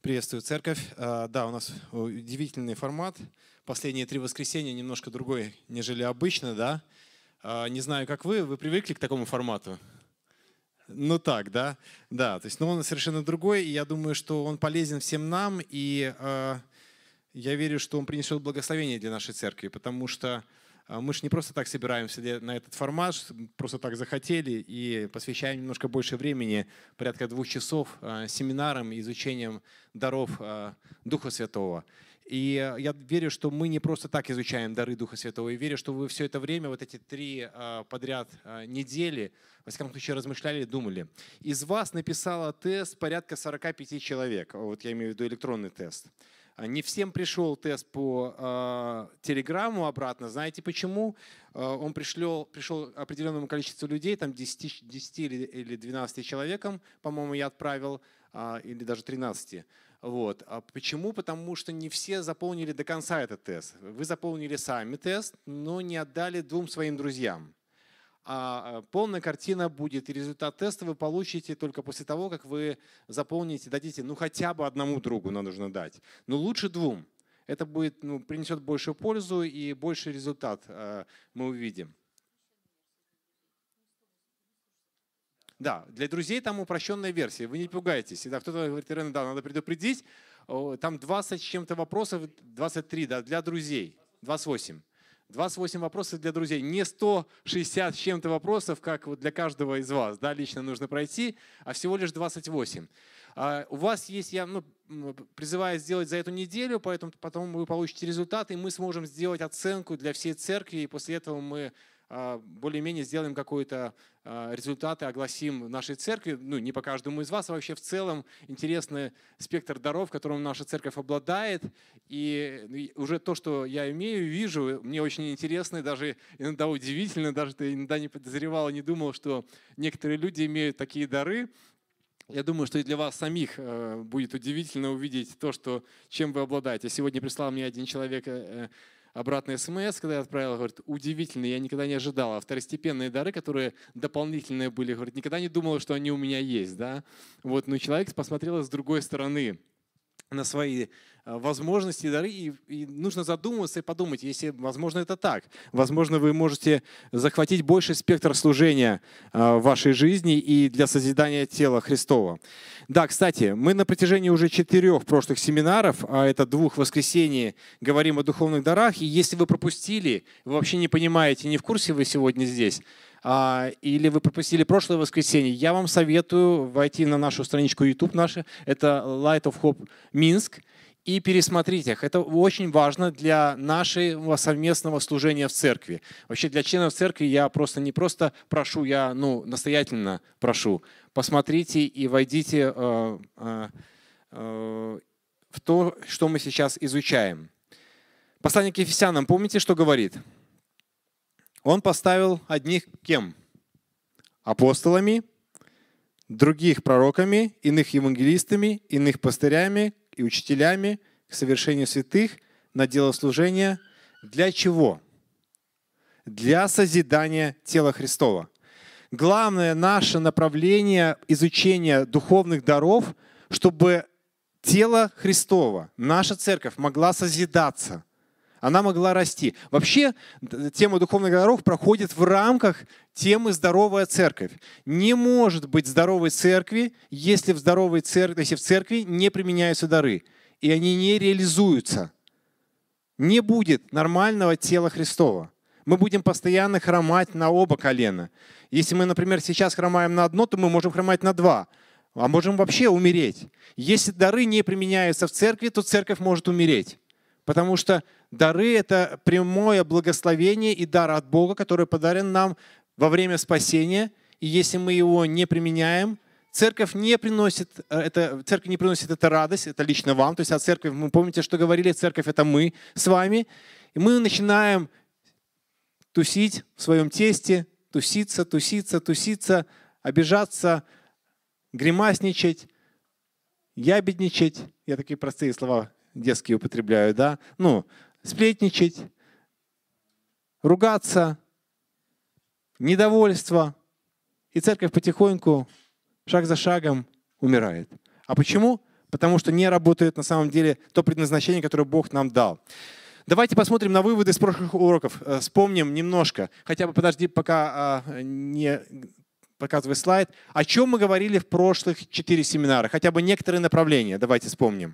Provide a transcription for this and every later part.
Приветствую, церковь. Да, у нас удивительный формат. Последние 3 воскресенья немножко другой, нежели обычно, да? Не знаю, как вы привыкли к такому формату? Ну так, да? Да, то есть, но он совершенно другой, и я думаю, что он полезен всем нам, и я верю, что он принесет благословение для нашей церкви, потому что мы же не просто так собираемся на этот формат, просто так захотели и посвящаем немножко больше времени, порядка 2 часов, семинарам, изучением даров Духа Святого. И я верю, что мы не просто так изучаем дары Духа Святого, и верю, что вы все это время, вот эти 3 подряд недели, во всяком случае, размышляли, думали. Из вас написало тест порядка 45 человек, вот я имею в виду электронный тест. Не всем пришел тест по телеграмму обратно. Знаете почему? Он пришел определенному количеству людей, там 10 или 12 человекам, по-моему, я отправил, или даже 13. Вот. Почему? Потому что не все заполнили до конца этот тест. Вы заполнили сами тест, но не отдали 2 своим друзьям. А полная картина будет, и результат теста вы получите только после того, как вы заполните, дадите, хотя бы 1 другу нам нужно дать. Но лучше 2. Это будет, принесет большую пользу и больший результат мы увидим. Да, для друзей там упрощенная версия, вы не пугайтесь. Всегда кто-то говорит: Ирена, да, надо предупредить, там 20 с чем-то вопросов, 23, да, для друзей, 28. 28 вопросов для друзей, не 160 с чем-то вопросов, как вот для каждого из вас, да, лично нужно пройти, а всего лишь 28. У вас есть, я призываю сделать за эту неделю, поэтому потом вы получите результаты, и мы сможем сделать оценку для всей церкви, и после этого мы более-менее сделаем какой-то результат и огласим в нашей церкви, не по каждому из вас, а вообще в целом интересный спектр даров, которым наша церковь обладает. И уже то, что я имею, вижу, мне очень интересно, и даже иногда удивительно, даже ты иногда не подозревал и не думал, что некоторые люди имеют такие дары. Я думаю, что и для вас самих будет удивительно увидеть то, чем вы обладаете. Сегодня прислал мне один человек обратный смс, когда я отправил, говорит: удивительно, я никогда не ожидал. А второстепенные дары, которые дополнительные были, говорит, никогда не думал, что они у меня есть. Да? Вот, но человек посмотрел с другой стороны на свои возможности и дары, и нужно задуматься и подумать, если, возможно, это так. Возможно, вы можете захватить больший спектр служения в вашей жизни и для созидания тела Христова. Да, кстати, мы на протяжении уже 4 прошлых семинаров, а это 2 воскресений, говорим о духовных дарах, и если вы пропустили, вы вообще не понимаете, не в курсе вы сегодня здесь, или вы пропустили прошлое воскресенье, я вам советую войти на нашу страничку YouTube, это Light of Hope Минск, и пересмотреть их. Это очень важно для нашего совместного служения в церкви. Вообще для членов церкви я не просто прошу, я настоятельно прошу. Посмотрите и войдите в то, что мы сейчас изучаем. Послание к Ефесянам, помните, что говорит? Он поставил одних кем? Апостолами, других пророками, иных евангелистами, иных пастырями и учителями к совершению святых на дело служения. Для чего? Для созидания тела Христова. Главное наше направление изучения духовных даров, чтобы тело Христово, наша церковь могла созидаться. Она могла расти. Вообще, тема духовных даров проходит в рамках темы «Здоровая церковь». Не может быть здоровой церкви, если в церкви не применяются дары, и они не реализуются. Не будет нормального тела Христова. Мы будем постоянно хромать на оба колена. Если мы, например, сейчас хромаем на одно, то мы можем хромать на 2, а можем вообще умереть. Если дары не применяются в церкви, то церковь может умереть. Потому что дары – это прямое благословение и дар от Бога, который подарен нам во время спасения. И если мы его не применяем, церковь не приносит это радость, это лично вам. То есть от церкви, вы помните, что говорили, церковь – это мы с вами. И мы начинаем тусить в своем тесте, туситься, обижаться, гримасничать, ябедничать. Я такие простые слова детские употребляю, да? Сплетничать, ругаться, недовольство. И церковь потихоньку, шаг за шагом умирает. А почему? потому что не работает на самом деле то предназначение, которое Бог нам дал. Давайте посмотрим на выводы с прошлых уроков. Вспомним немножко. Хотя бы подожди, пока не показывай слайд. О чем мы говорили в прошлых 4 семинара? Хотя бы некоторые направления. Давайте вспомним.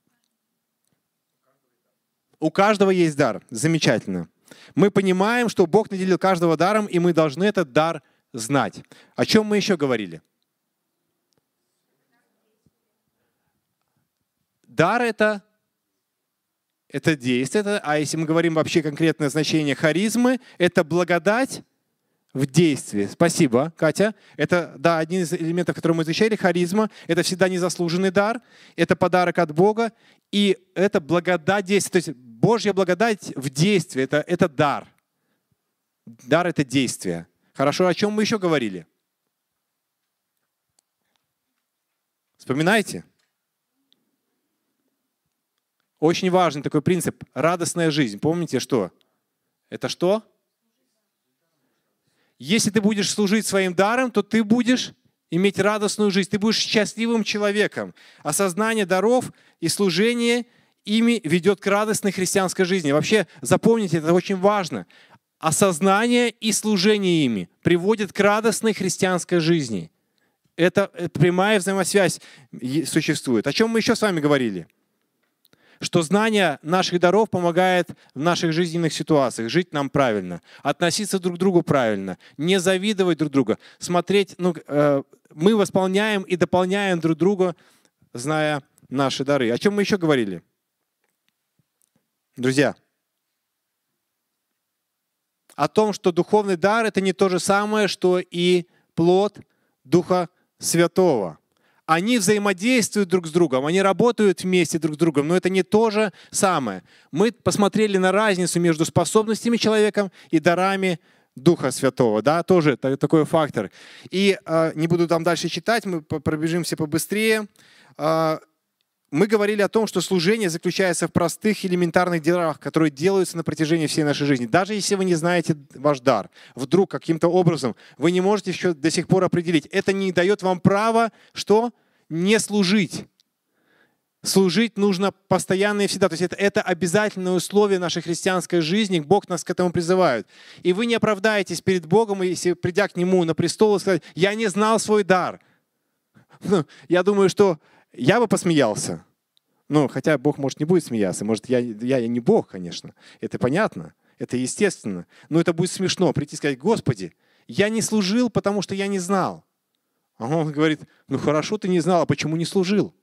У каждого есть дар. Замечательно. Мы понимаем, что Бог наделил каждого даром, и мы должны этот дар знать. О чем мы еще говорили? Дар — это действие, а если мы говорим вообще конкретное значение харизмы, это благодать в действии. Спасибо, Катя. Это, да, один из элементов, который мы изучали, харизма. Это всегда незаслуженный дар, это подарок от Бога, и это благодать действия. То есть Божья благодать в действии, это дар. Дар — это действие. Хорошо, о чем мы еще говорили? Вспоминайте? Очень важный такой принцип – радостная жизнь. Помните, что? Это что? Если ты будешь служить своим даром, то ты будешь иметь радостную жизнь. Ты будешь счастливым человеком. Осознание даров и служение ими ведет к радостной христианской жизни. Вообще, запомните, это очень важно. Осознание и служение ими приводит к радостной христианской жизни. Это прямая взаимосвязь существует. О чем мы еще с вами говорили? Что знание наших даров помогает в наших жизненных ситуациях жить нам правильно, относиться друг к другу правильно, не завидовать друг другу, смотреть, мы восполняем и дополняем друг друга, зная наши дары. О чем мы еще говорили? Друзья, о том, что духовный дар — это не то же самое, что и плод Духа Святого. Они взаимодействуют друг с другом, они работают вместе друг с другом, но это не то же самое. Мы посмотрели на разницу между способностями человека и дарами Духа Святого. Да, тоже такой фактор. И не буду там дальше читать, мы пробежимся побыстрее. Мы говорили о том, что служение заключается в простых элементарных делах, которые делаются на протяжении всей нашей жизни. Даже если вы не знаете ваш дар, вдруг каким-то образом вы не можете еще до сих пор определить, это не дает вам права, что? Не служить. Служить нужно постоянно и всегда. То есть это обязательное условие нашей христианской жизни. Бог нас к этому призывает. И вы не оправдаетесь перед Богом, если, придя к Нему на престол, сказать: «Я не знал свой дар». Я думаю, что я бы посмеялся. Хотя Бог, может, не будет смеяться. Может, я не Бог, конечно. Это понятно. Это естественно. Но это будет смешно. Прийти и сказать: «Господи, я не служил, потому что я не знал». А он говорит: хорошо, ты не знал, а почему не служил?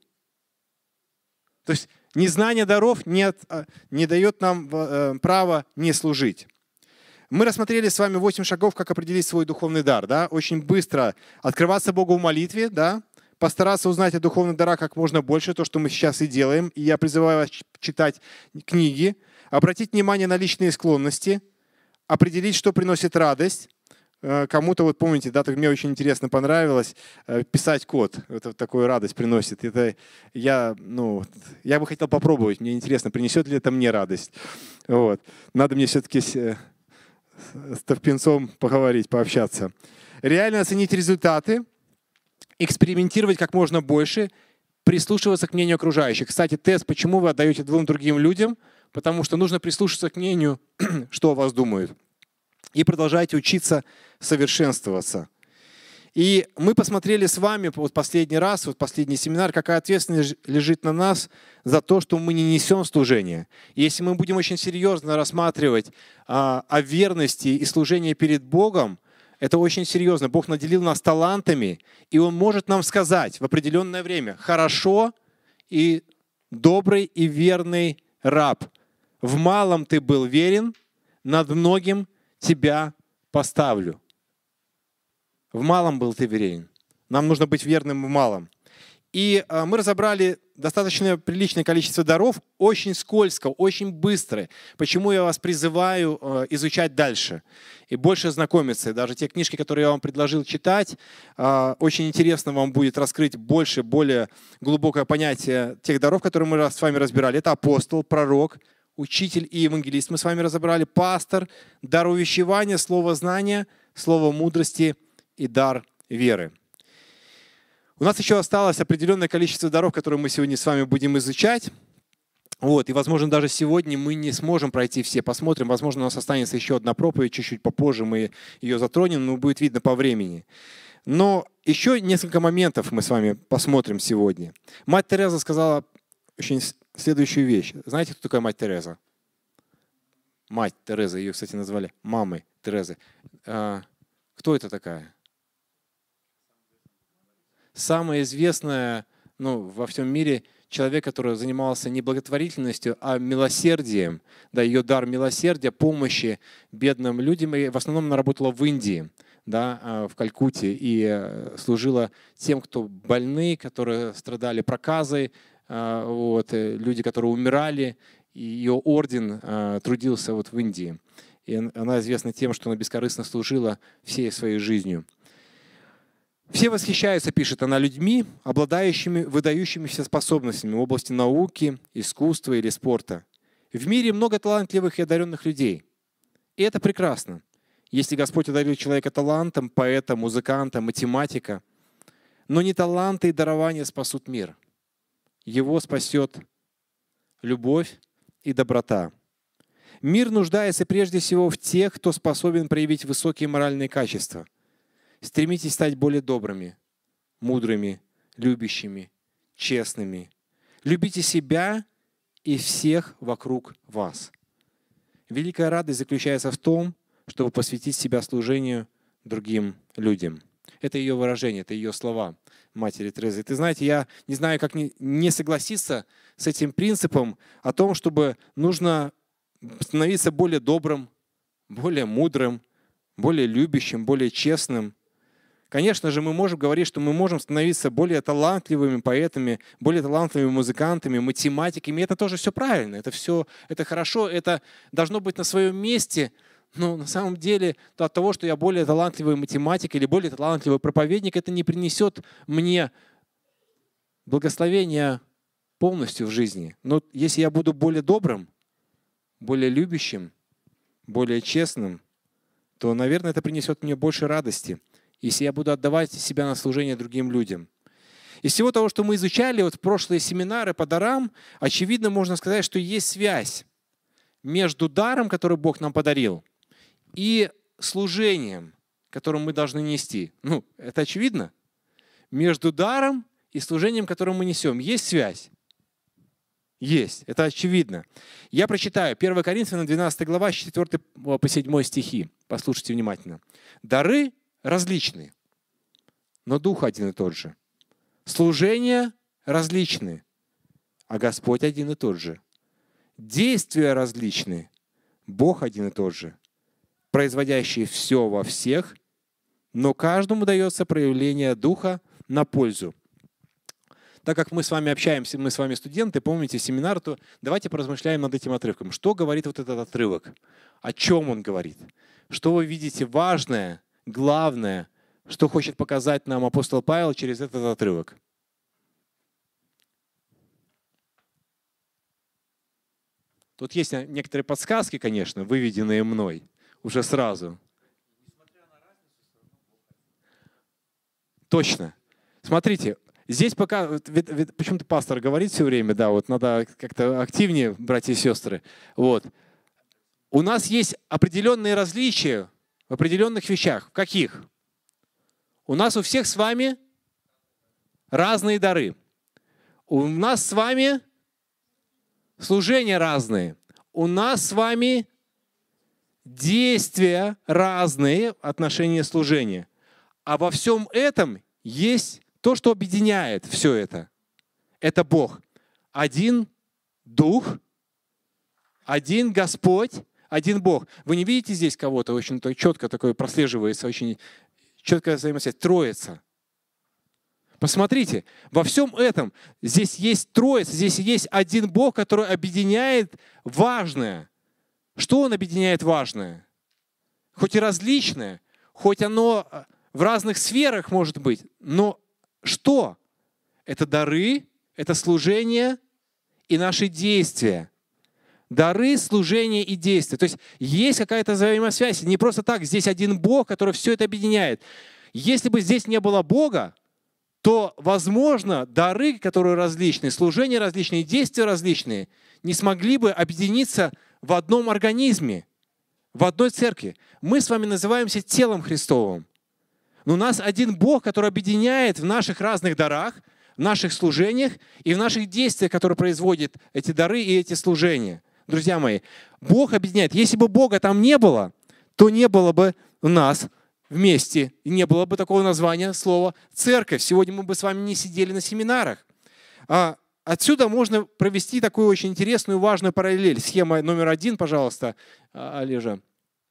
То есть незнание даров не дает нам права не служить. Мы рассмотрели с вами 8 шагов, как определить свой духовный дар. Да? Очень быстро открываться Богу в молитве, да? Постараться узнать о духовных дарах как можно больше, то, что мы сейчас и делаем. И я призываю вас читать книги, обратить внимание на личные склонности, определить, что приносит радость. Кому-то, помните, да, мне очень интересно понравилось писать код. Это такую радость приносит. Это я бы хотел попробовать. Мне интересно, принесет ли это мне радость. Надо мне все-таки с Товпинцом поговорить, пообщаться. Реально оценить результаты, экспериментировать как можно больше, прислушиваться к мнению окружающих. Кстати, тест, почему вы отдаете 2 другим людям? Потому что нужно прислушаться к мнению, что о вас думают. И продолжайте учиться совершенствоваться. И мы посмотрели с вами последний раз, последний семинар, какая ответственность лежит на нас за то, что мы не несем служение. И если мы будем очень серьезно рассматривать о верности и служении перед Богом, это очень серьезно. Бог наделил нас талантами, и Он может нам сказать в определенное время: «Хорошо и добрый и верный раб, в малом ты был верен, над многим тебя поставлю». В малом был ты верен. Нам нужно быть верным в малом. И мы разобрали достаточно приличное количество даров, очень скользко, очень быстро. Почему я вас призываю изучать дальше и больше знакомиться. Даже те книжки, которые я вам предложил читать, очень интересно вам будет раскрыть больше, более глубокое понятие тех даров, которые мы с вами разбирали. Это апостол, пророк, учитель и евангелист. Мы с вами разобрали пастор, дар увещевания, слово знания, слово мудрости и дар веры. У нас еще осталось определенное количество даров, которые мы сегодня с вами будем изучать. И, возможно, даже сегодня мы не сможем пройти все. Посмотрим, возможно, у нас останется еще одна проповедь, чуть-чуть попозже мы ее затронем, но будет видно по времени. Но еще несколько моментов мы с вами посмотрим сегодня. Мать Тереза сказала очень следующую вещь. Знаете, кто такая мать Тереза? Мать Тереза, ее, кстати, назвали мамой Терезы. Кто это такая? Самая известная во всем мире человек, который занимался не благотворительностью, а милосердием. Да, ее дар милосердия, помощи бедным людям. И в основном она работала в Индии, да, в Калькутте, и служила тем, кто больны, которые страдали проказой, люди, которые умирали. И ее орден трудился в Индии. И она известна тем, что она бескорыстно служила всей своей жизнью. Все восхищаются, пишет она, людьми, обладающими выдающимися способностями в области науки, искусства или спорта. В мире много талантливых и одаренных людей. И это прекрасно. Если Господь одарил человека талантом, поэта, музыканта, математика, но не таланты и дарования спасут мир. Его спасет любовь и доброта. Мир нуждается прежде всего в тех, кто способен проявить высокие моральные качества. Стремитесь стать более добрыми, мудрыми, любящими, честными. Любите себя и всех вокруг вас. Великая радость заключается в том, чтобы посвятить себя служению другим людям. Это ее выражение, это ее слова, матери Терезы. Ты знаете, я не знаю, как не согласиться с этим принципом о том, чтобы нужно становиться более добрым, более мудрым, более любящим, более честным. Конечно же, мы можем говорить, что мы можем становиться более талантливыми поэтами, более талантливыми музыкантами, математиками. Это тоже все правильно, это хорошо, это должно быть на своем месте. Но на самом деле от того, что я более талантливый математик или более талантливый проповедник, это не принесет мне благословения полностью в жизни. Но если я буду более добрым, более любящим, более честным, то, наверное, это принесет мне больше радости, если я буду отдавать себя на служение другим людям. Из всего того, что мы изучали в прошлые семинары по дарам, очевидно, можно сказать, что есть связь между даром, который Бог нам подарил, и служением, которым мы должны нести. Это очевидно. Между даром и служением, которое мы несем, есть связь. Есть, это очевидно. Я прочитаю 1 Коринфянам 12 глава, 4 по 7 стихи. Послушайте внимательно. «Дары различны, но Дух один и тот же. Служения различны, а Господь один и тот же. Действия различны, Бог один и тот же, производящий все во всех, но каждому дается проявление Духа на пользу». Так как мы с вами общаемся, мы с вами студенты, помните семинар, то давайте поразмышляем над этим отрывком. Что говорит этот отрывок? О чем он говорит? Что вы видите важное, главное, что хочет показать нам апостол Павел через этот отрывок? Тут есть некоторые подсказки, конечно, выведенные мной уже сразу. Точно. Смотрите, здесь пока, почему-то пастор говорит все время, да, надо как-то активнее, братья и сестры. У нас есть определенные различия в определенных вещах. В каких? У нас у всех с вами разные дары. У нас с вами служения разные. У нас с вами действия разные в отношении служения. А во всем этом есть то, что объединяет все это. Это Бог. Один Дух, один Господь, один Бог. Вы не видите здесь кого-то? Очень четко такое прослеживается, очень четкая взаимосвязь. Троица. Посмотрите, во всем этом здесь есть Троица, здесь есть один Бог, который объединяет важное. Что Он объединяет важное? Хоть и различное, хоть оно в разных сферах может быть, но что? Это дары, это служение и наши действия. Дары, служение и действия. То есть есть какая-то взаимосвязь. Не просто так, здесь один Бог, который все это объединяет. Если бы здесь не было Бога, то, возможно, дары, которые различные, служения различные, действия различные, не смогли бы объединиться в одном организме, в одной церкви. Мы с вами называемся телом Христовым. Но у нас один Бог, который объединяет в наших разных дарах, в наших служениях и в наших действиях, которые производят эти дары и эти служения. Друзья мои, Бог объединяет. Если бы Бога там не было, то не было бы у нас вместе, и не было бы такого названия, слова «церковь». Сегодня мы бы с вами не сидели на семинарах. Отсюда можно провести такую очень интересную, важную параллель. Схема номер 1, пожалуйста, Олежа.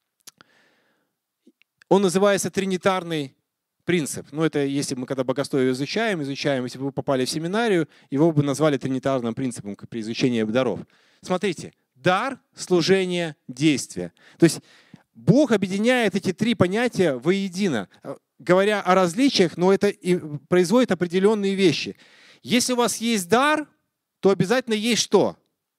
Он называется тринитарный принцип. Ну, это если мы когда богословие изучаем, если бы вы попали в семинарию, его бы назвали тринитарным принципом при изучении даров. Смотрите, дар, служение, действие. То есть Бог объединяет эти три понятия воедино, говоря о различиях, но это и производит определенные вещи. Если у вас есть дар, то обязательно есть что?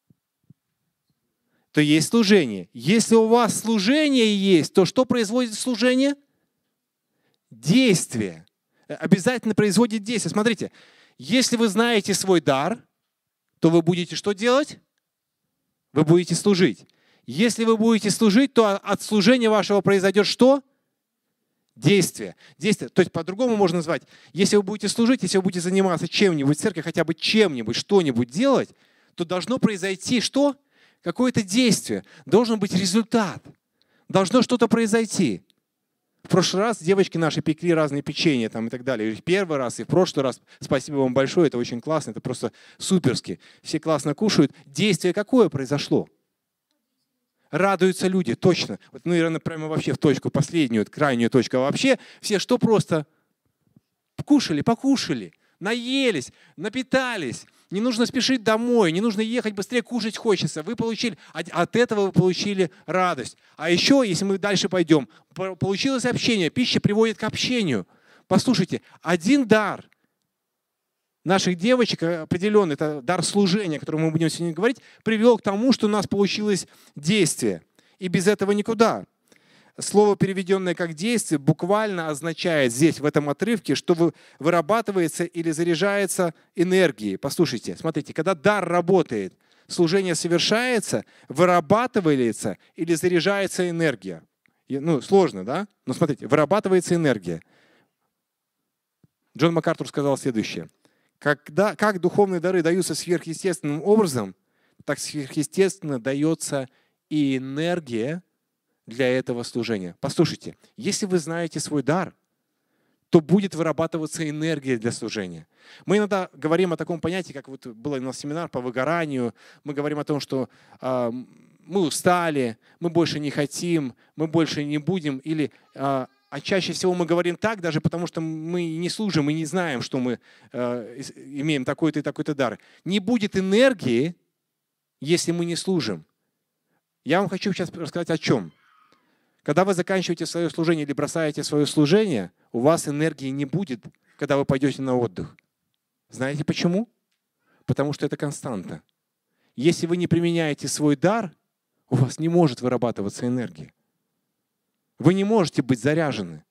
То есть служение. Если у вас служение есть, то что производит служение? Действие. Обязательно производит действие. Смотрите, если вы знаете свой дар, то вы будете что делать? Вы будете служить. Если вы будете служить, то от служения вашего произойдет что? Действие. Действие. То есть по-другому можно назвать. Если вы будете служить, если вы будете заниматься чем-нибудь в церкви, хотя бы чем-нибудь, что-нибудь делать, то должно произойти что? Какое-то действие. Должен быть результат. Должно что-то произойти. В прошлый раз девочки наши пекли разные печенья там, и так далее. И первый раз, и в прошлый раз. Спасибо вам большое, это очень классно, это просто суперски. Все классно кушают. Действие какое произошло? Радуются люди, точно. Вот, ну, наверное, прямо вообще в точку, последнюю, крайнюю точку. А вообще все что просто? Кушали, покушали, наелись, напитались. Не нужно спешить домой, не нужно ехать быстрее, кушать хочется. Вы получили, от этого вы получили радость. А еще, если мы дальше пойдем, получилось общение. Пища приводит к общению. Послушайте, один дар наших девочек, определенный, это дар служения, о котором мы будем сегодня говорить, привел к тому, что у нас получилось действие. И без этого никуда. Слово, переведенное как «действие», буквально означает здесь, в этом отрывке, что вырабатывается или заряжается энергией. Послушайте, смотрите, когда дар работает, служение совершается, вырабатывается или заряжается энергия. Ну, сложно, да? Но смотрите, вырабатывается энергия. Джон МакАртур сказал следующее. Как духовные дары даются сверхъестественным образом, так сверхъестественно дается и энергия для этого служения. Послушайте, если вы знаете свой дар, то будет вырабатываться энергия для служения. Мы иногда говорим о таком понятии, как вот был у нас семинар по выгоранию, мы говорим о том, что мы устали, мы больше не хотим, мы больше не будем, или а чаще всего мы говорим так, даже потому что мы не служим и не знаем, что мы имеем такой-то и такой-то дар. Не будет энергии, если мы не служим. Я вам хочу сейчас рассказать о чем. Когда вы заканчиваете свое служение или бросаете свое служение, у вас энергии не будет, когда вы пойдете на отдых. Знаете почему? Потому что это константа. Если вы не применяете свой дар, у вас не может вырабатываться энергия. Вы не можете быть заряжены.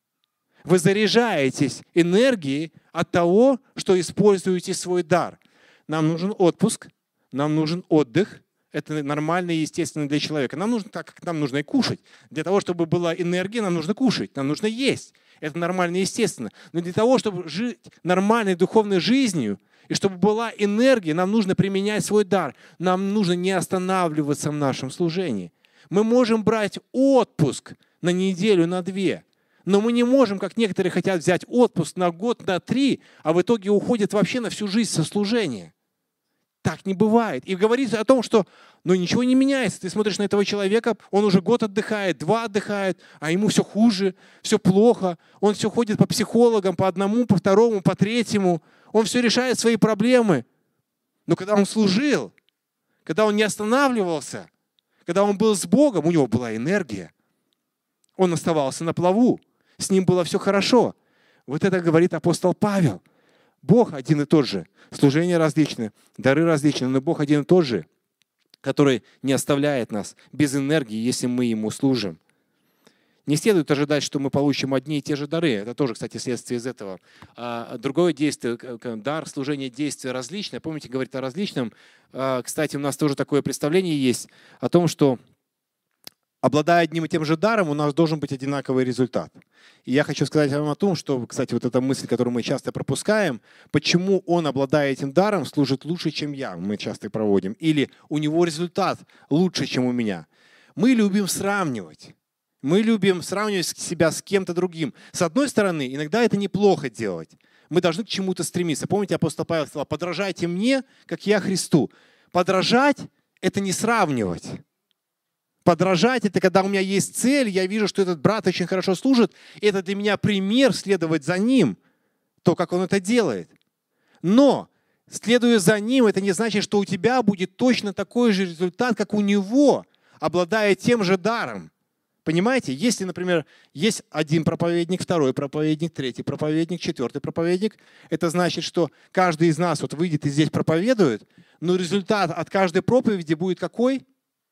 Вы заряжаетесь энергией от того, что используете свой дар. Нам нужен отпуск, нам нужен отдых. Это нормально и естественно для человека. Нам нужно так, как нам нужно и кушать. Для того, чтобы была энергия, нам нужно кушать, нам нужно есть. Это нормально и естественно. Но для того, чтобы жить нормальной духовной жизнью, и чтобы была энергия, нам нужно применять свой дар. Нам нужно не останавливаться в нашем служении. Мы можем брать отпуск на неделю, на 2. Но мы не можем, как некоторые хотят взять отпуск на год, на 3, а в итоге уходят вообще на всю жизнь со служения. Так не бывает. И говорить о том, что ничего не меняется. Ты смотришь на этого человека, он уже год отдыхает, 2 отдыхает, а ему все хуже, все плохо. Он все ходит по психологам, по одному, по второму, по третьему. Он все решает свои проблемы. Но когда он служил, когда он не останавливался, когда он был с Богом, у него была энергия. Он оставался на плаву. С ним было все хорошо. Вот это говорит апостол Павел. Бог один и тот же. Служения различны, дары различны, но Бог один и тот же, который не оставляет нас без энергии, если мы Ему служим. Не следует ожидать, что мы получим одни и те же дары. Это тоже, кстати, следствие из этого. Другое действие, дар, служение, действие различное. Помните, говорит о различном. Кстати, у нас тоже такое представление есть о том, что обладая одним и тем же даром, у нас должен быть одинаковый результат. И я хочу сказать вам о том, что, кстати, вот эта мысль, которую мы часто пропускаем, почему он, обладая этим даром, служит лучше, чем я, мы часто проводим, или у него результат лучше, чем у меня. Мы любим сравнивать. Мы любим сравнивать себя с кем-то другим. С одной стороны, иногда это неплохо делать. Мы должны к чему-то стремиться. Помните, апостол Павел сказал: подражайте мне, как я Христу. Подражать – это не сравнивать. Подражать – это когда у меня есть цель, я вижу, что этот брат очень хорошо служит, и это для меня пример следовать за ним, то, как он это делает. Но, следуя за ним, это не значит, что у тебя будет точно такой же результат, как у него, обладая тем же даром. Понимаете? Если, например, есть один проповедник, второй проповедник, третий проповедник, четвертый проповедник, это значит, что каждый из нас вот выйдет и здесь проповедует, но результат от каждой проповеди будет какой?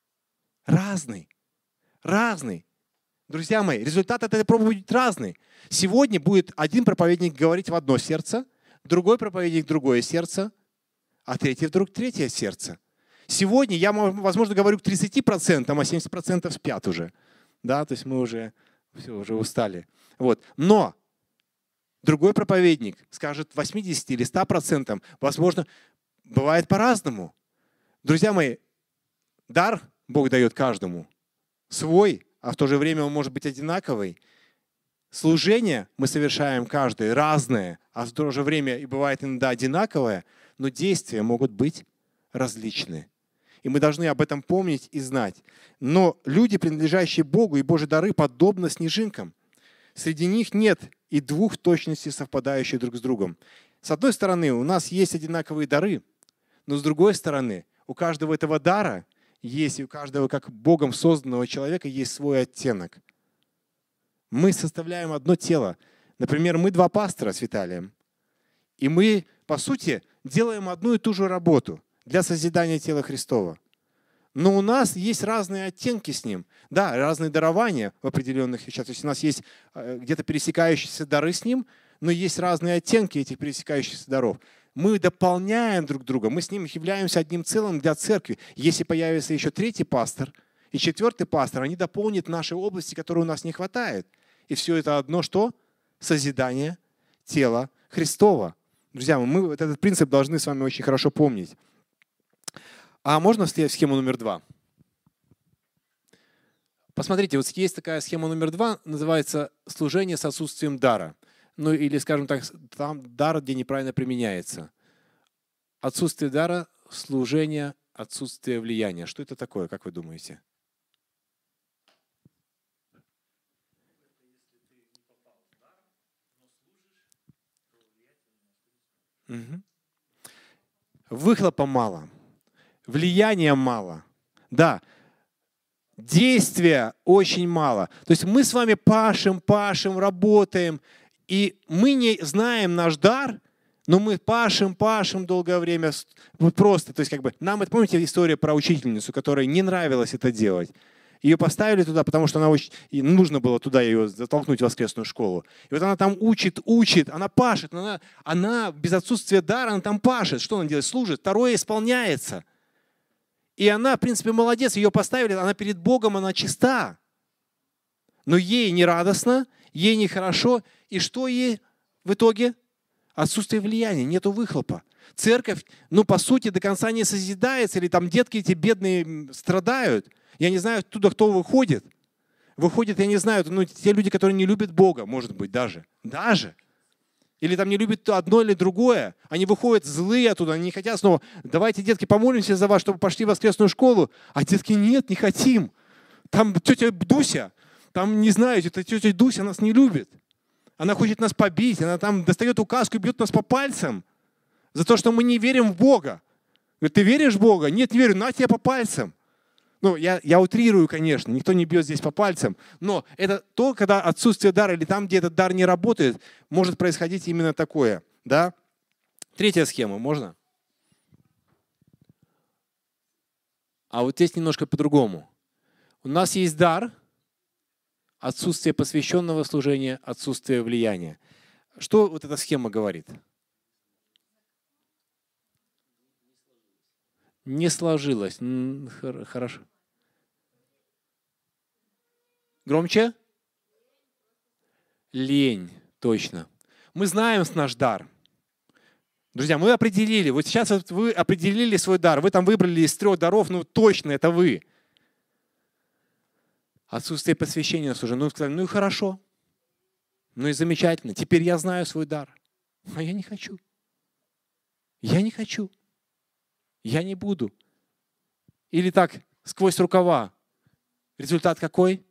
Разный. Разный. Друзья мои, результат от этой проповеди будет разный. Сегодня будет один проповедник говорить в одно сердце, другой проповедник в другое сердце, а третий вдруг третье сердце. Сегодня я, возможно, говорю к 30%, а 70% спят уже. Да, то есть мы уже устали. Вот. Но другой проповедник скажет 80 или 100%. Возможно, бывает по-разному. Друзья мои, дар Бог дает каждому свой, а в то же время он может быть одинаковый. Служение мы совершаем каждый разное, а в то же время и бывает иногда одинаковое, но действия могут быть различны. И мы должны об этом помнить и знать. Но люди, принадлежащие Богу, и Божьи дары подобны снежинкам. Среди них нет и двух в точности совпадающих друг с другом. С одной стороны, у нас есть одинаковые дары, но с другой стороны, у каждого этого дара есть, и у каждого, как Богом созданного человека, есть свой оттенок. Мы составляем одно тело. Например, мы два пастора с Виталием. И мы, по сути, делаем одну и ту же работу для созидания тела Христова. Но у нас есть разные оттенки с ним. Да, разные дарования в определенных вещах. То есть у нас есть где-то пересекающиеся дары с ним, но есть разные оттенки этих пересекающихся даров. Мы дополняем друг друга, мы с ним являемся одним целым для церкви. Если появится еще третий пастор и четвертый пастор, они дополнят наши области, которые у нас не хватает. И все это одно что? Созидание тела Христова. Друзья, мы вот этот принцип должны с вами очень хорошо помнить. А можно схему номер 2? Посмотрите, вот есть такая схема номер 2, называется «служение с отсутствием дара». Ну или, скажем так, там дар, где неправильно применяется. Отсутствие дара, служение, отсутствие влияния. Что это такое, как вы думаете? Угу. Выхлопа мало, влияния мало. Да, действия очень мало. То есть мы с вами пашем, работаем, и мы не знаем наш дар, но мы пашем долгое время. Вот просто, то есть как бы нам, это, помните история про учительницу, которой не нравилось это делать? Ее поставили туда, потому что нужно было туда ее затолкнуть в воскресную школу. И вот она там учит, она пашет, она без отсутствия дара, она там пашет. Что она делает? Служит. Второе исполняется. И она, в принципе, молодец, ее поставили, она перед Богом, она чиста. Но ей не радостно, ей нехорошо. И что ей в итоге? Отсутствие влияния, нету выхлопа. Церковь, по сути, до конца не созидается, или там детки эти бедные страдают. Я не знаю, оттуда кто выходит. Выходит, я не знаю, те люди, которые не любят Бога, может быть, даже. Или там не любят одно или другое. Они выходят злые оттуда, они не хотят снова. Давайте, детки, помолимся за вас, чтобы пошли в воскресную школу. А детки, нет, не хотим. Там тетя Дуся, там, не знаю, эта тетя Дуся нас не любит. Она хочет нас побить, она там достает указку и бьет нас по пальцам за то, что мы не верим в Бога. Говорит, ты веришь в Бога? Нет, не верю, на тебе по пальцам. Я утрирую, конечно, никто не бьет здесь по пальцам, но это то, когда отсутствие дара или там, где этот дар не работает, может происходить именно такое. Да? Третья схема, можно? А вот здесь немножко по-другому. У нас есть дар, отсутствие посвященного служения, отсутствие влияния. Что вот эта схема говорит? Не сложилось. Хорошо. Громче? Лень, точно. Мы знаем наш дар. Друзья, мы определили, вот сейчас вот вы определили свой дар, вы там выбрали из 3 даров, ну точно, это вы. Отсутствие посвящения на служение. Ну, сказали, ну и хорошо, ну и замечательно, теперь я знаю свой дар. А я не хочу. Я не хочу. Я не буду. Или так, сквозь рукава. Результат какой?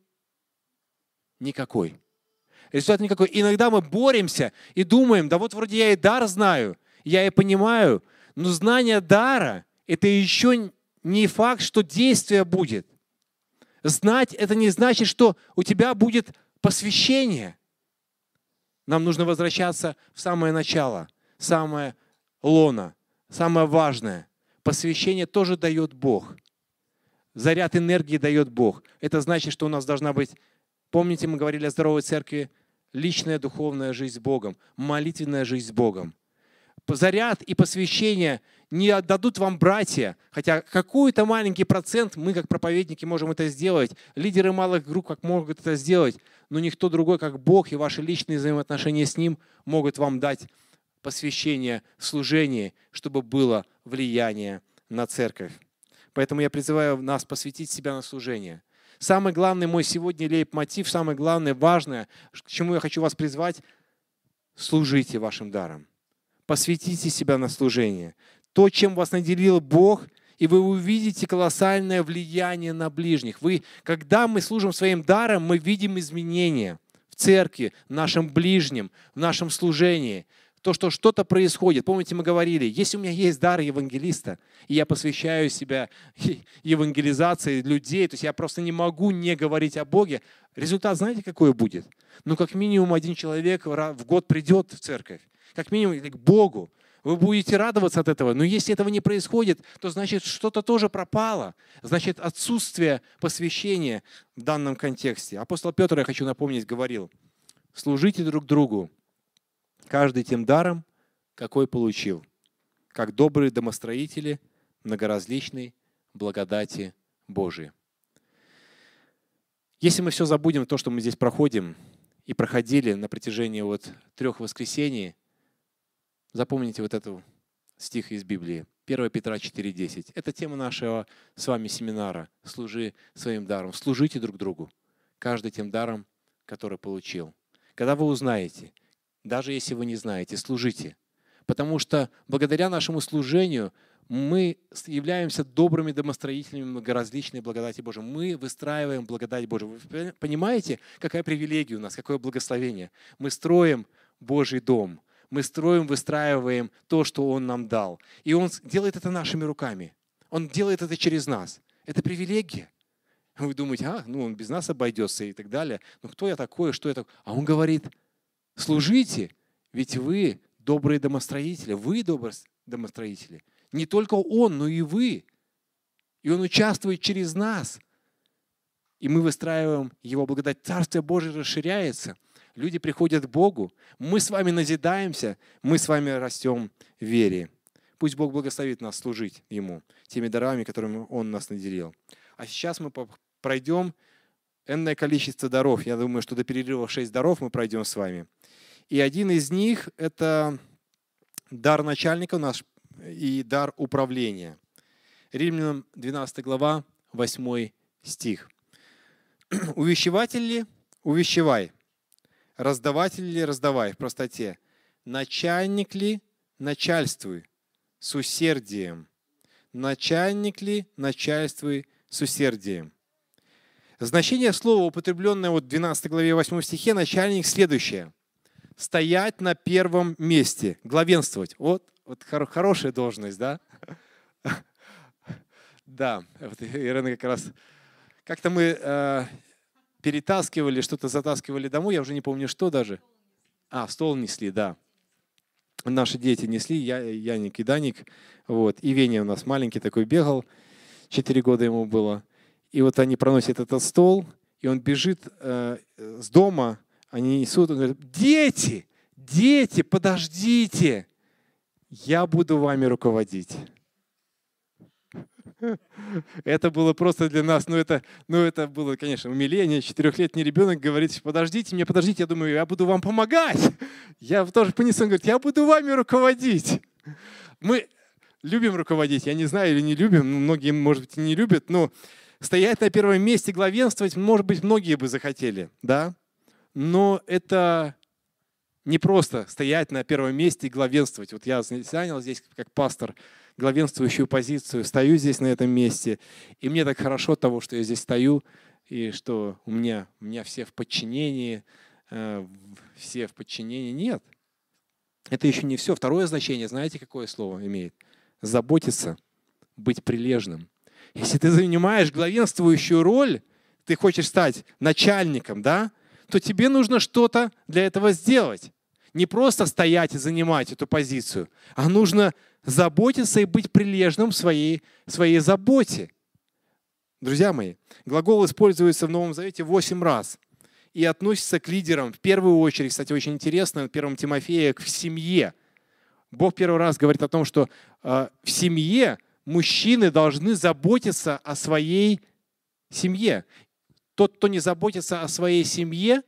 Никакой. Результат никакой. Иногда мы боремся и думаем, да вот вроде я и дар знаю, я и понимаю, но знание дара – это еще не факт, что действие будет. Знать – это не значит, что у тебя будет посвящение. Нам нужно возвращаться в самое начало, самое лоно, самое важное. Посвящение тоже дает Бог. Заряд энергии дает Бог. Это значит, что у нас должна быть, помните, мы говорили о здоровой церкви, личная духовная жизнь с Богом, молитвенная жизнь с Богом. Заряд и посвящение не отдадут вам братья, хотя какой-то маленький процент, мы как проповедники можем это сделать, лидеры малых групп как могут это сделать, но никто другой, как Бог и ваши личные взаимоотношения с Ним могут вам дать посвящение в служении, чтобы было влияние на церковь. Поэтому я призываю нас посвятить себя на служение. Самый главный мой сегодня лейб-мотив, самое главное, важное, к чему я хочу вас призвать, служите вашим даром. Посвятите себя на служение. То, чем вас наделил Бог, и вы увидите колоссальное влияние на ближних. Когда мы служим своим даром, мы видим изменения в церкви, в нашем ближнем, в нашем служении. То, что что-то происходит. Помните, мы говорили, если у меня есть дар евангелиста, и я посвящаю себя евангелизации людей, то есть я просто не могу не говорить о Боге, результат знаете, какой будет? Ну, как минимум один человек в год придет в церковь. Как минимум к Богу. Вы будете радоваться от этого. Но если этого не происходит, то значит что-то тоже пропало. Значит отсутствие посвящения в данном контексте. Апостол Петр, я хочу напомнить, говорил, служите друг другу, каждый тем даром, какой получил, как добрые домостроители многоразличной благодати Божией. Если мы все забудем, то, что мы здесь проходим и проходили на протяжении 3 воскресений, запомните вот этот стих из Библии. 1 Петра 4:10. Это тема нашего с вами семинара. Служи своим даром. Служите друг другу. Каждый тем даром, который получил. Когда вы узнаете, даже если вы не знаете, служите. Потому что благодаря нашему служению мы являемся добрыми домостроителями многоразличной благодати Божией. Мы выстраиваем благодать Божию. Вы понимаете, какая привилегия у нас, какое благословение? Мы строим Божий дом. Мы строим, выстраиваем то, что Он нам дал. И Он делает это нашими руками. Он делает это через нас. Это привилегия. Вы думаете, Он без нас обойдется и так далее. Ну кто я такой, что я такой? А Он говорит, служите, ведь вы добрые домостроители. Вы добрые домостроители. Не только Он, но и вы. И Он участвует через нас. И мы выстраиваем Его благодать. Царствие Божие расширяется. Люди приходят к Богу. Мы с вами назидаемся. Мы с вами растем в вере. Пусть Бог благословит нас служить Ему теми дарами, которыми Он нас наделил. А сейчас мы пройдем энное количество даров. Я думаю, что до перерыва 6 даров мы пройдем с вами. И один из них – это дар начальника наш и дар управления. Римлянам 12 глава, 8 стих. «Увещеватель ли? Увещевай. Раздаватель ли? Раздавай». В простоте. «Начальник ли? Начальствуй с усердием. Начальник ли? Начальствуй с усердием». Значение слова, употребленное в 12 главе 8 стихе, начальник следующее. Стоять на первом месте, главенствовать. Вот хорошая должность, да? Да, Ирена как раз... Как-то мы перетаскивали, что-то затаскивали домой, я уже не помню, что даже. Стол несли, да. Наши дети несли, Яник и Даник. И Веня у нас маленький такой бегал, 4 года ему было. И вот они проносят этот стол, и он бежит с дома, они несут, он говорит: дети, дети, подождите, я буду вами руководить. Это было просто для нас, это было, конечно, умиление. 4-летний ребенок говорит: подождите мне, подождите. Я думаю, я буду вам помогать. Я тоже понесу, он говорит: я буду вами руководить. Мы любим руководить, я не знаю, или не любим, многие, может быть, и не любят, но стоять на первом месте, главенствовать, может быть, многие бы захотели, да? Но это не просто стоять на первом месте и главенствовать. Вот я занял здесь как пастор главенствующую позицию, стою здесь на этом месте, и мне так хорошо от того, что я здесь стою, и что у меня все в подчинении, все в подчинении. Нет. Это еще не все. Второе значение, знаете, какое слово имеет? Заботиться, быть прилежным. Если ты занимаешь главенствующую роль, ты хочешь стать начальником, да, то тебе нужно что-то для этого сделать. Не просто стоять и занимать эту позицию, а нужно заботиться и быть прилежным в своей заботе. Друзья мои, глагол используется в Новом Завете 8 раз и относится к лидерам. В первую очередь, кстати, очень интересно, в 1 Тимофея, к семье. Бог первый раз говорит о том, что в семье мужчины должны заботиться о своей семье. Тот, кто не заботится о своей семье,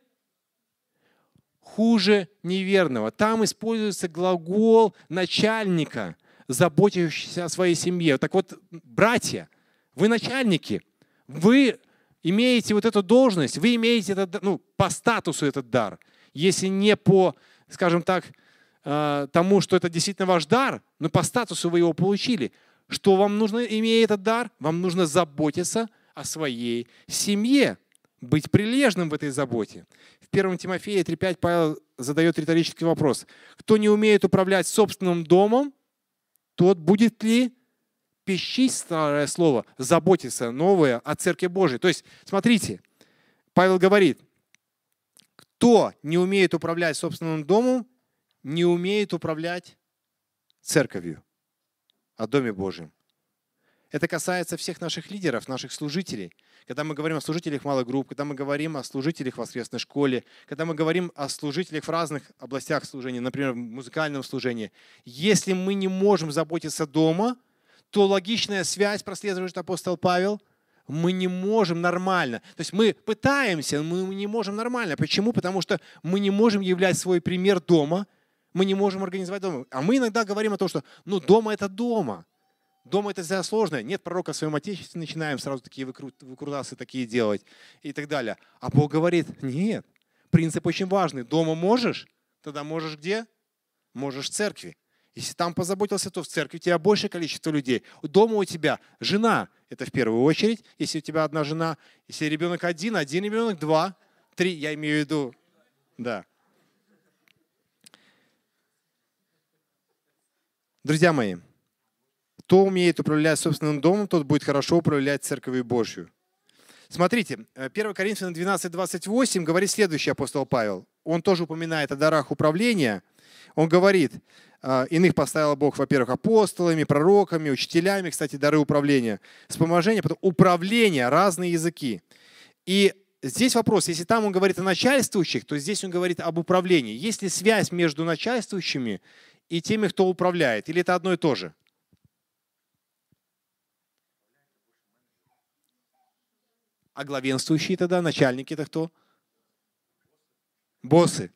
хуже неверного. Там используется глагол начальника, заботящийся о своей семье. Так вот, братья, вы начальники, вы имеете вот эту должность, вы имеете этот, по статусу этот дар. Если не по, скажем так, тому, что это действительно ваш дар, но по статусу вы его получили. Что вам нужно, имея этот дар? Вам нужно заботиться о своей семье, быть прилежным в этой заботе. В 1 Тимофея 3:5 Павел задает риторический вопрос. Кто не умеет управлять собственным домом, тот будет ли пищить, старое слово, заботиться, новое о Церкви Божией. То есть, смотрите, Павел говорит, кто не умеет управлять собственным домом, не умеет управлять церковью, о Доме Божьем. Это касается всех наших лидеров, наших служителей. Когда мы говорим о служителях малых групп, когда мы говорим о служителях в воскресной школе, когда мы говорим о служителях в разных областях служения, например, в музыкальном служении, если мы не можем заботиться дома, то логичная связь, прослеживает апостол Павел, мы не можем нормально. То есть мы пытаемся, но мы не можем нормально. Почему? Потому что мы не можем являть свой пример дома, мы не можем организовать дома. А мы иногда говорим о том, что дома – это дома. Дома это всегда сложно. Нет пророка в своем отечестве, начинаем сразу такие выкрутасы такие делать и так далее. А Бог говорит, нет, принцип очень важный. Дома можешь, тогда можешь где? Можешь в церкви. Если там позаботился, то в церкви у тебя большее количество людей. Дома у тебя жена, это в первую очередь, если у тебя одна жена. Если ребенок один ребенок, 2, 3, я имею в виду, да. Друзья мои, кто умеет управлять собственным домом, тот будет хорошо управлять Церковью Божью. Смотрите, 1 Коринфянам 12:28 говорит следующий апостол Павел. Он тоже упоминает о дарах управления. Он говорит, иных поставил Бог, во-первых, апостолами, пророками, учителями, кстати, дары управления, вспоможения, потом управление, разные языки. И здесь вопрос, если там он говорит о начальствующих, то здесь он говорит об управлении. Есть ли связь между начальствующими и теми, кто управляет? Или это одно и то же? А главенствующие тогда, начальники это кто? Боссы.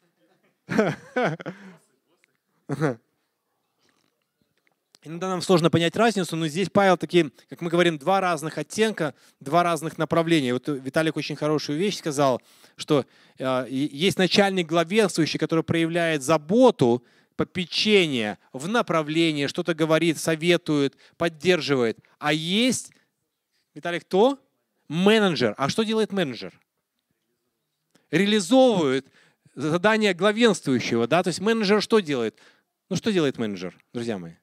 Иногда нам сложно понять разницу, но здесь Павел такие, как мы говорим, два разных оттенка, два разных направления. Вот Виталик очень хорошую вещь сказал, что есть начальник главенствующий, который проявляет заботу, попечение в направлении, что-то говорит, советует, поддерживает. А есть, Виталик, кто? Менеджер. А что делает менеджер? Реализовывает задание главенствующего. Да? То есть менеджер что делает? Что делает менеджер, друзья мои?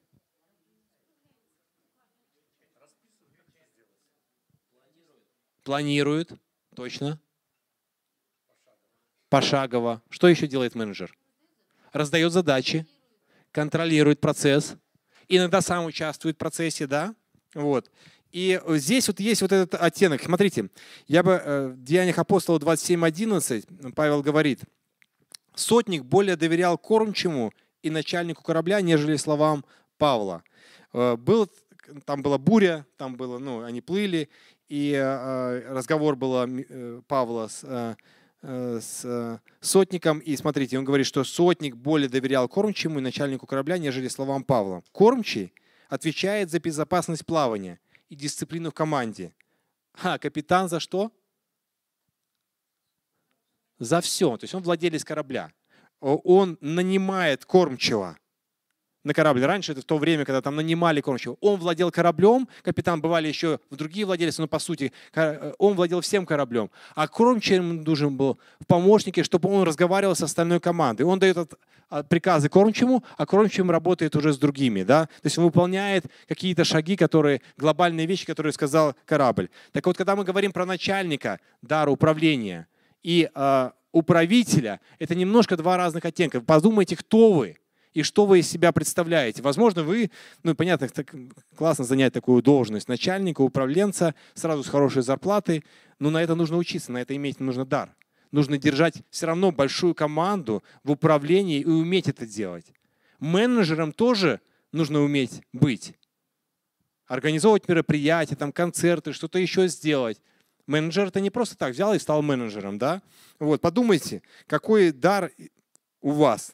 Планирует. Точно. Пошагово. Что еще делает менеджер? Раздает задачи, контролирует процесс. Иногда сам участвует в процессе, да? Вот. И здесь вот есть вот этот оттенок. Смотрите, я бы в Деяниях апостолов 27:11 Павел говорит: «Сотник более доверял кормчему и начальнику корабля, нежели словам Павла». Там была буря, там было, они плыли, и разговор был Павла с сотником. И смотрите, он говорит, что сотник более доверял кормчему и начальнику корабля, нежели словам Павла. Кормчий отвечает за безопасность плавания и дисциплину в команде. А капитан за что? За все. То есть он владелец корабля. Он нанимает кормчего на корабль. Раньше, это в то время, когда там нанимали кормчего, он владел кораблем, капитан, бывали еще другие владельцы, но по сути он владел всем кораблем. А кормчий нужен был в помощнике, чтобы он разговаривал с остальной командой. Он дает приказы кормчему, а кормчим работает уже с другими. Да? То есть он выполняет какие-то шаги, глобальные вещи, которые сказал корабль. Так вот, когда мы говорим про начальника, дар управления и управителя, это немножко два разных оттенка. Подумайте, кто вы и что вы из себя представляете. Возможно, вы, понятно, так классно занять такую должность начальника, управленца, сразу с хорошей зарплатой, но на это нужно учиться, на это иметь нужно дар. Нужно держать все равно большую команду в управлении и уметь это делать. Менеджером тоже нужно уметь быть. Организовывать мероприятия, концерты, что-то еще сделать. Менеджер — это не просто так взял и стал менеджером. Да? Вот, подумайте, какой дар у вас.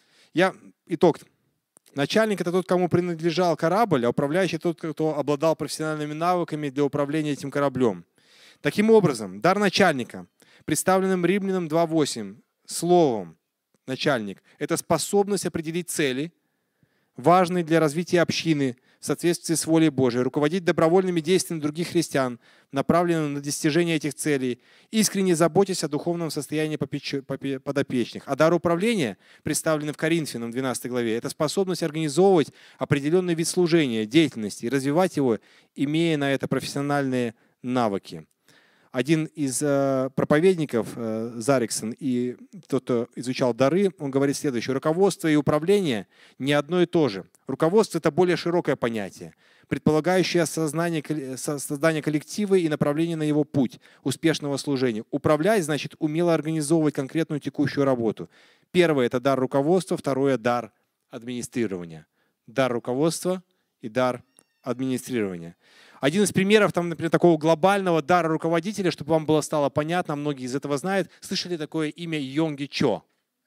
Итог. Начальник — это тот, кому принадлежал корабль, а управляющий — тот, кто обладал профессиональными навыками для управления этим кораблем. Таким образом, дар начальника, представленным Римлянам 2:8, словом начальник, это способность определить цели, важные для развития общины в соответствии с волей Божией, руководить добровольными действиями других христиан, направленными на достижение этих целей, искренне заботясь о духовном состоянии подопечных. А дар управления, представленный в Коринфянам 12 главе, это способность организовывать определенный вид служения, деятельности и развивать его, имея на это профессиональные навыки. Один из проповедников, Зариксон, и тот, кто изучал дары, он говорит следующее. Руководство и управление не одно и то же. Руководство — это более широкое понятие, предполагающее создание коллектива и направление на его путь успешного служения. Управлять значит умело организовывать конкретную текущую работу. Первое — это дар руководства, второе — дар администрирования. Дар руководства и дар администрирования. Один из примеров, например, такого глобального дара руководителя, чтобы вам стало понятно, многие из этого знают, слышали такое имя Йонги Чо?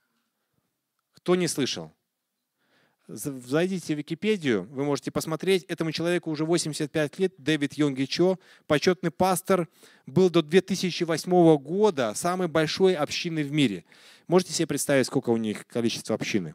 Кто не слышал? Зайдите в Википедию, вы можете посмотреть. Этому человеку уже 85 лет, Дэвид Йонги Чо, почетный пастор, был до 2008 года самой большой общиной в мире. Можете себе представить, сколько у них количество общины?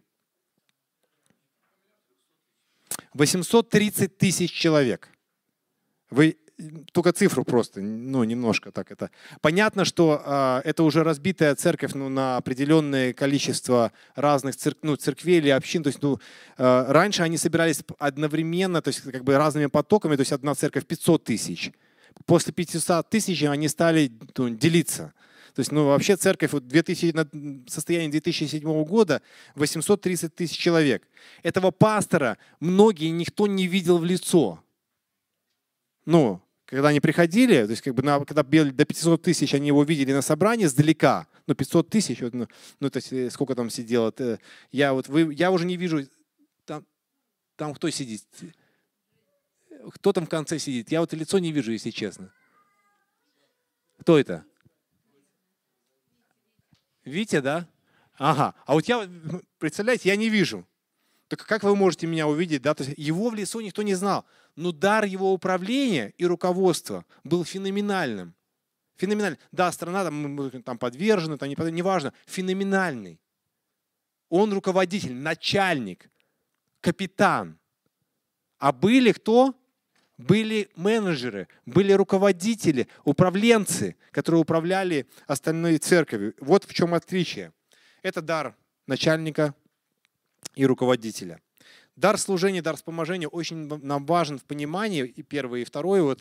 830 тысяч человек. Вы только цифру просто, немножко так это. Понятно, что это уже разбитая церковь на определенное количество разных церквей или общин. То есть, раньше они собирались одновременно, то есть разными потоками, то есть одна церковь 500 тысяч. После 500 тысяч они стали делиться. То есть, вообще церковь на состоянии 2007 года 830 тысяч человек. Этого пастора никто не видел в лицо. Когда они приходили, то есть когда до 500 тысяч они его видели на собрании сдалека, 500 тысяч, то есть сколько там сидело, я уже не вижу, там кто сидит, кто там в конце сидит, я лицо не вижу, если честно. Кто это? Витя, да? Ага, а представляете, я не вижу. Так как вы можете меня увидеть? Да? То есть его в лицо никто не знал. Но дар его управления и руководства был феноменальным. Феноменальный. Да, страна там подвержена, неважно. Феноменальный. Он руководитель, начальник, капитан. А были кто? Были менеджеры, были руководители, управленцы, которые управляли остальной церковью. Вот в чем отличие. Это дар начальника и руководителя. Дар служения, дар вспоможения очень нам важен в понимании, и первое, и второе.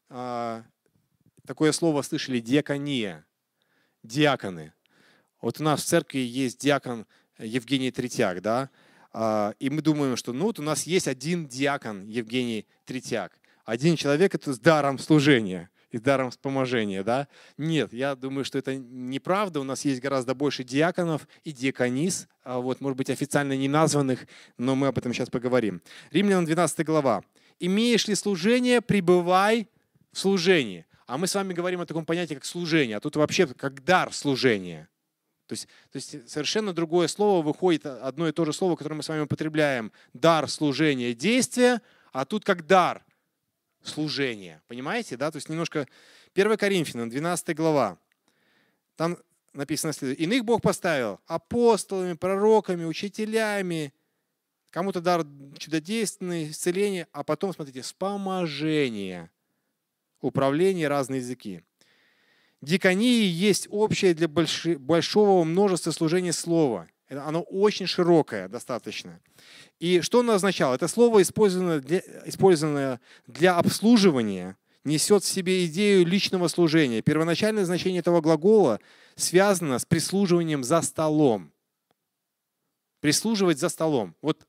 Такое слово слышали — диакония, диаконы. У нас в церкви есть диакон Евгений Третьяк, да? И мы думаем, что у нас есть один диакон Евгений Третьяк. Один человек — это с даром служения и даром вспоможения, да? Нет, я думаю, что это неправда. У нас есть гораздо больше диаконов и диаконис, вот, может быть, официально не названных, но мы об этом сейчас поговорим. Римлянам 12 глава. «Имеешь ли служение, пребывай в служении». А мы с вами говорим о таком понятии, как служение, а тут вообще как дар служения. То есть совершенно другое слово выходит, одно и то же слово, которое мы с вами употребляем. Дар служения, действия, а тут как дар служения. Понимаете, да? То есть немножко 1 Коринфянам, 12 глава. Там написано следующее. «Иных Бог поставил апостолами, пророками, учителями». Кому-то дар чудодейственный, исцеление, а потом, смотрите, вспоможение, управление, разные языки. Диаконии есть общее для большого множества служения слова. Оно очень широкое достаточно. И что оно означало? Это слово, использованное для обслуживания, несет в себе идею личного служения. Первоначальное значение этого глагола связано с прислуживанием за столом. Прислуживать за столом. Вот,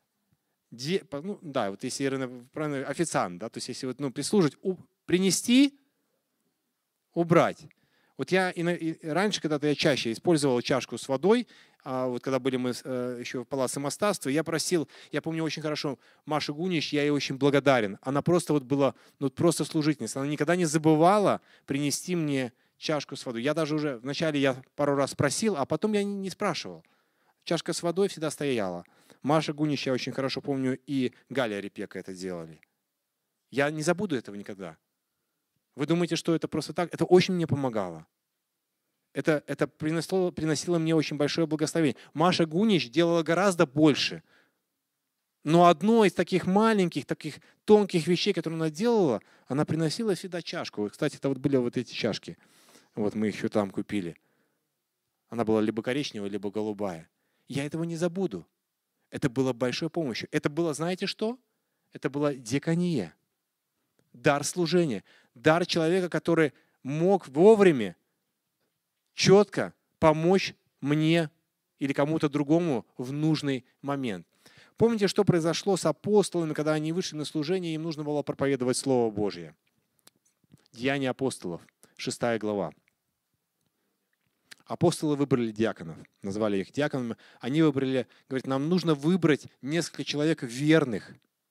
вот если правильно, официант, да, то есть если прислуживать, принести, убрать. Вот я раньше когда-то я чаще использовал чашку с водой, вот когда были мы еще в Палаце Мостаства, я просил, я помню очень хорошо Машу Гунич, я ей очень благодарен. Она просто вот была просто служительница. Она никогда не забывала принести мне чашку с водой. Я даже уже вначале я пару раз просил, а потом я не спрашивал. Чашка с водой всегда стояла. Маша Гунич, я очень хорошо помню, и Галя Репека это делали. Я не забуду этого никогда. Вы думаете, что это просто так? Это очень мне помогало. Это приносило мне очень большое благословение. Маша Гунич делала гораздо больше. Но одно из таких маленьких, таких тонких вещей, которые она делала, она приносила всегда чашку. Кстати, это вот были вот эти чашки. Вот мы их еще там купили. Она была либо коричневая, либо голубая. Я этого не забуду. Это было большой помощью. Это было, знаете что? Это была диакония. Дар служения. Дар человека, который мог вовремя, четко помочь мне или кому-то другому в нужный момент. Помните, что произошло с апостолами, когда они вышли на служение, им нужно было проповедовать Слово Божье? Деяния апостолов, 6 глава. Апостолы выбрали диаконов, назвали их диаконами. Они выбрали, говорят, нам нужно выбрать несколько человек верных,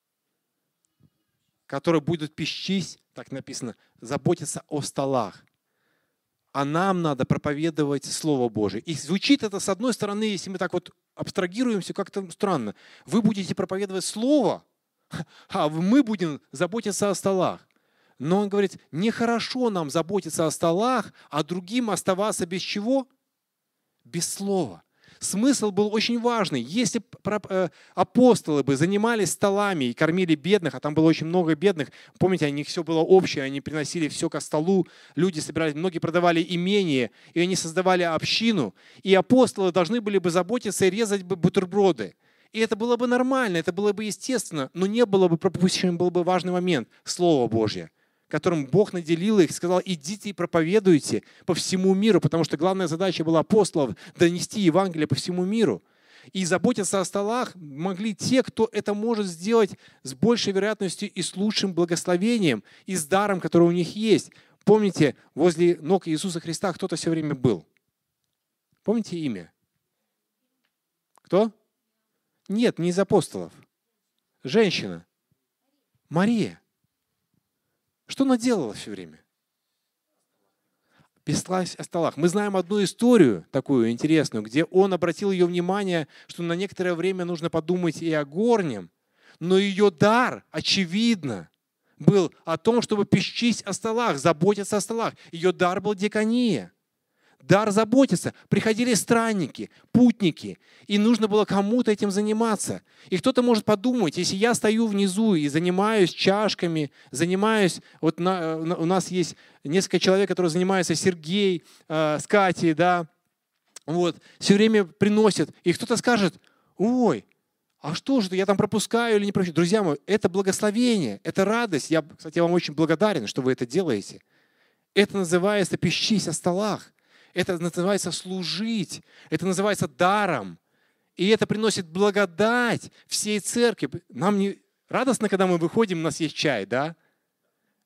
которые будут пищись, так написано, заботиться о столах. А нам надо проповедовать Слово Божие. И звучит это, с одной стороны, если мы так вот абстрагируемся, как-то странно. Вы будете проповедовать Слово, а мы будем заботиться о столах. Но он говорит, нехорошо нам заботиться о столах, а другим оставаться без чего? Без слова. Смысл был очень важный. Если апостолы бы занимались столами и кормили бедных, а там было очень много бедных, помните, у них все было общее, они приносили все ко столу, люди собирались, многие продавали имение, и они создавали общину, и апостолы должны были бы заботиться и резать бы бутерброды. И это было бы нормально, это было бы естественно, но не было бы пропущен, был бы важный момент – Слово Божье, которым Бог наделил их, сказал, идите и проповедуйте по всему миру, потому что главная задача была апостолов – донести Евангелие по всему миру. И заботиться о столах могли те, кто это может сделать с большей вероятностью и с лучшим благословением, и с даром, который у них есть. Помните, возле ног Иисуса Христа кто-то все время был. Помните имя? Кто? Нет, не из апостолов. Женщина. Мария. Что она делала все время? Песлась о столах. Мы знаем одну историю такую интересную, где он обратил ее внимание, что на некоторое время нужно подумать и о горнем, но ее дар, очевидно, был о том, чтобы печься о столах, заботиться о столах. Ее дар был диакония. Дар заботиться. Приходили странники, путники, и нужно было кому-то этим заниматься. И кто-то может подумать, если я стою внизу и занимаюсь чашками, вот у нас есть несколько человек, которые занимаются, Сергей, с Катей, да, вот, все время приносят, и кто-то скажет, ой, а что же это, я там пропускаю или не пропускаю? Друзья мои, это благословение, это радость. Кстати, я вам очень благодарен, что вы это делаете. Это называется пищись о столах. Это называется служить. Это называется даром. И это приносит благодать всей церкви. Нам не радостно, когда мы выходим, у нас есть чай, да?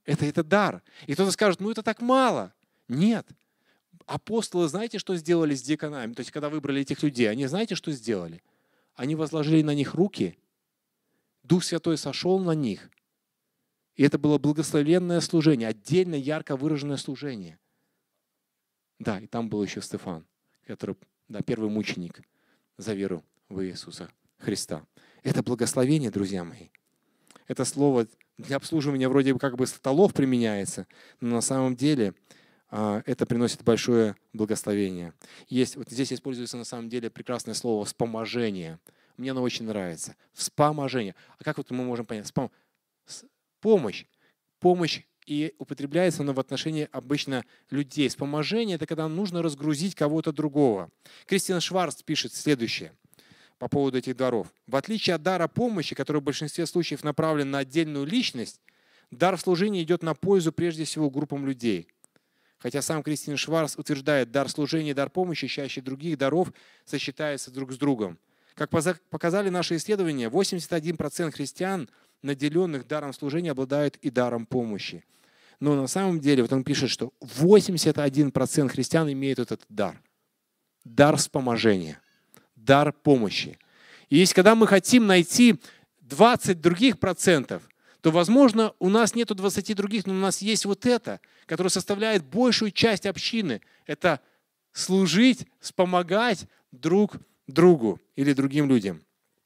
Это дар. И кто-то скажет, ну это так мало. Нет. Апостолы, знаете, что сделали с диаконами? То есть, когда выбрали этих людей, они знаете, что сделали? Они возложили на них руки, Дух Святой сошел на них. И это было благословенное служение, отдельно ярко выраженное служение. Да, и там был еще Стефан, который, да, первый мученик за веру в Иисуса Христа. Это благословение, друзья мои. Это слово для обслуживания вроде бы как бы столов применяется, но на самом деле это приносит большое благословение. Вот здесь используется на самом деле прекрасное слово «вспоможение». Мне оно очень нравится. Вспоможение. А как вот мы можем понять? Помощь. Помощь, и употребляется оно в отношении обычно людей. Вспоможение – это когда нужно разгрузить кого-то другого. Кристиан Шварц пишет следующее по поводу этих даров. В отличие от дара помощи, который в большинстве случаев направлен на отдельную личность, дар в служении идет на пользу прежде всего группам людей. Хотя сам Кристиан Шварц утверждает, дар служения и дар помощи чаще других даров сочетаются друг с другом. Как показали наши исследования, 81% христиан, наделенных даром служения, обладают и даром помощи. Но на самом деле, вот он пишет, что 81% христиан имеют этот дар. Дар вспоможения, дар помощи. И если когда мы хотим найти 20 других процентов, то, возможно, у нас нету 20 других, но у нас есть вот это, которое составляет большую часть общины. Это служить, вспомогать друг другу или другим людям.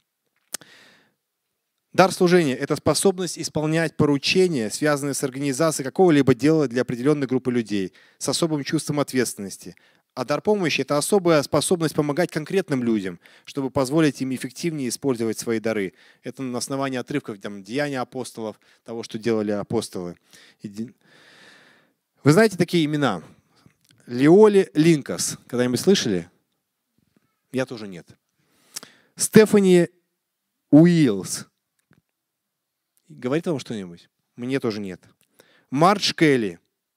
Дар служения – это способность исполнять поручения, связанные с организацией какого-либо дела для определенной группы людей, с особым чувством ответственности. А дар помощи – это особая способность помогать конкретным людям, чтобы позволить им эффективнее использовать свои дары. Это на основании отрывков Деяния апостолов, того, что делали апостолы. Вы знаете такие имена? Лиоли Линкас. Когда-нибудь слышали? Я тоже нет. Стефани Уиллс. Говорит вам что-нибудь? Мне тоже нет. Мардж Келли.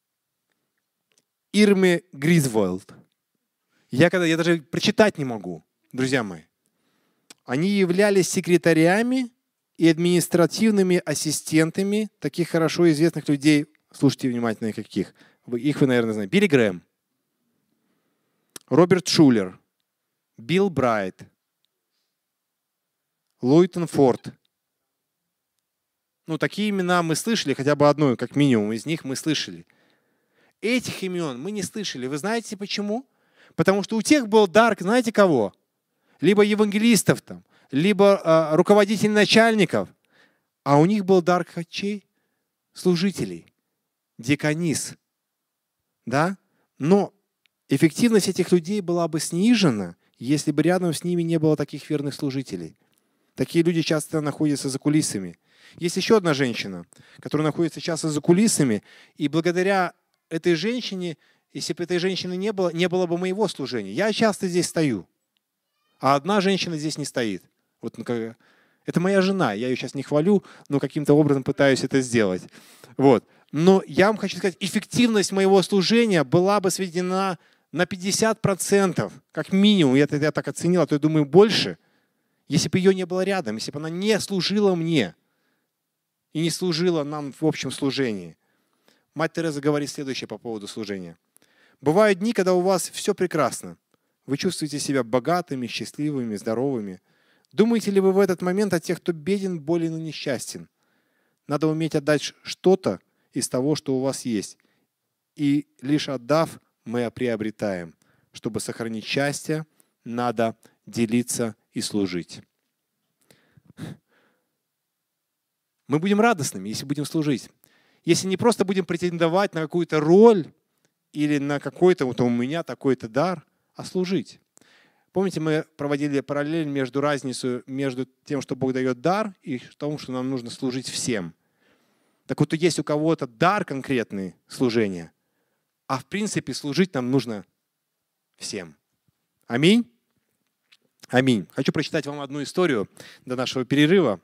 Ирме Гризволд. Я даже прочитать не могу, друзья мои. Они являлись секретарями и административными ассистентами таких хорошо известных людей. Слушайте внимательно, каких. Их вы, наверное, знаете. Билли Грэм, Роберт Шулер, Билл Брайт, Лойтон Форд. Ну, такие имена мы слышали, хотя бы одно, как минимум, из них мы слышали. Этих имен мы не слышали. Вы знаете почему? Потому что у тех был дар, знаете кого? Либо евангелистов, либо руководителей начальников. А у них был дар чей? Служителей. Диаконис. Да? Но эффективность этих людей была бы снижена, если бы рядом с ними не было таких верных служителей. Такие люди часто находятся за кулисами. Есть еще одна женщина, которая находится часто за кулисами, и благодаря этой женщине, если бы этой женщины не было бы моего служения. Я часто здесь стою, а одна женщина здесь не стоит. Вот, это моя жена, я ее сейчас не хвалю, но каким-то образом пытаюсь это сделать. Вот. Но я вам хочу сказать, эффективность моего служения была бы сведена на 50%, как минимум. Я так оценил, а то я думаю больше, если бы ее не было рядом, если бы она не служила мне и не служила нам в общем служении. Мать Тереза говорит следующее по поводу служения. Бывают дни, когда у вас все прекрасно. Вы чувствуете себя богатыми, счастливыми, здоровыми. Думаете ли вы в этот момент о тех, кто беден, болен и несчастен? Надо уметь отдать что-то из того, что у вас есть. И лишь отдав, мы приобретаем. Чтобы сохранить счастье, надо делиться и служить. Мы будем радостными, если будем служить. Если не просто будем претендовать на какую-то роль или на какой-то, вот у меня такой-то дар, а служить. Помните, мы проводили параллель разницу между тем, что Бог дает дар, и тому, что нам нужно служить всем. Так вот, есть у кого-то дар конкретный служения, а в принципе служить нам нужно всем. Аминь? Аминь. Хочу прочитать вам одну историю до нашего перерыва.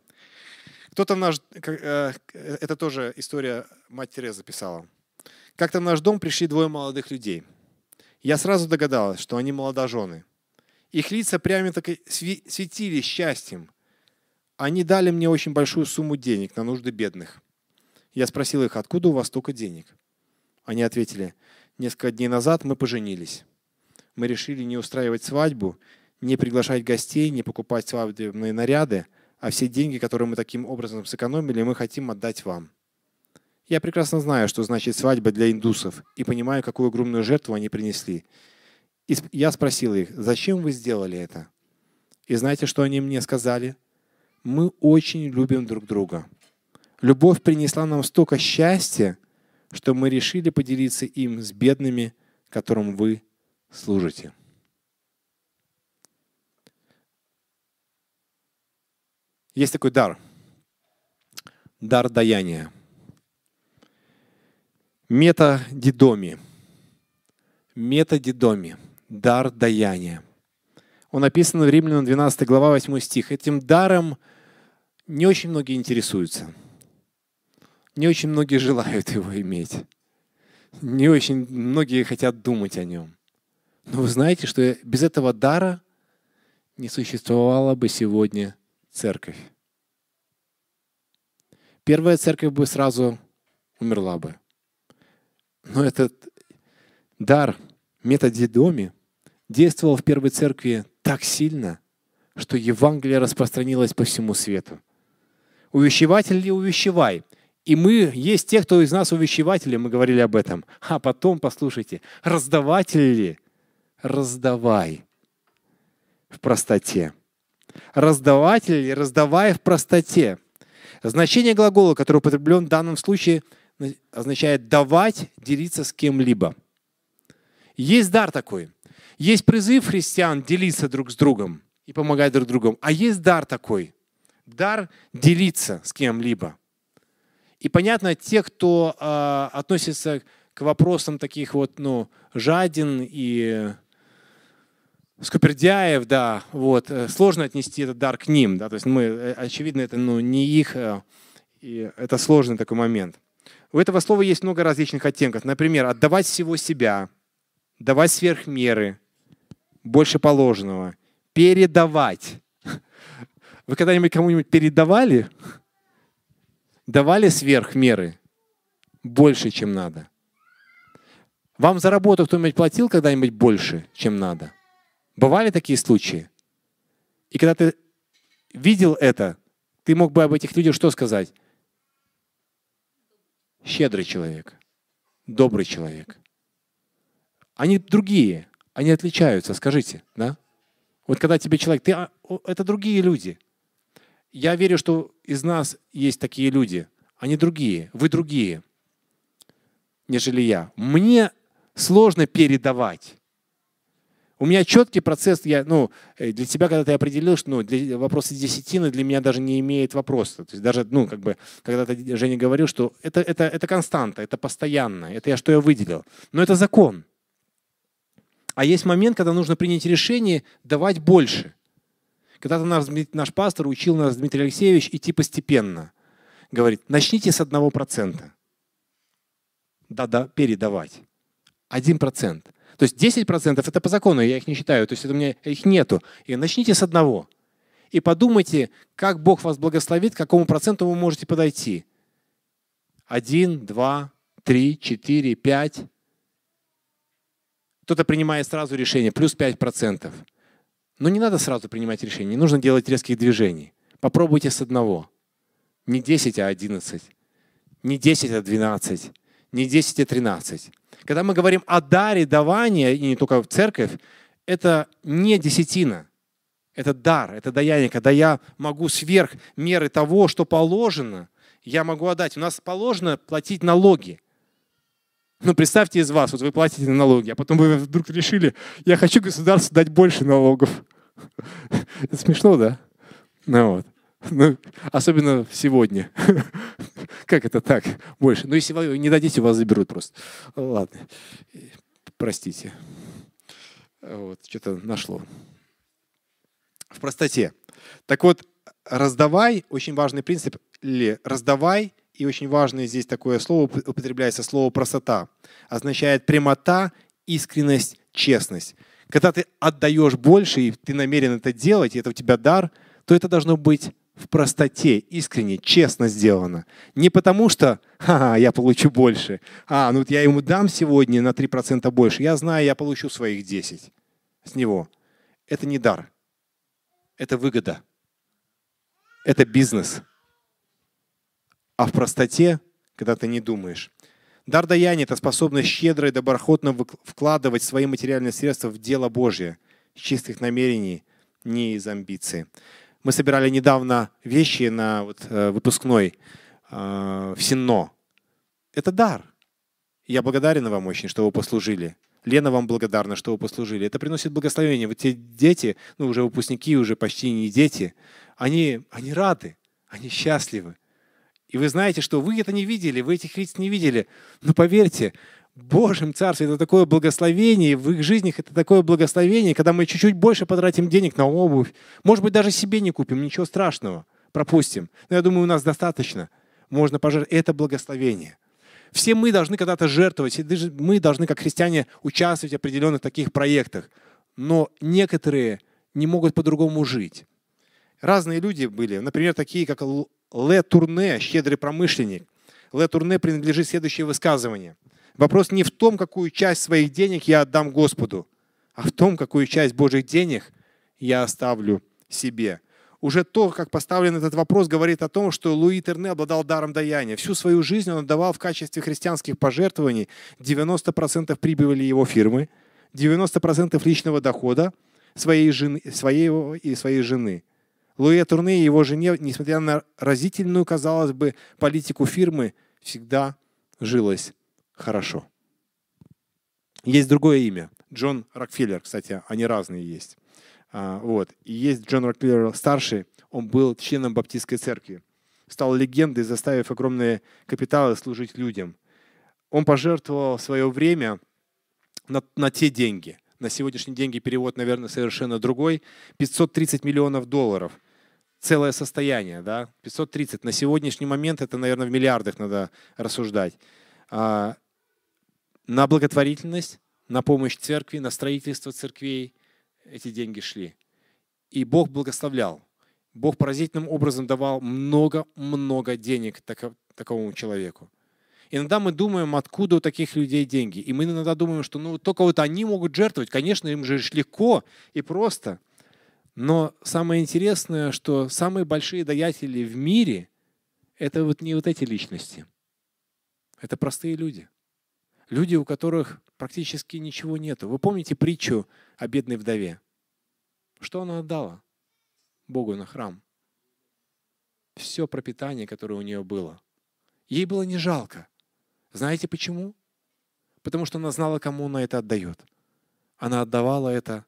Это тоже история мать Тереза писала. Как-то в наш дом пришли двое молодых людей. Я сразу догадалась, что они молодожены. Их лица прямо так светились счастьем. Они дали мне очень большую сумму денег на нужды бедных. Я спросил их, откуда у вас столько денег? Они ответили, несколько дней назад мы поженились. Мы решили не устраивать свадьбу, не приглашать гостей, не покупать свадебные наряды, а все деньги, которые мы таким образом сэкономили, мы хотим отдать вам. Я прекрасно знаю, что значит свадьба для индусов, и понимаю, какую огромную жертву они принесли. И я спросил их, зачем вы сделали это? И знаете, что они мне сказали? Мы очень любим друг друга. Любовь принесла нам столько счастья, что мы решили поделиться им с бедными, которым вы служите. Есть такой дар. Дар даяния. Метадидоми. Метадидоми. Дар даяния. Он описан в Римлянам 12 глава 8 стих. Этим даром не очень многие интересуются. Не очень многие желают его иметь. Не очень многие хотят думать о нем. Но вы знаете, что без этого дара не существовала бы сегодня церковь. Первая церковь бы сразу умерла бы. Но этот дар метадидоми действовал в первой церкви так сильно, что Евангелие распространилось по всему свету. Увещеватель ли увещевай? И мы, есть те, кто из нас увещеватели, мы говорили об этом. А потом, послушайте, раздаватель ли? Раздавай в простоте. Раздаватель ли? Раздавай в простоте. Значение глагола, который употреблен в данном случае, означает давать, делиться с кем-либо. Есть дар такой. Есть призыв христиан делиться друг с другом и помогать друг другу. А есть дар такой. Дар делиться с кем-либо. И понятно, те, кто относится к вопросам таких вот, жадин и скупердяев, да, вот, сложно отнести этот дар к ним, да, то есть очевидно, это, не их, и это сложный такой момент. У этого слова есть много различных оттенков. Например, отдавать всего себя, давать сверх меры, больше положенного, передавать. Вы когда-нибудь кому-нибудь передавали? Давали сверх меры? Больше, чем надо. Вам за работу кто-нибудь платил когда-нибудь больше, чем надо? Бывали такие случаи? И когда ты видел это, ты мог бы об этих людях что сказать? Щедрый человек, добрый человек. Они другие, они отличаются, скажите, да? Вот когда тебе человек, это другие люди. Я верю, что из нас есть такие люди. Они другие, вы другие, нежели я. Мне сложно передавать. У меня четкий процесс. Для тебя, когда ты определил, что вопросы десятины для меня даже не имеет вопроса. То есть даже, когда-то Женя говорил, что это константа, это постоянно, это что я выделил. Но это закон. А есть момент, когда нужно принять решение давать больше. Когда-то наш пастор учил нас, Дмитрий Алексеевич, идти постепенно. Говорит, начните с 1%. Да, передавать. 1%. То есть 10% это по закону, я их не считаю, то есть у меня их нету. И начните с 1. И подумайте, как Бог вас благословит, к какому проценту вы можете подойти. 1, 2, 3, 4, 5. Кто-то принимает сразу решение, плюс 5%. Но не надо сразу принимать решение, не нужно делать резких движений. Попробуйте с 1. Не 10, а 11. Не 10, а 12. Не 10, а 13. Когда мы говорим о даре давания, и не только в церковь, это не десятина. Это дар, это даяние. Когда я могу сверх меры того, что положено, я могу отдать. У нас положено платить налоги. Представьте из вас, вот вы платите налоги, а потом вы вдруг решили, я хочу государству дать больше налогов. Это смешно, да? Особенно сегодня. Как это так? Больше. Если вы не дадите, вас заберут просто. Ладно. Простите. Что-то нашло. В простоте. Так вот, раздавай, очень важный принцип, раздавай, и очень важное здесь такое слово употребляется, слово простота. Означает прямота, искренность, честность. Когда ты отдаешь больше, и ты намерен это делать, и это у тебя дар, то это должно быть в простоте, искренне, честно сделано. Не потому что ха-ха, я получу больше. Ну вот я ему дам сегодня на 3% больше. Я знаю, я получу своих 10 с него. Это не дар. Это выгода. Это бизнес. А в простоте, когда ты не думаешь. Дар даяния – это способность щедро и доброхотно вкладывать свои материальные средства в дело Божье с чистых намерений, не из амбиций. Мы собирали недавно вещи на выпускной в Синно. Это дар. Я благодарен вам очень, что вы послужили. Лена вам благодарна, что вы послужили. Это приносит благословение. Вот те дети, уже выпускники, уже почти не дети, они рады, они счастливы. И вы знаете, что вы это не видели, вы этих лиц не видели. Но поверьте, в Божьем Царстве это такое благословение, в их жизнях это такое благословение, когда мы чуть-чуть больше потратим денег на обувь. Может быть, даже себе не купим, ничего страшного, пропустим. Но я думаю, у нас достаточно. Можно пожертвовать. Это благословение. Все мы должны когда-то жертвовать, мы должны, как христиане, участвовать в определенных таких проектах. Но некоторые не могут по-другому жить. Разные люди были, например, такие, как Ле Турне, щедрый промышленник. Ле Турне принадлежит следующее высказывание. Вопрос не в том, какую часть своих денег я отдам Господу, а в том, какую часть Божьих денег я оставлю себе. Уже то, как поставлен этот вопрос, говорит о том, что Луи Турне обладал даром даяния. Всю свою жизнь он отдавал в качестве христианских пожертвований 90% прибыли его фирмы, 90% личного дохода своей жены. Луи Турне и его жене, несмотря на разительную, казалось бы, политику фирмы, всегда жилось хорошо. Есть другое имя. Джон Рокфеллер, кстати, они разные есть. И есть Джон Рокфеллер старший, он был членом Баптистской церкви. Стал легендой, заставив огромные капиталы служить людям. Он пожертвовал свое время на те деньги. На сегодняшние деньги перевод, наверное, совершенно другой. 530 миллионов долларов. Целое состояние, да? 530. На сегодняшний момент это, наверное, в миллиардах надо рассуждать. На благотворительность, на помощь церкви, на строительство церквей эти деньги шли. И Бог благословлял. Бог поразительным образом давал много денег таковому человеку. Иногда мы думаем, откуда у таких людей деньги. И мы иногда думаем, что только вот они могут жертвовать. Конечно, им же легко и просто. Но самое интересное, что самые большие даятели в мире – это не эти личности. Это простые люди. Люди, у которых практически ничего нету. Вы помните притчу о бедной вдове? Что она отдала Богу на храм? Все пропитание, которое у нее было. Ей было не жалко. Знаете почему? Потому что она знала, кому она это отдает. Она отдавала это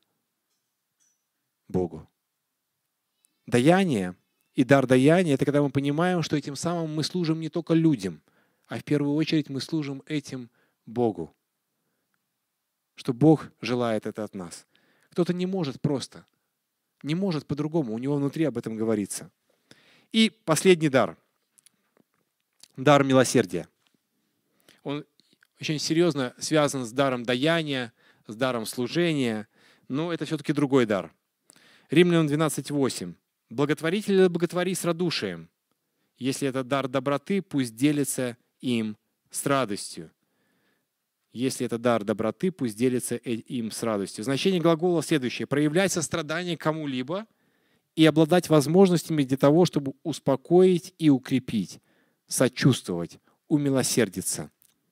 Богу. Даяние и дар даяния – это когда мы понимаем, что этим самым мы служим не только людям, а в первую очередь мы служим этим Богу. Что Бог желает это от нас. Кто-то не может просто, не может по-другому, у него внутри об этом говорится. И последний дар. Дар милосердия. Он очень серьезно связан с даром даяния, с даром служения, но это все-таки другой дар. Римлянам 12:8. Благотворитель благотвори с радушием. Если это дар доброты, пусть делится им с радостью. Если это дар доброты, пусть делится им с радостью. Значение глагола следующее. Проявлять сострадание кому-либо и обладать возможностями для того, чтобы успокоить и укрепить, сочувствовать, умилосердиться.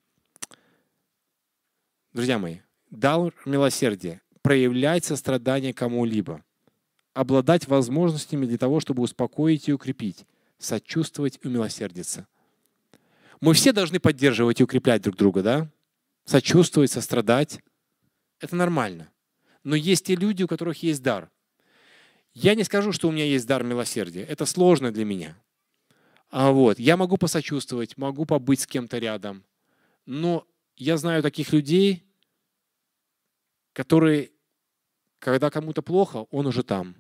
Друзья мои, дар милосердия. Проявлять сострадание кому-либо. Обладать возможностями для того, чтобы успокоить и укрепить, сочувствовать и умилосердиться. Мы все должны поддерживать и укреплять друг друга, да? Сочувствовать, сострадать. Это нормально. Но есть и люди, у которых есть дар. Я не скажу, что у меня есть дар милосердия. Это сложно для меня. Я могу посочувствовать, могу побыть с кем-то рядом. Но я знаю таких людей, которые, когда кому-то плохо, он уже там.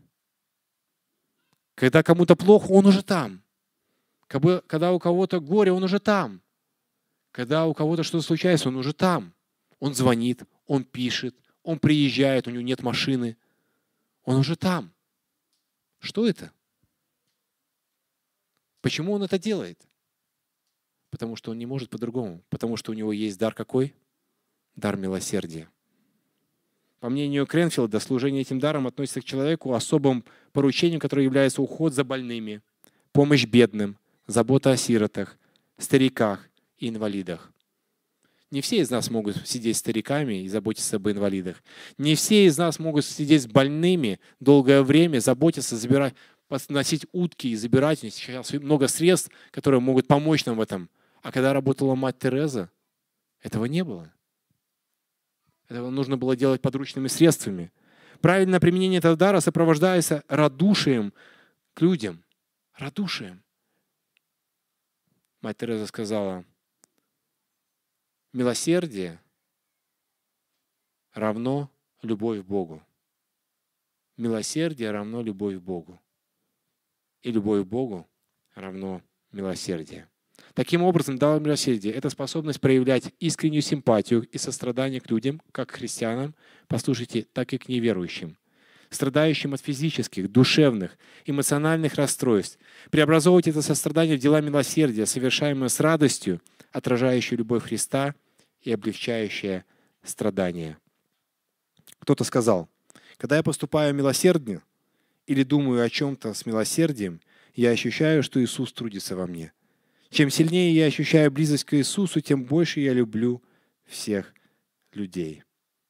Когда кому-то плохо, он уже там. Когда у кого-то горе, он уже там. Когда у кого-то что-то случается, он уже там. Он звонит, он пишет, он приезжает, у него нет машины. Он уже там. Что это? Почему он это делает? Потому что он не может по-другому. Потому что у него есть дар какой? Дар милосердия. По мнению Кренфилда, служение этим даром относится к человеку особым поручением, которое является уход за больными, помощь бедным, забота о сиротах, стариках и инвалидах. Не все из нас могут сидеть с стариками и заботиться об инвалидах. Не все из нас могут сидеть с больными долгое время, заботиться, забирать, носить утки и забирать. Сейчас много средств, которые могут помочь нам в этом. А когда работала мать Тереза, этого не было. Это нужно было делать подручными средствами. Правильное применение этого дара сопровождается радушием к людям. Радушием. Мать Тереза сказала: милосердие равно любовь к Богу. Милосердие равно любовь к Богу. И любовь к Богу равно милосердие. Таким образом, дар милосердия — это способность проявлять искреннюю симпатию и сострадание к людям, как к христианам, послушайте, так и к неверующим, страдающим от физических, душевных, эмоциональных расстройств, преобразовывать это сострадание в дела милосердия, совершаемые с радостью, отражающую любовь Христа и облегчающее страдания. Кто-то сказал: когда я поступаю милосердно или думаю о чем-то с милосердием, я ощущаю, что Иисус трудится во мне. Чем сильнее я ощущаю близость к Иисусу, тем больше я люблю всех людей.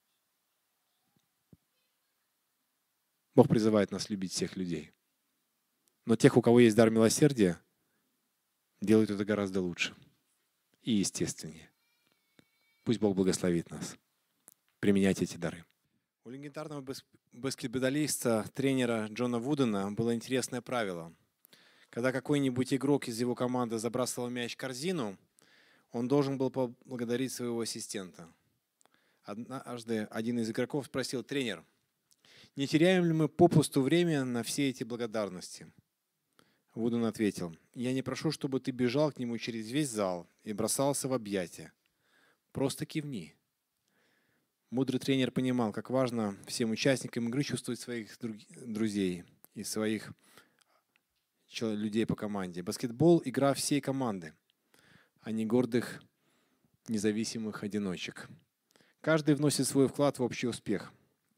Бог призывает нас любить всех людей. Но тех, у кого есть дар милосердия, делают это гораздо лучше и естественнее. Пусть Бог благословит нас применять эти дары. У легендарного баскетболиста, тренера Джона Вудена было интересное правило. Когда какой-нибудь игрок из его команды забрасывал мяч в корзину, он должен был поблагодарить своего ассистента. Однажды один из игроков спросил: тренер, не теряем ли мы попусту время на все эти благодарности? Вуден ответил: я не прошу, чтобы ты бежал к нему через весь зал и бросался в объятия. Просто кивни. Мудрый тренер понимал, как важно всем участникам игры чувствовать своих друзей и своих людей по команде. Баскетбол — игра всей команды, а не гордых, независимых одиночек. Каждый вносит свой вклад в общий успех.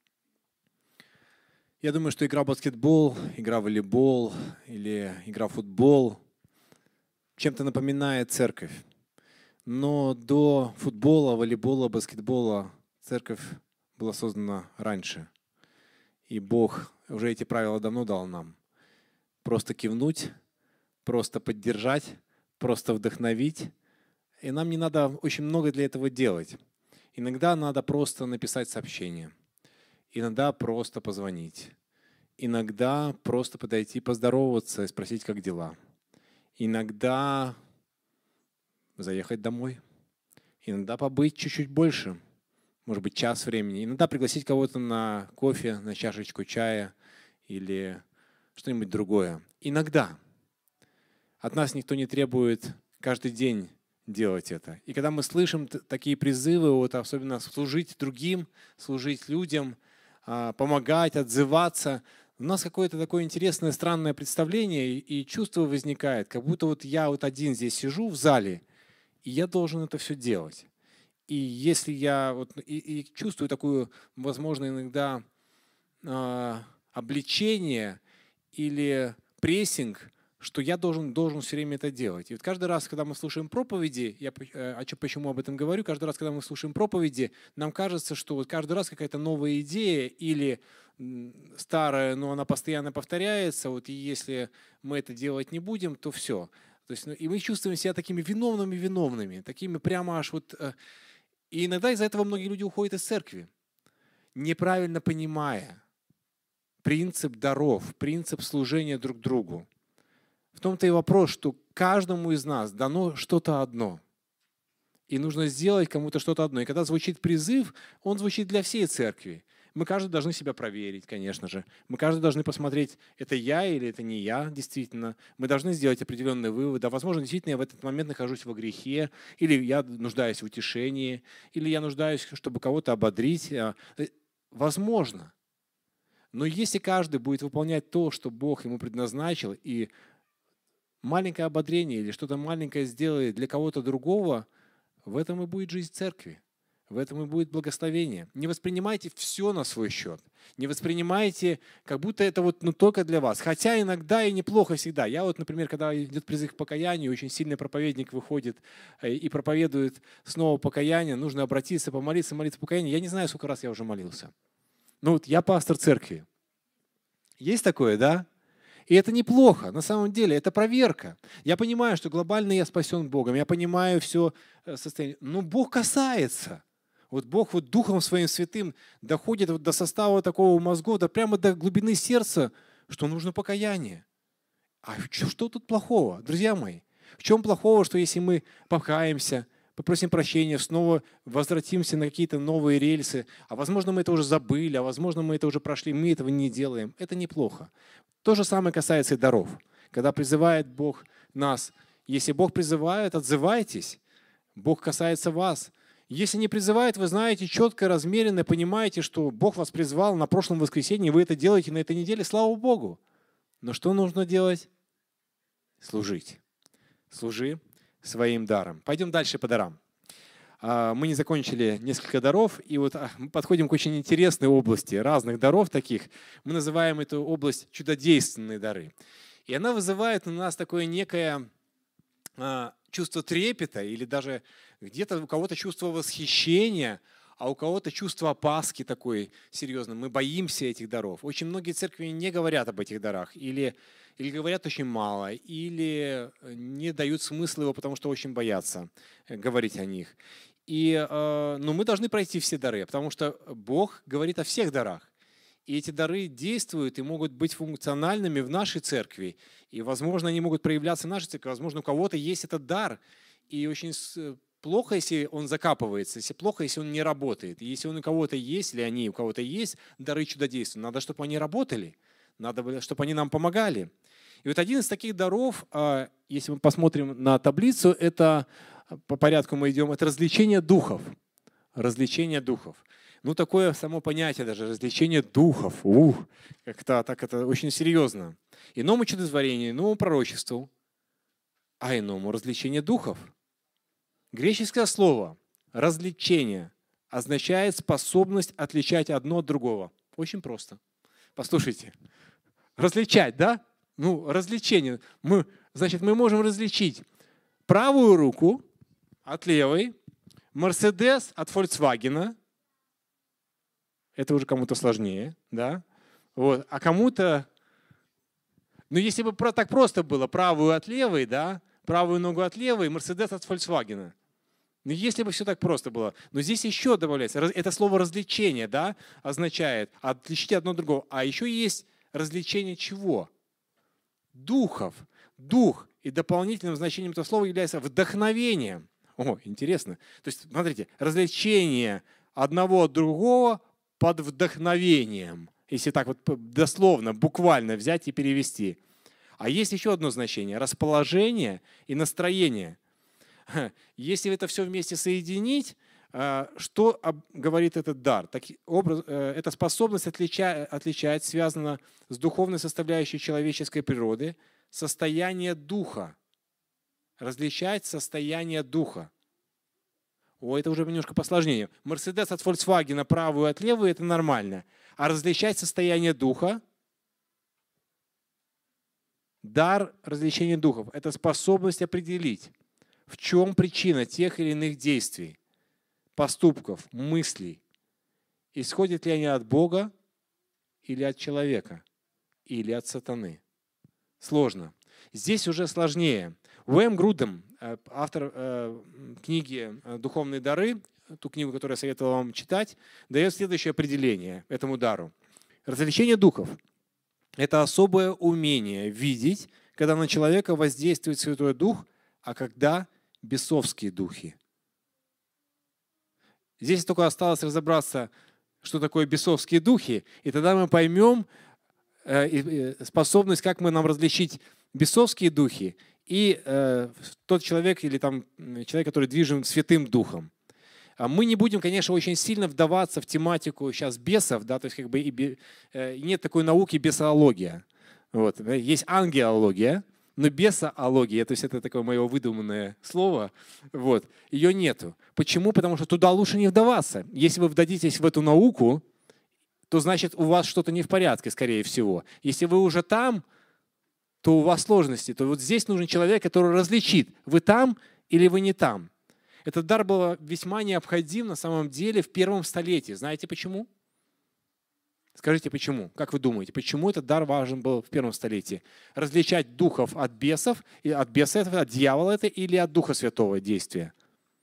Я думаю, что игра в баскетбол, игра в волейбол или игра в футбол чем-то напоминает церковь. Но до футбола, волейбола, баскетбола церковь была создана раньше. И Бог уже эти правила давно дал нам. Просто кивнуть, просто поддержать, просто вдохновить. И нам не надо очень много для этого делать. Иногда надо просто написать сообщение. Иногда просто позвонить. Иногда просто подойти, поздороваться и спросить, как дела. Иногда заехать домой. Иногда побыть чуть-чуть больше. Может быть, час времени. Иногда пригласить кого-то на кофе, на чашечку чая или что-нибудь другое. Иногда. От нас никто не требует каждый день делать это. И когда мы слышим такие призывы, вот особенно служить другим, служить людям, помогать, отзываться, у нас какое-то такое интересное, странное представление и чувство возникает, как будто вот я вот один здесь сижу в зале, и я должен это все делать. И если я вот, и чувствую такую, возможно, иногда обличение или прессинг, что я должен все время это делать. И вот каждый раз, когда мы слушаем проповеди, почему об этом говорю, каждый раз, когда мы слушаем проповеди, нам кажется, что вот каждый раз какая-то новая идея или старая, но она постоянно повторяется, вот, и если мы это делать не будем, то все. То есть, и мы чувствуем себя такими виновными, такими прямо аж вот. И иногда из-за этого многие люди уходят из церкви, неправильно понимая принцип даров, принцип служения друг другу. В том-то и вопрос, что каждому из нас дано что-то одно. И нужно сделать кому-то что-то одно. И когда звучит призыв, он звучит для всей церкви. Мы каждый должны себя проверить, конечно же. Мы каждый должны посмотреть, это я или это не я, действительно. Мы должны сделать определенные выводы. А возможно, действительно, я в этот момент нахожусь во грехе, или я нуждаюсь в утешении, или я нуждаюсь, чтобы кого-то ободрить. Возможно. Но если каждый будет выполнять то, что Бог ему предназначил, и маленькое ободрение или что-то маленькое сделает для кого-то другого, в этом и будет жизнь церкви. В этом и будет благословение. Не воспринимайте все на свой счет. Не воспринимайте, как будто это вот, только для вас. Хотя иногда и неплохо всегда. Я вот, например, когда идет призыв к покаянию, очень сильный проповедник выходит и проповедует снова покаяние, нужно обратиться, помолиться, молиться покаяние. Я не знаю, сколько раз я уже молился. Я пастор церкви. Есть такое, да? И это неплохо, на самом деле, это проверка. Я понимаю, что глобально я спасен Богом, я понимаю все состояние, но Бог касается. Вот Бог вот Духом Своим Святым доходит вот до состава такого мозгов, прямо до глубины сердца, что нужно покаяние. А что тут плохого, друзья мои? В чем плохого, что если мы покаемся, попросим прощения, снова возвратимся на какие-то новые рельсы, а возможно мы это уже забыли, а возможно мы это уже прошли, мы этого не делаем. Это неплохо. То же самое касается и даров. Когда призывает Бог нас, если Бог призывает, отзывайтесь. Бог касается вас. Если не призывает, вы знаете четко, размеренно, понимаете, что Бог вас призвал на прошлом воскресенье, вы это делаете на этой неделе, слава Богу. Но что нужно делать? Служить. Служи своим даром. Пойдем дальше по дарам. Мы не закончили несколько даров, и вот мы подходим к очень интересной области разных даров таких. Мы называем эту область чудодейственные дары. И она вызывает у нас такое некое чувство трепета или даже где-то у кого-то чувство восхищения, а у кого-то чувство опаски такой серьезно. Мы боимся этих даров. Очень многие церкви не говорят об этих дарах или говорят очень мало, или не дают смысла его, потому что очень боятся говорить о них. Но мы должны пройти все дары, потому что Бог говорит о всех дарах. И эти дары действуют и могут быть функциональными в нашей церкви. И, возможно, они могут проявляться в нашей церкви. Возможно, у кого-то есть этот дар. И очень плохо, если он закапывается, если плохо, если он не работает. И если он у кого-то есть, или они у кого-то есть дары чудодействия, надо, чтобы они работали. Надо, чтобы они нам помогали. И вот один из таких даров, если мы посмотрим на таблицу, это по порядку мы идем, это развлечение духов. Развлечение духов. Такое само понятие даже, развлечение духов. Как-то так это очень серьезно. Иному чудотворению, иному пророчеству, а иному развлечение духов. Греческое слово «развлечение» означает способность отличать одно от другого. Очень просто. Послушайте. Различать, да? Развлечение. Мы можем различить правую руку от левой, Мерседес от Volkswagen. Это уже кому-то сложнее, да? Вот. А кому-то, если бы так просто было, правую от левой, да? Правую ногу от левой, Мерседес от Volkswagen. Если бы все так просто было. Но здесь еще добавляется, это слово развлечение, да, означает отличить одно от другого. А еще есть развлечение чего? Духов. Дух. И дополнительным значением этого слова является вдохновением. Интересно. То есть, смотрите, развлечение одного от другого под вдохновением. Если так вот дословно, буквально взять и перевести. А есть еще одно значение – расположение и настроение. Если это все вместе соединить, что говорит этот дар? Эта способность отличать связана с духовной составляющей человеческой природы, состояние духа. Различать состояние духа. Это уже немножко посложнее. Мерседес от Volkswagen правую от левую – это нормально. А различать состояние духа? Дар развлечения духов – это способность определить, в чем причина тех или иных действий, поступков, мыслей. Исходят ли они от Бога или от человека, или от сатаны. Сложно. Здесь уже сложнее. Уэйн Грудем, автор книги «Духовные дары», ту книгу, которую я советовал вам читать, дает следующее определение этому дару. Развлечение духов – это особое умение видеть, когда на человека воздействует Святой Дух, а когда бесовские духи. Здесь только осталось разобраться, что такое бесовские духи, и тогда мы поймем способность, как нам различить бесовские духи и тот человек или человек, который движим Святым Духом. Мы не будем, конечно, очень сильно вдаваться в тематику сейчас бесов, да, то есть нет такой науки бесология. Есть ангелология, Но бесология, то есть это такое мое выдуманное слово, вот, ее нету. Почему? Потому что туда лучше не вдаваться. Если вы вдадитесь в эту науку, то значит у вас что-то не в порядке, скорее всего. Если вы уже там, то у вас сложности. То вот здесь нужен человек, который различит, вы там или вы не там. Этот дар был весьма необходим на самом деле в первом столетии. Знаете почему? Скажите, почему? Как вы думаете, почему этот дар важен был в первом столетии? Различать духов от бесов, и от беса этого, от дьявола это или от Духа Святого действия?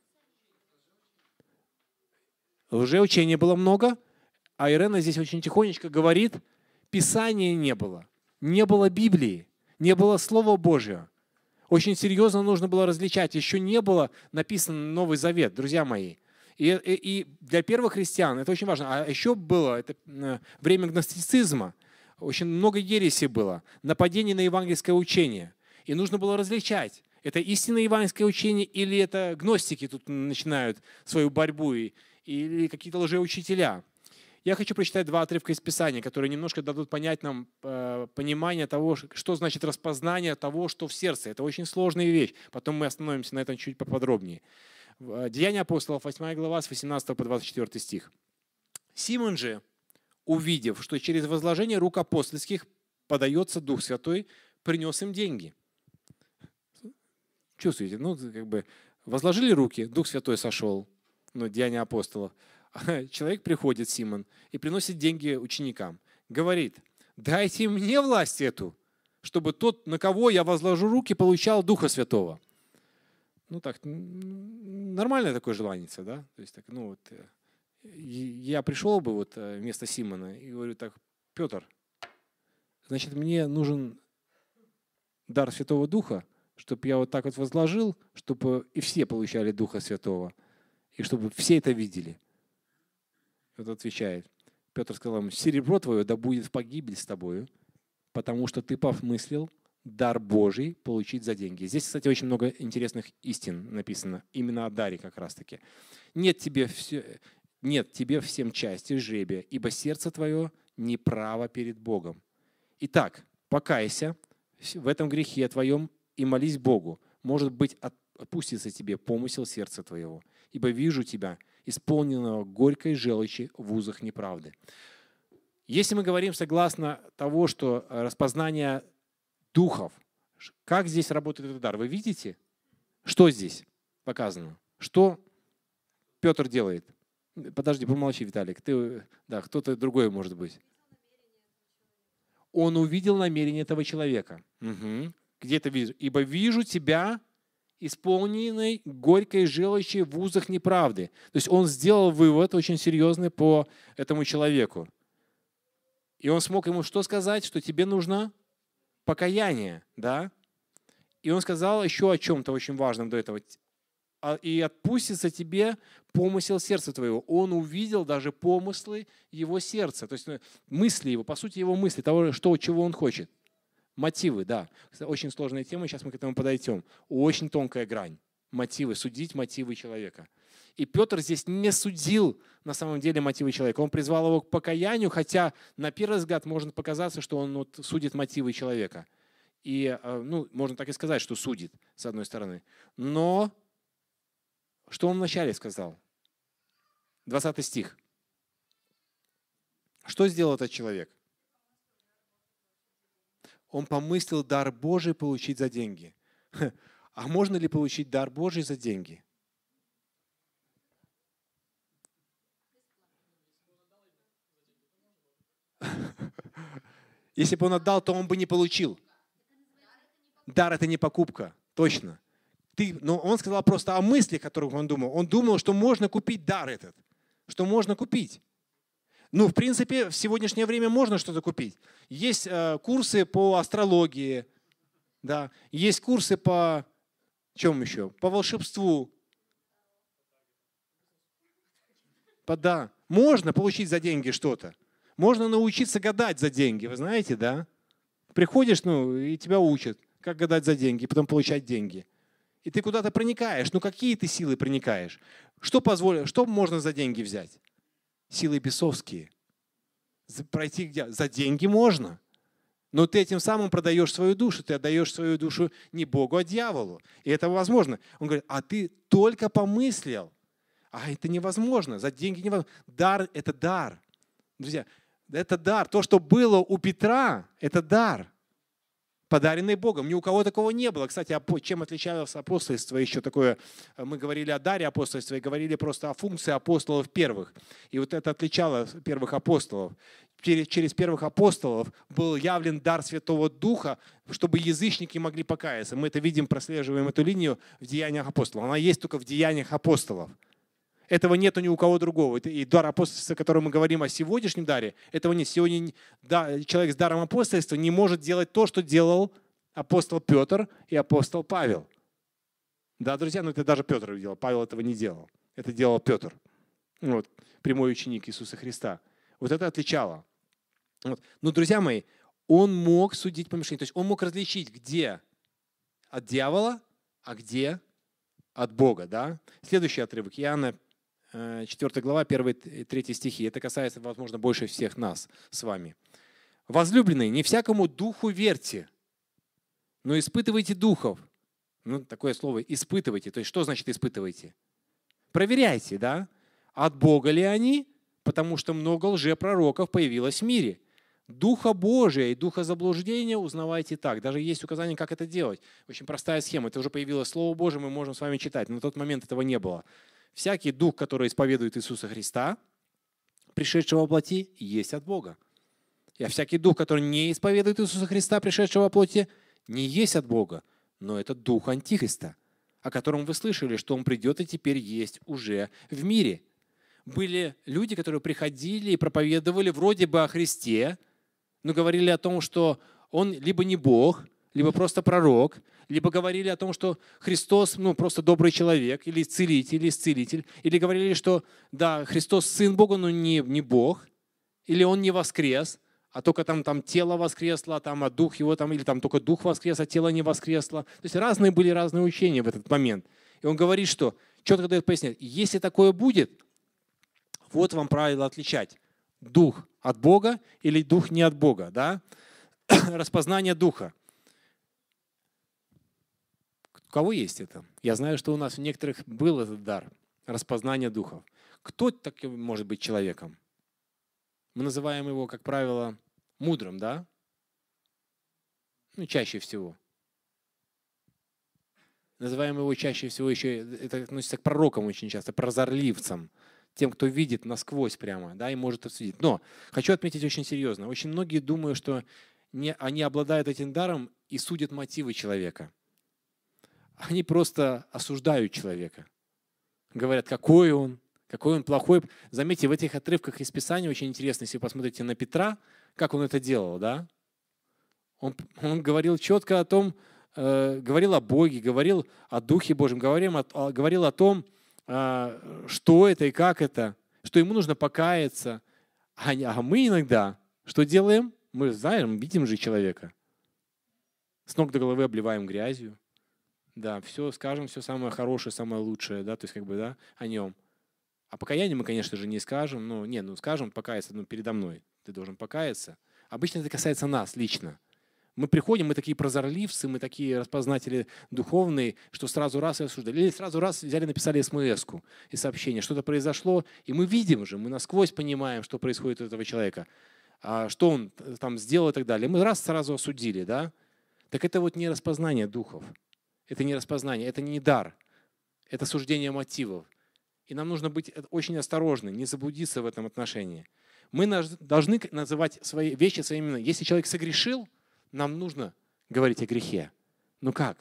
Лжеучения было много, а Ирена здесь очень тихонечко говорит, Писания не было Библии, не было Слова Божьего. Очень серьезно нужно было различать. Еще не было написан Новый Завет, друзья мои. И для первых христиан это очень важно. А еще было это время гностицизма. Очень много ереси было, нападений на евангельское учение. И нужно было различать, это истинное евангельское учение или это гностики тут начинают свою борьбу или какие-то лжеучителя. Я хочу прочитать 2 отрывка из Писания, которые немножко дадут понять нам понимание того, что значит распознание того, что в сердце. Это очень сложная вещь. Потом мы остановимся на этом чуть поподробнее. Деяния апостолов, 8 глава, с 18 по 24 стих. «Симон же, увидев, что через возложение рук апостольских подается Дух Святой, принес им деньги». Чувствуете? Возложили руки, Дух Святой сошел. Деяния апостолов. Человек приходит, Симон, и приносит деньги ученикам. Говорит, дайте мне власть эту, чтобы тот, на кого я возложу руки, получал Духа Святого. Нормальное такое желание, да? То есть, я пришел бы вместо Симона и говорю так, Петр, значит, мне нужен дар Святого Духа, чтобы я вот так вот возложил, чтобы и все получали Духа Святого, и чтобы все это видели. Вот отвечает. Петр сказал ему, серебро твое да будет в погибель с тобою, потому что ты помыслил дар Божий получить за деньги. Здесь, кстати, очень много интересных истин написано именно о даре как раз-таки. Нет тебе всем части жребия, ибо сердце твое неправо перед Богом. Итак, покайся в этом грехе твоем и молись Богу. Может быть, отпустится тебе помысел сердца твоего, ибо вижу тебя, исполненного горькой желчи в узах неправды. Если мы говорим согласно того, что распознание духов, как здесь работает этот дар? Вы видите, что здесь показано? Что Петр делает? Подожди, помолчи, Виталик. Кто-то другой может быть. Он увидел намерение этого человека. Угу. Где это вижу? Ибо вижу тебя, исполненной горькой желчи в узах неправды. То есть он сделал вывод очень серьезный по этому человеку. И он смог ему что сказать? Что тебе нужно покаяние, да? И он сказал еще о чем-то очень важном до этого. И отпустится тебе помысел сердца твоего. Он увидел даже помыслы его сердца, то есть мысли его, по сути его мысли, того, чего он хочет. Мотивы, да. Очень сложная тема, сейчас мы к этому подойдем. Очень тонкая грань. Мотивы, судить мотивы человека. И Петр здесь не судил на самом деле мотивы человека. Он призвал его к покаянию, хотя на первый взгляд может показаться, что он судит мотивы человека. И, можно так и сказать, что судит, с одной стороны. Но что он вначале сказал? 20 стих. Что сделал этот человек? Он помыслил дар Божий получить за деньги. А можно ли получить дар Божий за деньги? Если бы он отдал, то он бы не получил. Дар – это не покупка, точно. Но он сказал просто о мыслях, о которых он думал. Он думал, что можно купить дар этот, что можно купить. В принципе, в сегодняшнее время можно что-то купить. Есть курсы по астрологии, да, есть курсы по чем еще? По волшебству. Да. Можно получить за деньги что-то. Можно научиться гадать за деньги, вы знаете, да? Приходишь, и тебя учат, как гадать за деньги, потом получать деньги. И ты куда-то проникаешь. Какие ты силы проникаешь? Что можно за деньги взять? Силы бесовские. Пройти где? За деньги можно. Но ты этим самым продаешь свою душу. Ты отдаешь свою душу не Богу, а дьяволу. И это возможно. Он говорит, а ты только помыслил. А это невозможно. За деньги невозможно. Дар – это дар. Друзья, это дар. То, что было у Петра, это дар, подаренный Богом. Ни у кого такого не было. Кстати, чем отличалось апостольство еще такое? Мы говорили о даре апостольства и говорили просто о функции апостолов первых. И вот это отличало первых апостолов. Через первых апостолов был явлен дар Святого Духа, чтобы язычники могли покаяться. Мы это видим, прослеживаем эту линию в Деяниях апостолов. Она есть только в Деяниях апостолов. Этого нету ни у кого другого. И дар апостольства, о котором мы говорим о сегодняшнем даре, этого нет. Сегодня человек с даром апостольства не может делать то, что делал апостол Петр и апостол Павел. Да, друзья, но это даже Петр делал. Павел этого не делал. Это делал Петр. Вот, прямой ученик Иисуса Христа. Вот это отличало. Вот. Но, друзья мои, он мог судить по мишени. То есть он мог различить, где от дьявола, а от Бога. Да? Следующий отрывок. Иоанна 4 глава, 1-3 стихи. Это касается, возможно, больше всех нас с вами. «Возлюбленные, не всякому духу верьте, но испытывайте духов». Ну, такое слово «испытывайте». То есть что значит «испытывайте»? Проверяйте, да? От Бога ли они? Потому что много лжепророков появилось в мире. Духа Божия и духа заблуждения узнавайте так. Даже есть указание, как это делать. Очень простая схема. Это уже появилось Слово Божие, мы можем с вами читать. Но на тот момент этого не было. Всякий дух, который исповедует Иисуса Христа, пришедшего во плоти, есть от Бога. А всякий дух, который не исповедует Иисуса Христа, пришедшего во плоти, не есть от Бога. Но это дух Антихриста, о котором вы слышали, что он придет и теперь есть уже в мире. Были люди, которые приходили и проповедовали вроде бы о Христе, но говорили о том, что он либо не Бог, либо просто пророк, либо говорили о том, что Христос просто добрый человек, или исцелитель, или говорили, что да, Христос Сын Бога, но не Бог, или Он не воскрес, а только там тело воскресло, а дух его или там только дух воскрес, а тело не воскресло. То есть были разные учения в этот момент. И он говорит, что четко дает пояснять, если такое будет, вот вам правило отличать дух от Бога или дух не от Бога. Да? Распознание духа. У кого есть это? Я знаю, что у нас у некоторых был этот дар, распознание духов. Кто таким может быть человеком? Мы называем его, как правило, мудрым, да? Чаще всего. Называем его чаще всего еще, это относится к пророкам очень часто, прозорливцам, тем, кто видит насквозь прямо, да, и может отсудить. Но хочу отметить очень серьезно. Очень многие думают, что они обладают этим даром и судят мотивы человека. Они просто осуждают человека. Говорят, какой он плохой. Заметьте, в этих отрывках из Писания очень интересно, если вы посмотрите на Петра, как он это делал. Да? Он говорил четко о том, говорил о Боге, говорил о Духе Божьем, говорил о том, что это и как это, что ему нужно покаяться. А мы иногда что делаем? Мы знаем, видим же человека. С ног до головы обливаем грязью. Да, все скажем, все самое хорошее, самое лучшее, да, то есть да, о нем. А покаяние мы, конечно же, не скажем, скажем покаяться, передо мной ты должен покаяться. Обычно это касается нас лично. Мы приходим, мы такие прозорливцы, мы такие распознатели духовные, что сразу раз и осуждали. Или сразу раз взяли, написали смс-ку и сообщение, что-то произошло, и мы видим же, мы насквозь понимаем, что происходит у этого человека, что он там сделал и так далее. Мы сразу осудили, да? Так это не распознание духов. Это не распознание, это не дар, это суждение мотивов. И нам нужно быть очень осторожны, не заблудиться в этом отношении. Мы должны называть свои вещи своими именами. Если человек согрешил, нам нужно говорить о грехе. Ну как?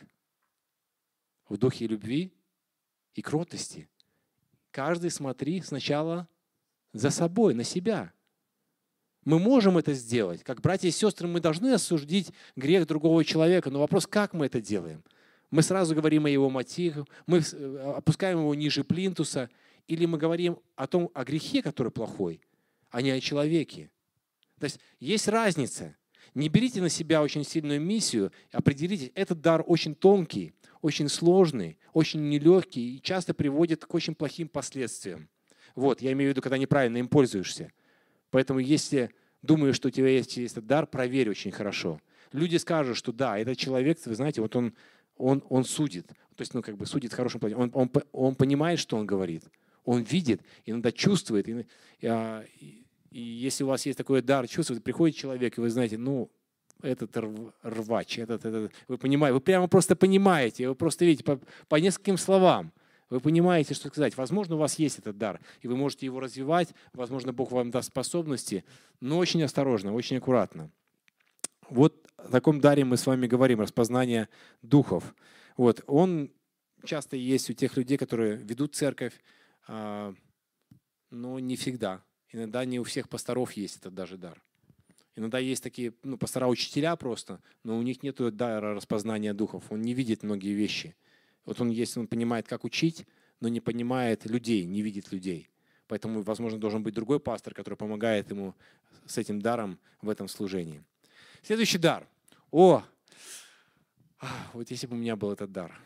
В духе любви и кротости. Каждый смотри сначала за собой, на себя. Мы можем это сделать. Как братья и сестры, мы должны осудить грех другого человека. Но вопрос, как мы это делаем? Мы сразу говорим о его мотивах, мы опускаем его ниже плинтуса, или мы говорим о грехе, который плохой, а не о человеке. То есть разница. Не берите на себя очень сильную миссию, определитесь, этот дар очень тонкий, очень сложный, очень нелегкий и часто приводит к очень плохим последствиям. Я имею в виду, когда неправильно им пользуешься. Поэтому если думаешь, что у тебя есть этот дар, проверь очень хорошо. Люди скажут, что да, этот человек, вы знаете, вот он судит. То есть, как бы судит в хорошем плане. Он понимает, что он говорит. Он видит, иногда чувствует. И если у вас есть такой дар чувствовать, приходит человек, и вы знаете, этот рвач, вы понимаете, вы прямо просто понимаете, вы просто видите по нескольким словам, вы понимаете, что сказать. Возможно, у вас есть этот дар, и вы можете его развивать, возможно, Бог вам даст способности, но очень осторожно, очень аккуратно. Вот о таком даре мы с вами говорим, распознание духов. Вот, он часто есть у тех людей, которые ведут церковь, но не всегда. Иногда не у всех пасторов есть этот даже дар. Иногда есть такие пастора-учителя просто, но у них нет дара распознания духов. Он не видит многие вещи. Вот он понимает, как учить, но не понимает людей, не видит людей. Поэтому, возможно, должен быть другой пастор, который помогает ему с этим даром в этом служении. Следующий дар. Вот если бы у меня был этот дар.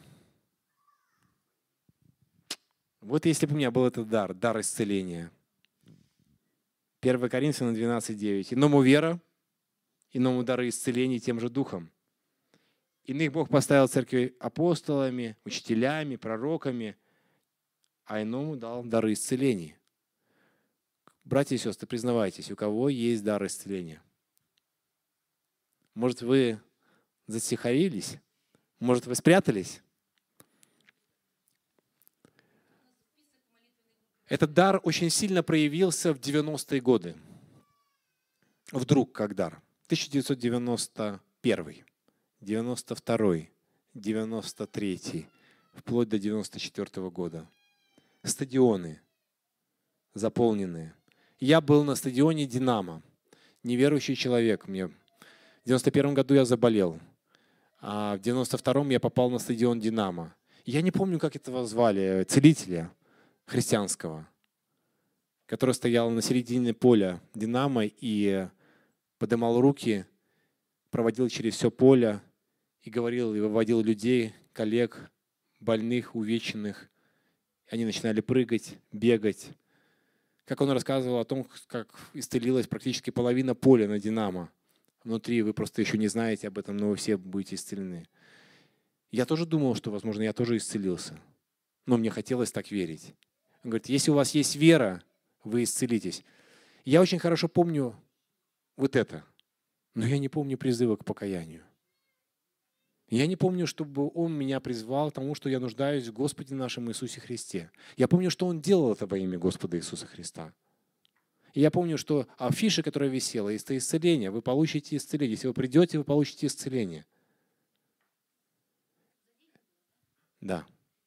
Вот если бы у меня был этот дар исцеления. 1 Коринфянам 12:9. Иному вера, иному дары исцеления тем же духом. Иных Бог поставил в церкви апостолами, учителями, пророками, а иному дал дары исцеления. Братья и сестры, признавайтесь, у кого есть дар исцеления? Может, вы затихарились? Может, вы спрятались? Этот дар очень сильно проявился в 90-е годы. Вдруг как дар. 1991, 92, 93, вплоть до 94 года. Стадионы заполненные. Я был на стадионе «Динамо». Неверующий человек. В 91 году я заболел. А в 92-м я попал на стадион «Динамо». Я не помню, как этого звали, целителя христианского, который стоял на середине поля «Динамо» и поднимал руки, проводил через все поле и говорил, и выводил людей, коллег, больных, увеченных. Они начинали прыгать, бегать. Как он рассказывал о том, как исцелилась практически половина поля на «Динамо». Внутри вы просто еще не знаете об этом, но вы все будете исцелены. Я тоже думал, что, возможно, я тоже исцелился. Но мне хотелось так верить. Он говорит, если у вас есть вера, вы исцелитесь. Я очень хорошо помню вот это, но я не помню призыва к покаянию. Я не помню, чтобы Он меня призвал к тому, что я нуждаюсь в Господе нашем Иисусе Христе. Я помню, что Он делал это во имя Господа Иисуса Христа. И я помню, что афиша, которая висела, это исцеление. Вы получите исцеление. Если вы придете, вы получите исцеление. Да.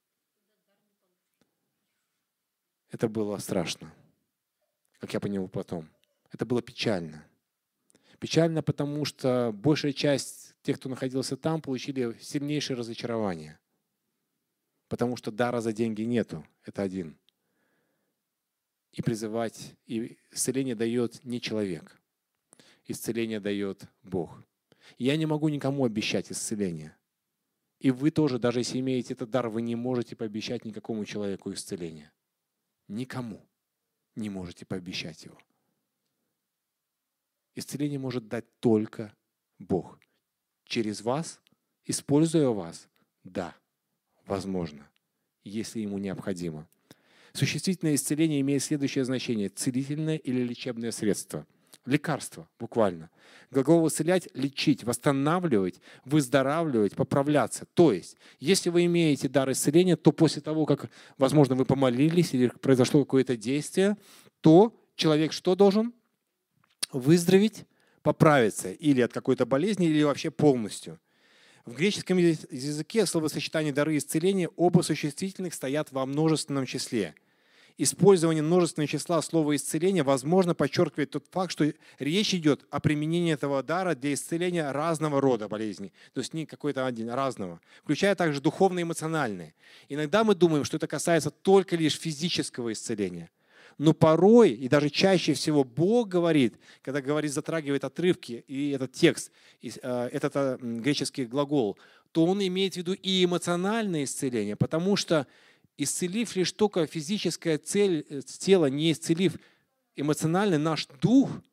Это было страшно, как я понял потом. Это было печально. Печально, потому что большая часть тех, кто находился там, получили сильнейшее разочарование. Потому что дара за деньги нету. Это один. И призывать, и исцеление дает не человек. Исцеление дает Бог. И я не могу никому обещать исцеление. И вы тоже, даже если имеете этот дар, вы не можете пообещать никакому человеку исцеление. Никому не можете пообещать его. Исцеление может дать только Бог. Через вас, используя вас, да, возможно, если ему необходимо. Существительное исцеление имеет следующее значение: целительное или лечебное средство. Лекарство, буквально. Глагол «исцелять» — лечить, восстанавливать, выздоравливать, поправляться. То есть, если вы имеете дар исцеления, то после того, как, возможно, вы помолились или произошло какое-то действие, то человек что должен? Выздороветь, поправиться или от какой-то болезни, или вообще полностью. В греческом языке словосочетание «дары исцеления» оба существительных стоят во множественном числе. Использование множественного числа слова «исцеление» возможно подчеркивает тот факт, что речь идет о применении этого дара для исцеления разного рода болезней. То есть не какой-то один, разного. Включая также духовные и эмоциональные. Иногда мы думаем, что это касается только лишь физического исцеления. Но порой, и даже чаще всего, Бог говорит, когда говорит, затрагивает отрывки и этот текст, этот греческий глагол, то Он имеет в виду и эмоциональное исцеление, потому что исцелив лишь только физическое тело, не исцелив эмоционально, наш дух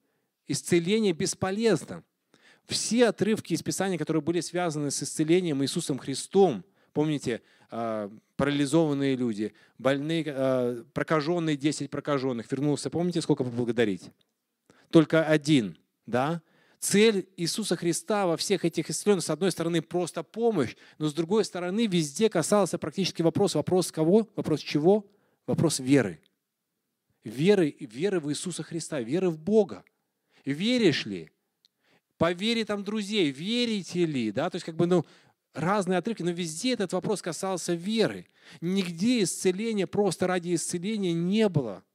Исцеление бесполезно. Все отрывки из Писания, которые были связаны с исцелением Иисусом Христом, помните, парализованные люди, больные, прокаженные, 10 прокаженных, вернулся, помните, сколько поблагодарить? Только один, да? Цель Иисуса Христа во всех этих исцелениях, с одной стороны, просто помощь, но с другой стороны, везде касался практически вопрос кого? Вопрос чего? Вопрос веры. Веры в Иисуса Христа, веры в Бога. Веришь ли? По вере там друзей, верите ли? Да? То есть разные отрывки, но везде этот вопрос касался веры. Нигде исцеления просто ради исцеления не было.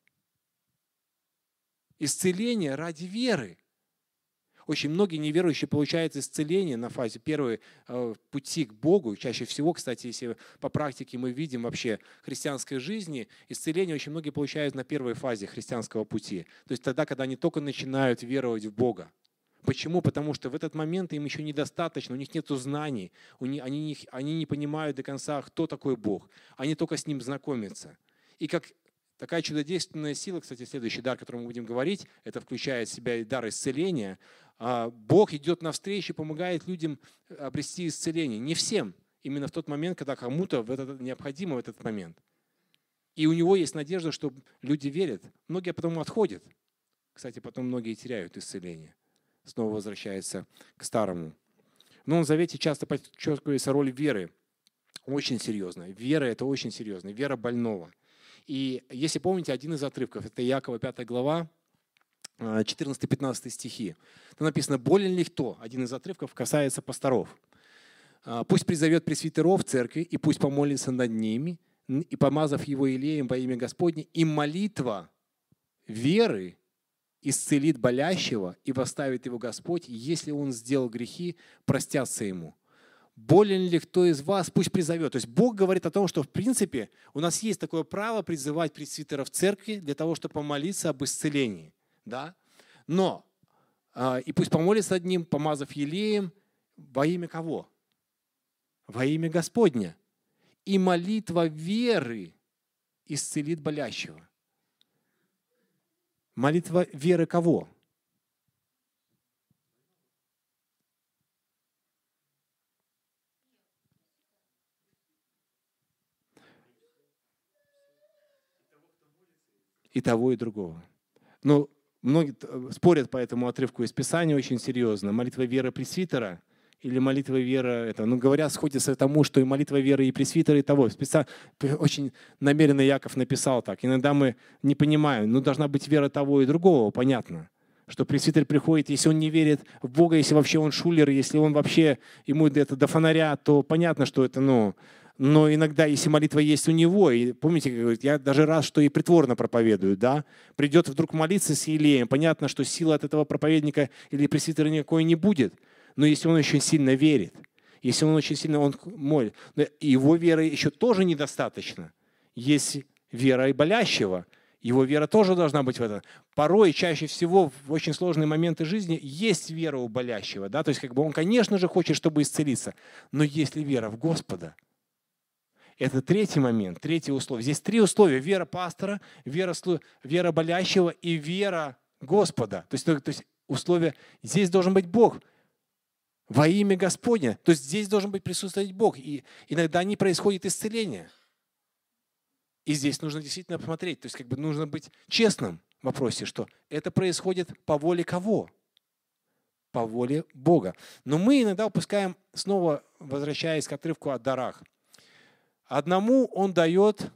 Исцеление ради веры. Очень многие неверующие получают исцеление на фазе первой пути к Богу. Чаще всего, кстати, если по практике мы видим вообще христианской жизни, исцеление очень многие получают на первой фазе христианского пути. То есть тогда, когда они только начинают веровать в Бога. Почему? Потому что в этот момент им еще недостаточно, у них нет знаний, они не понимают до конца, кто такой Бог. Они только с Ним знакомятся. И как такая чудодейственная сила, кстати, следующий дар, о котором мы будем говорить, это включает в себя и дар исцеления. Бог идет навстречу и помогает людям обрести исцеление. Не всем. Именно в тот момент, когда кому-то необходимо в этот момент. И у него есть надежда, что люди верят. Многие потом отходят. Кстати, потом многие теряют исцеление. Снова возвращается к старому. В Новом Завете часто подчеркивается роль веры. Очень серьезная. Вера – это очень серьезно. Вера больного. И если помните, один из отрывков, это Иакова 5 глава, 14-15 стихи. Там написано: «Болен ли кто?» Один из отрывков касается пасторов. «Пусть призовет пресвитеров церкви, и пусть помолится над ними, и, помазав его елеем во имя Господне, и молитва веры исцелит болящего, и восставит его Господь, и если он сделал грехи, простятся ему. Болен ли кто из вас, пусть призовет». То есть Бог говорит о том, что в принципе у нас есть такое право призывать пресвитеров церкви для того, чтобы помолиться об исцелении. Да? Но, и пусть помолится над ним, помазав елеем, во имя кого? Во имя Господня. И молитва веры исцелит болящего. Молитва веры кого? И того, и другого. Но многие спорят по этому отрывку из Писания очень серьезно. Молитва веры пресвитера или молитва веры это. Ну, говорят, сходится к тому, что и молитва веры и пресвитера, и того. Очень намеренно Яков написал так. Иногда мы не понимаем, ну, должна быть вера того и другого, понятно. Что пресвитер приходит, если он не верит в Бога, если вообще он шулер, если он вообще, ему это до фонаря, то понятно, что это, но иногда, если молитва есть у него, и помните, как говорит, я даже раз, что и притворно проповедую, да, придет вдруг молиться с елеем, понятно, что силы от этого проповедника или пресвитера никакой не будет, но если он очень сильно верит, если он очень сильно молит, его веры еще тоже недостаточно. Есть вера и болящего, его вера тоже должна быть в этом. Порой, чаще всего, в очень сложные моменты жизни есть вера у болящего, да, то есть он, конечно же, хочет, чтобы исцелиться, но есть ли вера в Господа? Это третий момент, третье условие. Здесь три условия. Вера пастора, вера болящего и вера Господа. То есть условия. Здесь должен быть Бог во имя Господня. То есть здесь должен быть присутствовать Бог. И иногда не происходит исцеление. И здесь нужно действительно посмотреть. То есть нужно быть честным в вопросе, что это происходит по воле кого? По воле Бога. Но мы иногда упускаем, снова возвращаясь к отрывку о дарах. Одному он дает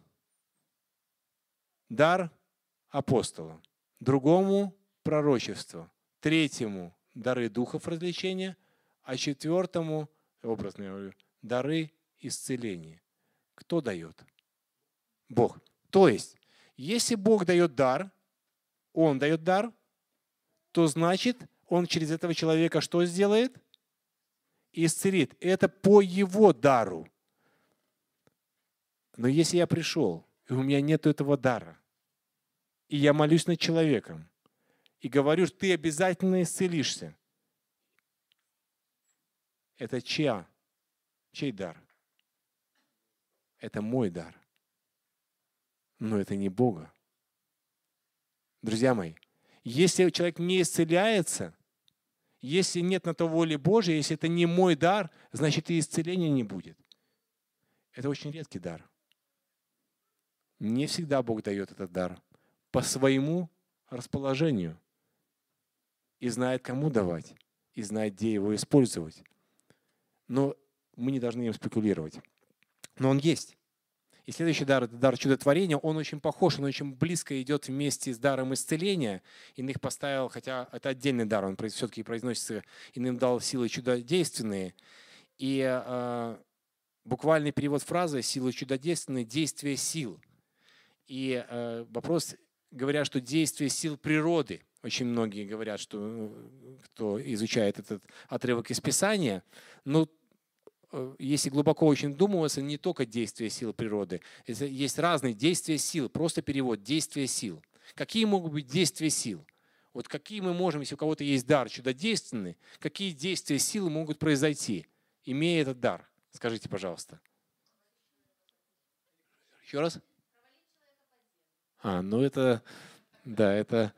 дар апостола, другому – пророчество, третьему – дары духов развлечения, а четвертому, образно я говорю, дары исцеления. Кто дает? Бог. То есть, если Бог дает дар, Он дает дар, то значит, Он через этого человека что сделает? Исцелит. Это по Его дару. Но если я пришел, и у меня нет этого дара, и я молюсь над человеком, и говорю, что ты обязательно исцелишься, это чей дар? Это мой дар. Но это не Бога. Друзья мои, Если человек не исцеляется, если нет на то воли Божьей, если это не мой дар, значит и исцеления не будет. Это очень редкий дар. Не всегда Бог дает этот дар по своему расположению. И знает, кому давать, и знает, где его использовать. Но мы не должны им спекулировать. Но он есть. И следующий дар – это дар чудотворения. Он очень похож, он очень близко идет вместе с даром исцеления. Иных поставил, хотя это отдельный дар, он все-таки произносится, иным дал силы чудодейственные. И буквальный перевод фразы «силы чудодейственные» – действие сил. И вопрос, говорят, что действие сил природы. Очень многие говорят, что кто изучает этот отрывок из Писания, но если глубоко очень вдумываться, не только действия сил природы. Есть разные действия сил, просто перевод «действия сил». Какие могут быть действия сил? Вот какие мы можем, если у кого-то есть дар чудодейственный, какие действия сил могут произойти, имея этот дар? Скажите, пожалуйста. Еще раз? Ну это, да, это...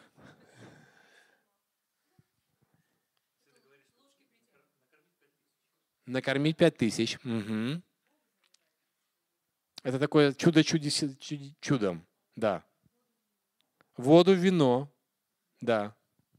Накормить 5000. Угу. Это такое чудом. Да. Воду в вино. Да.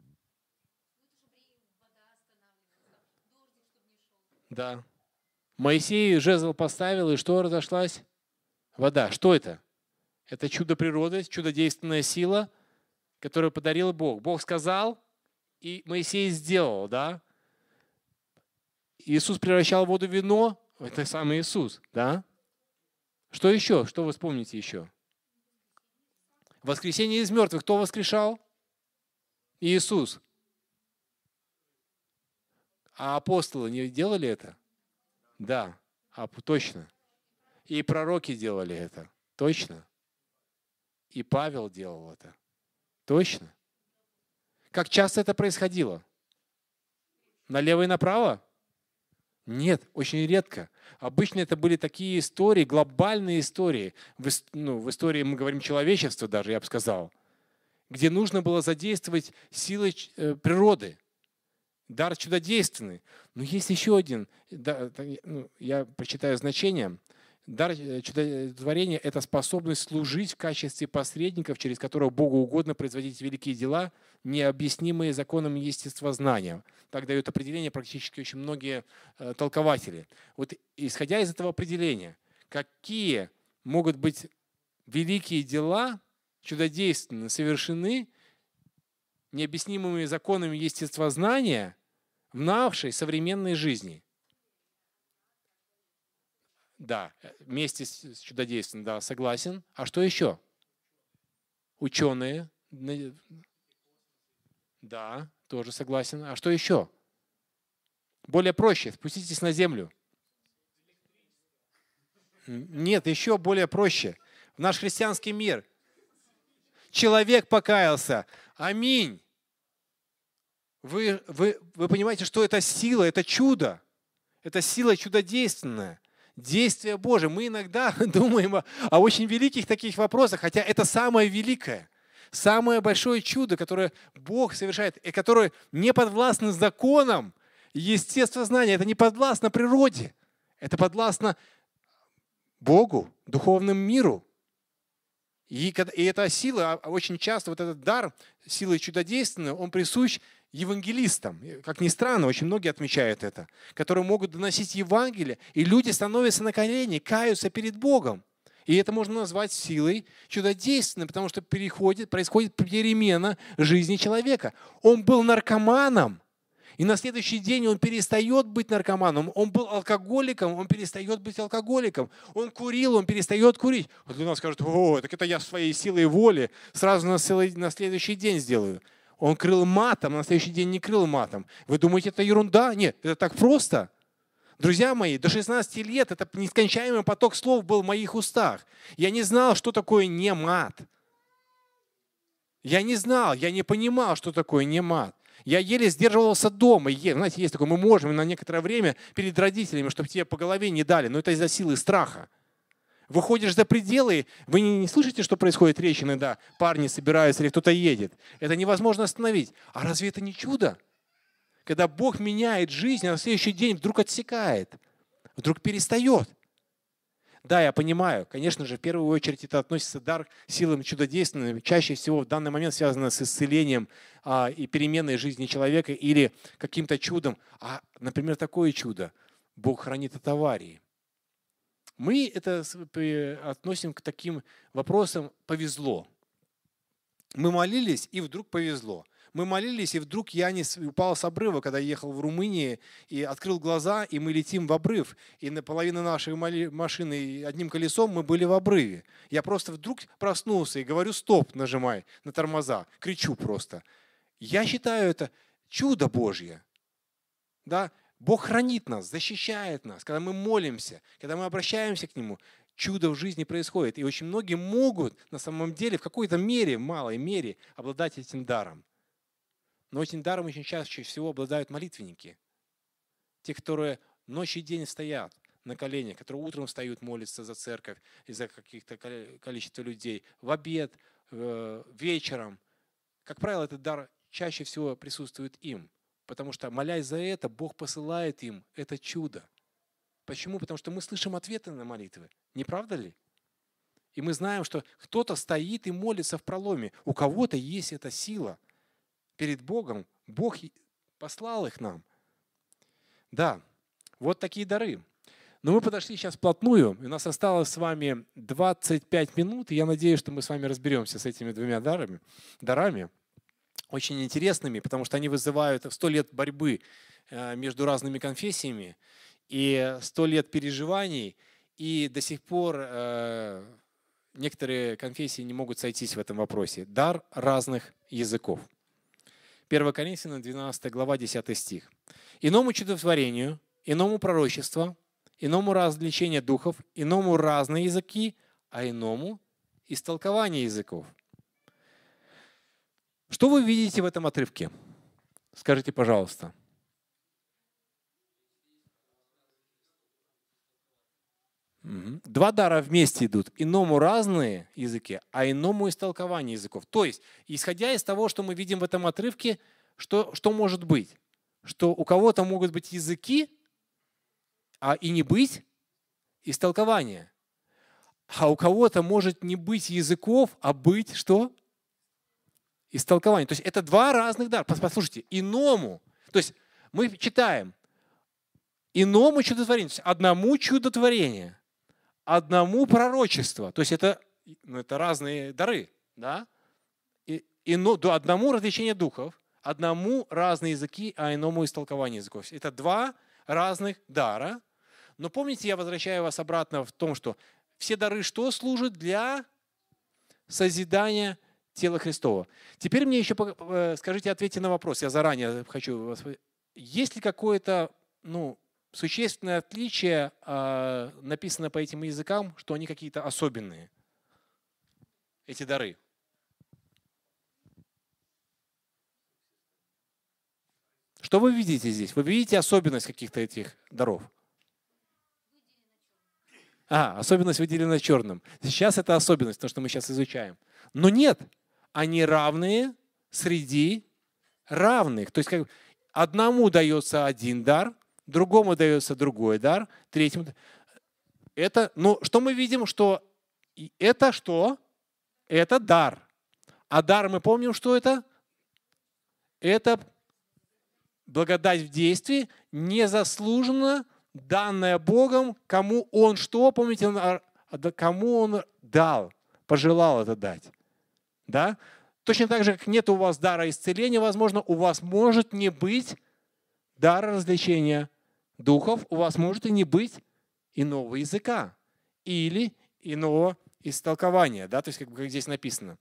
Да. Моисей жезл поставил, и что разошлась? Вода. Что это? Это чудо природы, чудодейственная сила, которую подарил Бог. Бог сказал, и Моисей сделал, да? Иисус превращал воду в вино, это самый Иисус, да? Что еще? Что вы вспомните еще? Воскресение из мертвых. Кто воскрешал? Иисус. А апостолы не делали это? Да, точно. И пророки делали это. Точно. И Павел делал это. Точно. Как часто это происходило? Налево и направо? Нет, очень редко. Обычно это были такие истории, глобальные истории. В истории мы говорим человечества даже, я бы сказал, где нужно было задействовать силы природы. Дар чудодейственный. Но есть еще один. Я прочитаю значение. Дар чудотворения – это способность служить в качестве посредников, через которых Богу угодно производить великие дела, необъяснимые законом естествознания. Так дают определение практически очень многие толкователи. Вот исходя из этого определения, какие могут быть великие дела, чудодейственно совершены, необъяснимыми законами естествознания в нашей современной жизни? Да, вместе с чудодействием, да, согласен. А что еще? Ученые. Да, тоже согласен. А что еще? Более проще. Спуститесь на землю. Нет, еще более проще. В наш христианский мир. Человек покаялся. Аминь. Вы понимаете, что это сила, это чудо. Это сила чудодейственная. Действие Божие. Мы иногда думаем о очень великих таких вопросах, хотя это самое великое, самое большое чудо, которое Бог совершает, и которое не подвластно законам естествознания, это не подвластно природе, это подвластно Богу, духовному миру. И эта сила, очень часто вот этот дар силы чудодейственной, он присущ евангелистам. Как ни странно, очень многие отмечают это, которые могут доносить Евангелие, и люди становятся на колени, каются перед Богом. И это можно назвать силой чудодейственной, потому что происходит перемена жизни человека. Он был наркоманом, и на следующий день он перестает быть наркоманом. Он был алкоголиком, он перестает быть алкоголиком. Он курил, он перестает курить. Вот для нас скажут: о, так это я своей силой воли сразу на следующий день сделаю. Он крыл матом, на следующий день не крыл матом. Вы думаете, это ерунда? Нет, это так просто. Друзья мои, до 16 лет это нескончаемый поток слов был в моих устах. Я не знал, что такое не мат. Я не знал, я не понимал, что такое не мат. Я еле сдерживался дома. Знаете, есть такое, мы можем на некоторое время перед родителями, чтобы тебе по голове не дали, но это из-за силы страха. Выходишь за пределы, вы не слышите, что происходит речь иногда? Парни собираются или кто-то едет. Это невозможно остановить. А разве это не чудо? Когда Бог меняет жизнь, а на следующий день вдруг отсекает, вдруг перестает. Да, я понимаю, конечно же, в первую очередь это относится дар силам чудодейственным, чаще всего в данный момент связано с исцелением и переменой жизни человека или каким-то чудом. А, например, такое чудо. Бог хранит от аварии. Мы это относим к таким вопросам «повезло». Мы молились, и вдруг повезло. Мы молились, и вдруг я не упал с обрыва, когда я ехал в Румынии, и открыл глаза, и мы летим в обрыв. И наполовину нашей машины одним колесом мы были в обрыве. Я просто вдруг проснулся и говорю «стоп», нажимай на тормоза, кричу просто. Я считаю это чудо Божье. Да? Бог хранит нас, защищает нас. Когда мы молимся, когда мы обращаемся к Нему, чудо в жизни происходит. И очень многие могут на самом деле в какой-то мере, малой мере, обладать этим даром. Но этим даром очень чаще всего обладают молитвенники. Те, которые ночь и день стоят на коленях, которые утром встают, молятся за церковь и за каких-то количество людей, в обед, вечером. Как правило, этот дар чаще всего присутствует им. Потому что, молясь за это, Бог посылает им это чудо. Почему? Потому что мы слышим ответы на молитвы. Не правда ли? И мы знаем, что кто-то стоит и молится в проломе. У кого-то есть эта сила перед Богом. Бог послал их нам. Да, вот такие дары. Но мы подошли сейчас вплотную. И у нас осталось с вами 25 минут. И я надеюсь, что мы с вами разберемся с этими двумя дарами. Очень интересными, потому что они вызывают 100 лет борьбы между разными конфессиями и 100 лет переживаний, и до сих пор некоторые конфессии не могут сойтись в этом вопросе. Дар разных языков. 1 Коринфянам 12 глава 10 стих. «Иному чудотворению, иному пророчество, иному развлечение духов, иному разные языки, а иному истолкование языков». Что вы видите в этом отрывке? Скажите, пожалуйста. Два дара вместе идут. Иному разные языки, а иному истолкование языков. То есть, исходя из того, что мы видим в этом отрывке, что может быть? Что у кого-то могут быть языки, и не быть истолкования. А у кого-то может не быть языков, а быть что? Истолкование. То есть это два разных дара. Послушайте, иному. То есть мы читаем иному чудотворению. То есть одному чудотворение, одному пророчество. То есть это разные дары. Да? Одному развлечение духов, одному разные языки, а иному истолкование языков. Это два разных дара. Но помните, я возвращаю вас обратно в том, что все дары что служат для созидания тела Христова. Теперь мне еще скажите, ответьте на вопрос. Я заранее хочу вас... Есть ли какое-то существенное отличие, написано по этим языкам, что они какие-то особенные, эти дары? Что вы видите здесь? Вы видите особенность каких-то этих даров? Особенность выделена черным. Сейчас это особенность, то, что мы сейчас изучаем. Но нет, они равные среди равных. То есть одному дается один дар, другому дается другой дар, третьему. Что мы видим, что это что? Это дар. А дар мы помним, что это? Это благодать в действии, незаслуженно данная Богом, кому Он что? Помните, кому Он дал, пожелал это дать. Да? Точно так же, как нет у вас дара исцеления, возможно, у вас может не быть дара развлечения духов, у вас может и не быть иного языка или иного истолкования. Да? То есть, как здесь написано.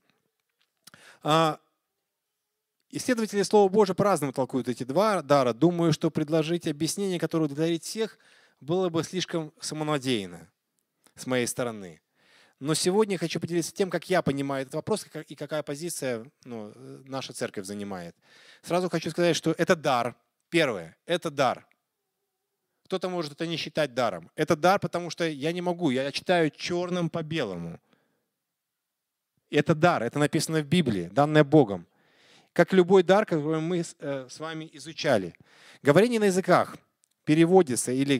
Исследователи Слова Божьего по-разному толкуют эти два дара. Думаю, что предложить объяснение, которое удовлетворит всех, было бы слишком самонадеянно с моей стороны. Но сегодня я хочу поделиться тем, как я понимаю этот вопрос и какая позиция наша церковь занимает. Сразу хочу сказать, что это дар. Первое – это дар. Кто-то может это не считать даром. Это дар, потому что я не могу, я читаю черным по белому. Это дар, это написано в Библии, данное Богом. Как любой дар, который мы с вами изучали. Говорение на языках переводится или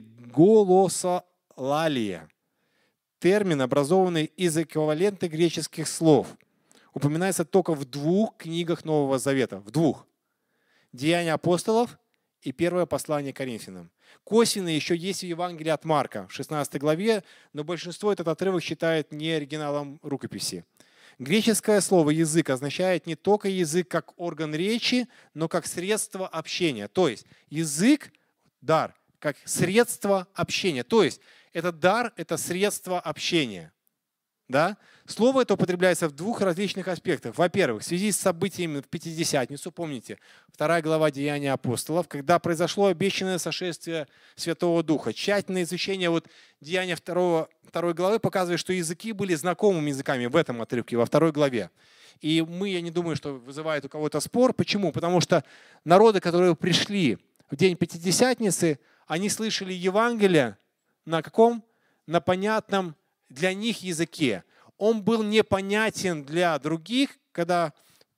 голосолалия. Термин, образованный из эквивалентных греческих слов, упоминается только в 2 книгах Нового Завета. В 2. Деяния апостолов и первое послание Коринфянам. Косвенно еще есть в Евангелии от Марка в 16 главе, но большинство этот отрывок считает не оригиналом рукописи. Греческое слово «язык» означает не только язык как орган речи, но как средство общения. То есть язык, дар, как средство общения. То есть этот дар – это средство общения. Да? Слово это употребляется в 2 различных аспектах. Во-первых, в связи с событиями в Пятидесятницу, помните, 2 глава Деяния апостолов, когда произошло обещанное сошествие Святого Духа. Тщательное изучение Деяния 2 главы показывает, что языки были знакомыми языками в этом отрывке, во 2 главе. И я не думаю, что вызывает у кого-то спор. Почему? Потому что народы, которые пришли в день Пятидесятницы, они слышали Евангелие на каком? На понятном для них языке. Он был непонятен для других, когда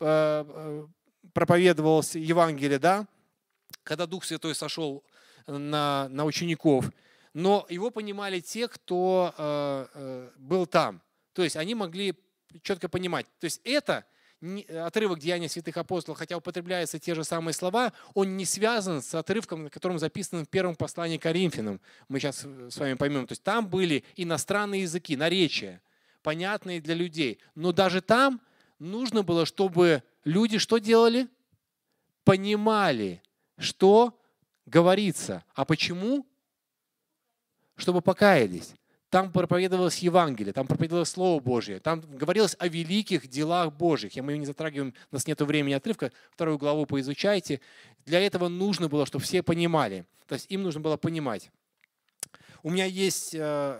проповедовалось Евангелие, да? Когда Дух Святой сошел на учеников. Но его понимали те, кто был там. То есть они могли четко понимать. То есть это отрывок Деяния святых апостолов, хотя употребляются те же самые слова, он не связан с отрывком, на котором записано в первом послании к Коринфянам. Мы сейчас с вами поймем. То есть там были иностранные языки, наречия, понятные для людей. Но даже там нужно было, чтобы люди что делали? Понимали, что говорится. А почему? Чтобы покаялись. Там проповедовалось Евангелие, там проповедовалось Слово Божье, там говорилось о великих делах Божьих. Мы не затрагиваем, у нас нет времени отрывка, 2 главу поизучайте. Для этого нужно было, чтобы все понимали. То есть им нужно было понимать. У нас есть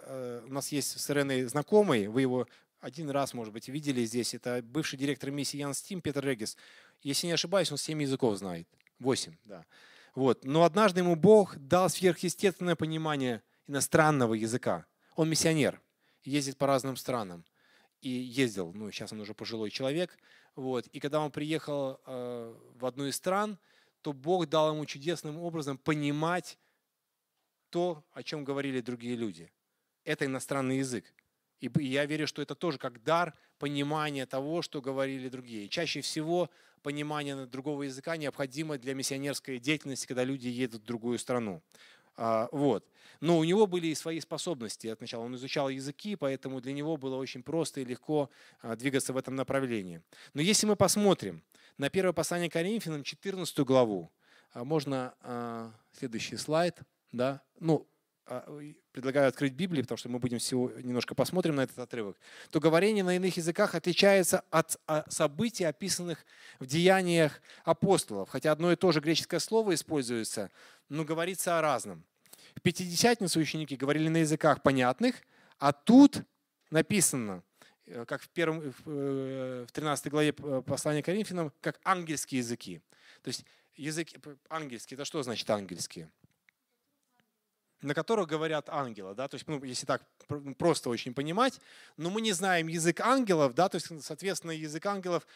с Иреной знакомый, вы его один раз, может быть, видели здесь. Это бывший директор миссии Ян Стим Петр Регис. Если не ошибаюсь, он 7 языков знает. 8, да. Но однажды ему Бог дал сверхъестественное понимание иностранного языка. Он миссионер, ездит по разным странам. И ездил, сейчас он уже пожилой человек. И когда он приехал в одну из стран, то Бог дал ему чудесным образом понимать то, о чем говорили другие люди. Это иностранный язык. И я верю, что это тоже как дар понимания того, что говорили другие. И чаще всего понимание другого языка необходимо для миссионерской деятельности, когда люди едут в другую страну. Но у него были и свои способности от начала. Он изучал языки, поэтому для него было очень просто и легко двигаться в этом направлении. Но если мы посмотрим на первое послание к Коринфянам, 14 главу, можно следующий слайд, да? Предлагаю открыть Библию, потому что мы будем немножко посмотрим на этот отрывок, то говорение на иных языках отличается от событий, описанных в деяниях апостолов. Хотя одно и то же греческое слово используется, но говорится о разном. В Пятидесятницу ученики говорили на языках понятных, а тут написано, как в 13 главе послания к Коринфянам, как ангельские языки. То есть языки ангельские, это что значит ангельские? На которых говорят ангелы, да, то есть, если так просто очень понимать, но мы не знаем язык ангелов, да, то есть, соответственно, язык ангелов,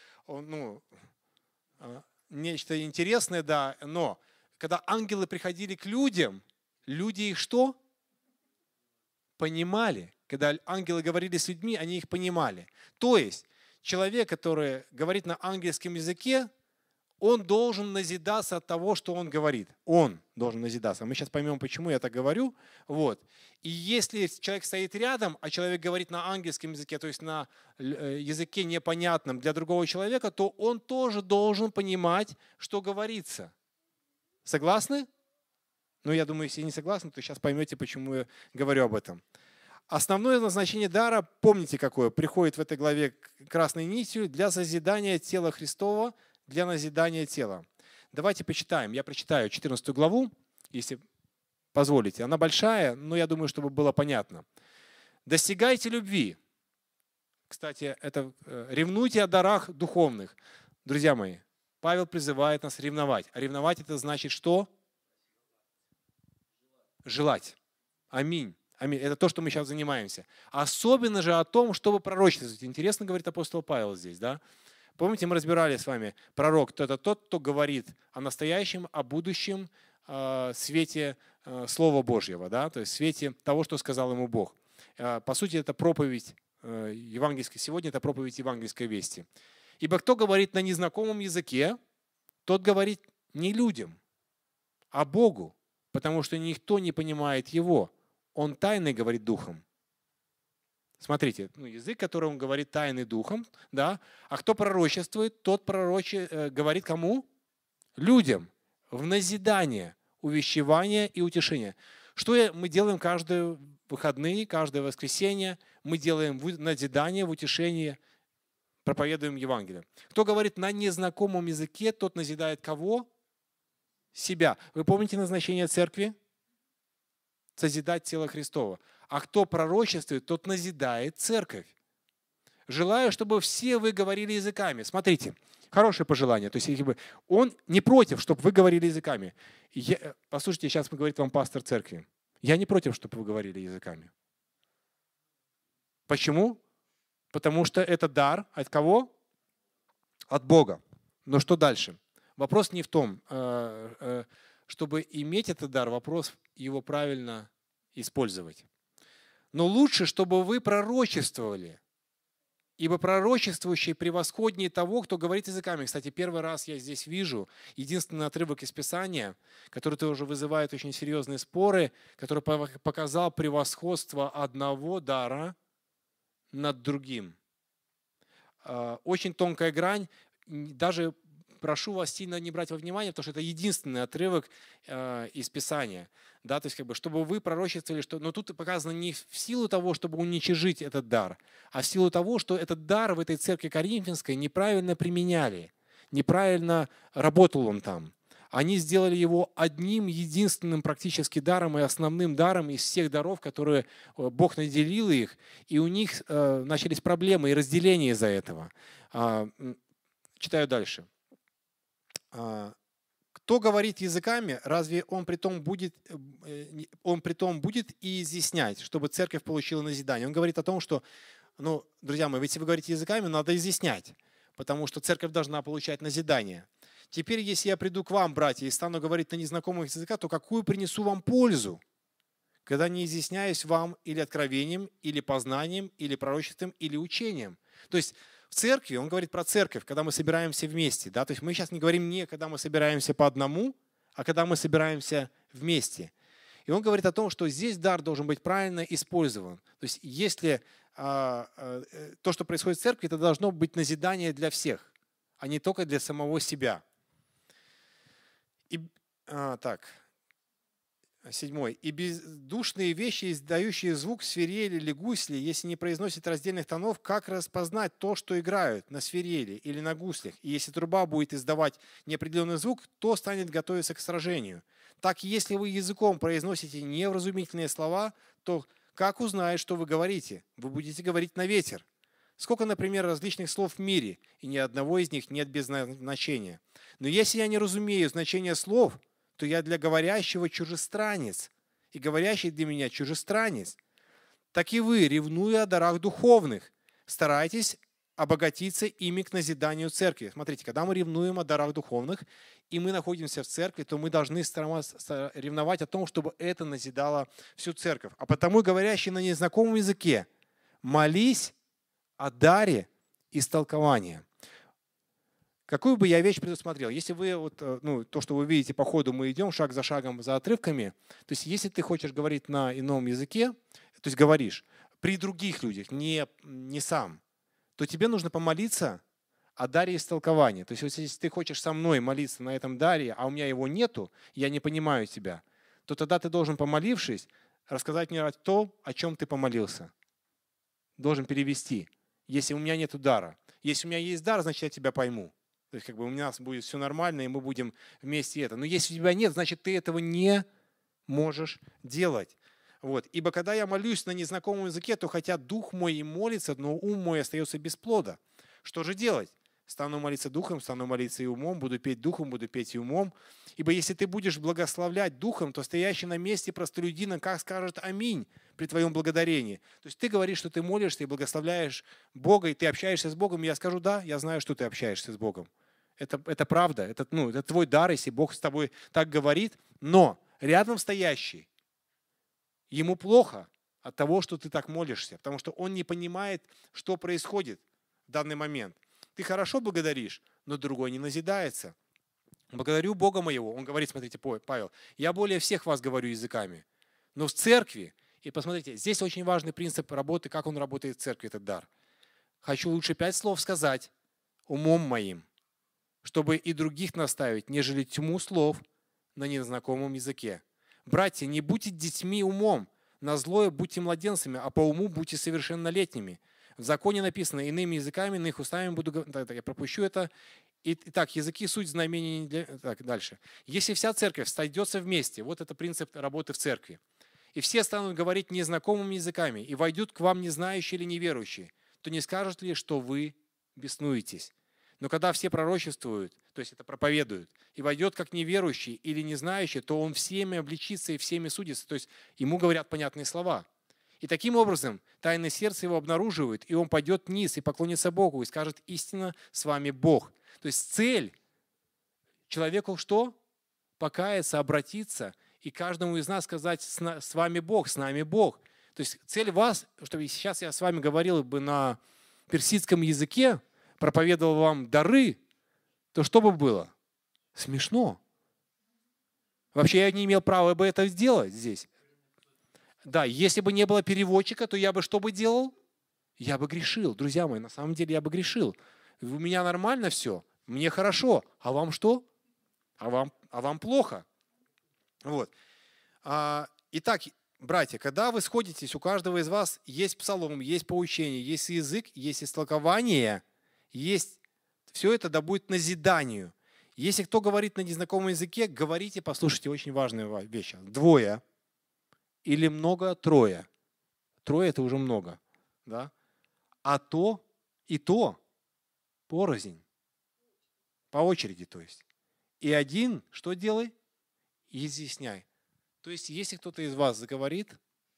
нечто интересное, да, но когда ангелы приходили к людям, люди их что? Понимали. Когда ангелы говорили с людьми, они их понимали. То есть, человек, который говорит на ангельском языке, он должен назидаться от того, что он говорит. Он должен назидаться. Мы сейчас поймем, почему я так говорю. И если человек стоит рядом, а человек говорит на ангельском языке, то есть на языке непонятном для другого человека, то он тоже должен понимать, что говорится. Согласны? Я думаю, если не согласны, то сейчас поймете, почему я говорю об этом. Основное назначение дара, помните какое, приходит в этой главе красной нитью для созидания тела Христова, для назидания тела. Давайте почитаем. Я прочитаю 14 главу, если позволите. Она большая, но я думаю, чтобы было понятно. «Достигайте любви». Кстати, это ревнуйте о дарах духовных. Друзья мои, Павел призывает нас ревновать. А ревновать это значит что? желать. Аминь. Аминь. Это то, что мы сейчас занимаемся. Особенно же о том, чтобы пророчествовать. Интересно говорит апостол Павел здесь, да? Помните, мы разбирали с вами, пророк – это тот, кто говорит о настоящем, о будущем свете Слова Божьего, да? То есть в свете того, что сказал ему Бог. По сути, это проповедь евангельской. Сегодня это проповедь евангельской вести. Ибо кто говорит на незнакомом языке, тот говорит не людям, а Богу, потому что никто не понимает его. Он тайный говорит духом. Смотрите, язык, который он говорит тайный духом, да? А кто пророчествует, тот говорит кому? Людям. В назидание, увещевание и утешение. Что мы делаем каждые выходные, каждое воскресенье? Мы делаем назидание, в утешение, проповедуем Евангелие. Кто говорит на незнакомом языке, тот назидает кого? Себя. Вы помните назначение церкви? Созидать тело Христово. А кто пророчествует, тот назидает церковь. Желаю, чтобы все вы говорили языками. Смотрите, хорошее пожелание. То есть он не против, чтобы вы говорили языками. Послушайте, сейчас говорит вам пастор церкви. Я не против, чтобы вы говорили языками. Почему? Потому что это дар от кого? От Бога. Но что дальше? Вопрос не в том, чтобы иметь этот дар, вопрос его правильно использовать. Но лучше, чтобы вы пророчествовали, ибо пророчествующий превосходнее того, кто говорит языками. Кстати, первый раз я здесь вижу единственный отрывок из Писания, который тоже вызывает очень серьезные споры, который показал превосходство одного дара над другим. Очень тонкая грань, даже прошу вас сильно не брать во внимание, потому что это единственный отрывок из Писания. Да, то есть, чтобы вы пророчествовали, но тут показано не в силу того, чтобы уничижить этот дар, а в силу того, что этот дар в этой церкви Коринфянской неправильно применяли, неправильно работал он там. Они сделали его одним единственным практически даром и основным даром из всех даров, которые Бог наделил их, и у них начались проблемы и разделения из-за этого. Читаю дальше. Кто говорит языками, разве он притом будет и изъяснять, чтобы церковь получила назидание? Он говорит о том, что, друзья мои, если вы говорите языками, надо изъяснять, потому что церковь должна получать назидание. Теперь, если я приду к вам, братья, и стану говорить на незнакомых языках, то какую принесу вам пользу, когда не изъясняюсь вам или откровением, или познанием, или пророчеством, или учением? То есть в церкви, он говорит про церковь, когда мы собираемся вместе. Да? То есть мы сейчас не говорим не когда мы собираемся по одному, а когда мы собираемся вместе. И он говорит о том, что здесь дар должен быть правильно использован. То есть если то, что происходит в церкви, это должно быть назидание для всех, а не только для самого себя. Так. 7. «И бездушные вещи, издающие звук свирели или гусли, если не произносят раздельных тонов, как распознать то, что играют на свирели или на гуслях? И если труба будет издавать неопределенный звук, то станет готовиться к сражению. Так, если вы языком произносите невразумительные слова, то как узнает, что вы говорите? Вы будете говорить на ветер. Сколько, например, различных слов в мире, и ни одного из них нет без значения. Но если я не разумею значение слов, то я для говорящего чужестранец, и говорящий для меня чужестранец. Так и вы, ревнуя о дарах духовных, старайтесь обогатиться ими к назиданию церкви». Смотрите, когда мы ревнуем о дарах духовных, и мы находимся в церкви, то мы должны ревновать о том, чтобы это назидало всю церковь. А потому, говорящий на незнакомом языке, молись о даре истолкования. Какую бы я вещь предусмотрел? Если вы, то, что вы видите по ходу, мы идем шаг за шагом за отрывками, то есть если ты хочешь говорить на ином языке, то есть говоришь при других людях, не сам, то тебе нужно помолиться о даре истолкования. То есть если ты хочешь со мной молиться на этом даре, а у меня его нету, я не понимаю тебя, то тогда ты должен, помолившись, рассказать мне то, о чем ты помолился. Должен перевести. Если у меня нету дара. Если у меня есть дар, значит, я тебя пойму. То есть у нас будет все нормально, и мы будем вместе это. Но если у тебя нет, значит, ты этого не можешь делать. Вот. «Ибо когда я молюсь на незнакомом языке, то хотя дух мой и молится, но ум мой остается без плода. Что же делать? Стану молиться духом, стану молиться и умом, буду петь духом, буду петь и умом. Ибо если ты будешь благословлять духом, то стоящий на месте простолюдина как скажет аминь при твоем благодарении. То есть ты говоришь, что ты молишься и благословляешь Бога, и ты общаешься с Богом, и я скажу, да, я знаю, что ты общаешься с Богом. Это правда, это твой дар, если Бог с тобой так говорит, но рядом стоящий, ему плохо от того, что ты так молишься, потому что он не понимает, что происходит в данный момент. Ты хорошо благодаришь, но другой не назидается. Благодарю Бога моего. Он говорит, смотрите, Павел, я более всех вас говорю языками. Но в церкви, и посмотрите, здесь очень важный принцип работы, как он работает в церкви, этот дар. Хочу лучше 5 слов сказать умом моим, чтобы и других наставить, нежели тьму слов на незнакомом языке. Братья, не будьте детьми умом, на злое будьте младенцами, а по уму будьте совершеннолетними. В законе написано, иными языками, иных устами буду говорить. Я пропущу это. Итак, языки суть знамений. Так, дальше. Если вся церковь сойдется вместе, вот это принцип работы в церкви, и все станут говорить незнакомыми языками, и войдут к вам незнающие или неверующие, то не скажут ли, что вы беснуетесь? Но когда все пророчествуют, то есть это проповедуют, и войдет как неверующий или незнающий, то он всеми обличится и всеми судится. То есть ему говорят понятные слова. И таким образом тайное сердце его обнаруживает, и он пойдет вниз и поклонится Богу, и скажет, истинно с вами Бог. То есть цель человеку что? Покаяться, обратиться, и каждому из нас сказать, с вами Бог, с нами Бог. То есть цель вас, чтобы сейчас я с вами говорил бы на персидском языке, проповедовал вам дары, то что бы было? Смешно. Вообще я не имел права бы это сделать здесь. Да, если бы не было переводчика, то я бы что бы делал? Я бы грешил. Друзья мои, на самом деле я бы грешил. У меня нормально все, мне хорошо, а вам что? А вам плохо. Вот. Итак, братья, когда вы сходитесь, у каждого из вас есть псалом, есть поучение, есть язык, есть истолкование, есть все это да будет назиданию. Если кто говорит на незнакомом языке, говорите, послушайте, очень важная вещь. Двое или много, трое. Трое – это уже много. Да? А то и то порознь. По очереди, то есть. И один что делай? Изъясняй. То есть, если кто-то из вас заговорит,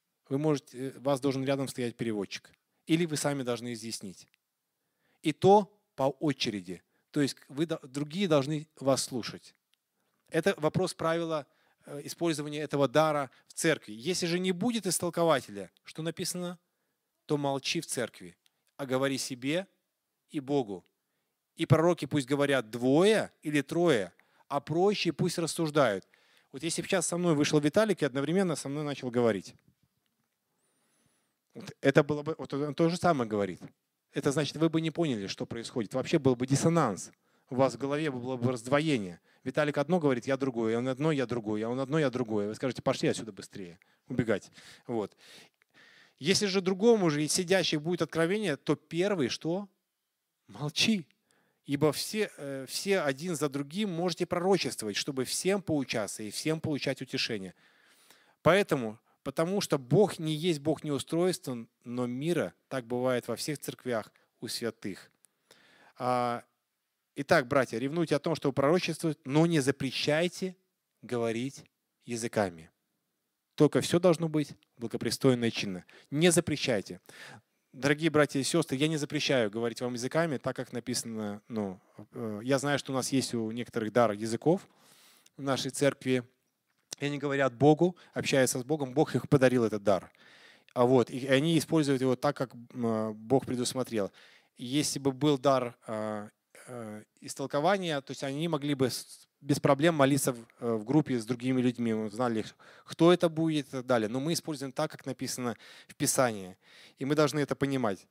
вас должен рядом стоять переводчик. Или вы сами должны изъяснить. И то по очереди. То есть другие должны вас слушать. Это вопрос правила использования этого дара в церкви. Если же не будет истолкователя, что написано, то молчи в церкви, а говори себе и Богу. И пророки пусть говорят двое или трое, а прочие пусть рассуждают. Вот если бы сейчас со мной вышел Виталик и одновременно со мной начал говорить, это было бы, вот он то же самое говорит. Это значит, вы бы не поняли, что происходит. Вообще был бы диссонанс. У вас в голове было бы раздвоение. Виталик одно говорит, я другое, он одно, я другое, а он одно, я другое. Вы скажете, пошли отсюда быстрее, убегать. Вот. Если же другому же из сидящих будет откровение, то первый что? Молчи. Ибо все один за другим можете пророчествовать, чтобы всем поучаться и всем получать утешение. Потому что Бог не есть Бог неустройства, но мира. Так бывает во всех церквях у святых. Итак, братья, ревнуйте о том, что пророчествуют, но не запрещайте говорить языками. Только все должно быть благопристойно и чинно. Не запрещайте. Дорогие братья и сестры, я не запрещаю говорить вам языками, так как написано, я знаю, что у нас есть у некоторых дар языков в нашей церкви, и они говорят Богу, общаются с Богом, Бог их подарил этот дар. И они используют его так, как Бог предусмотрел. Если бы был дар истолкования, то есть они могли бы без проблем молиться в группе с другими людьми, мы знали, кто это будет и так далее. Но мы используем так, как написано в Писании. И мы должны это понимать.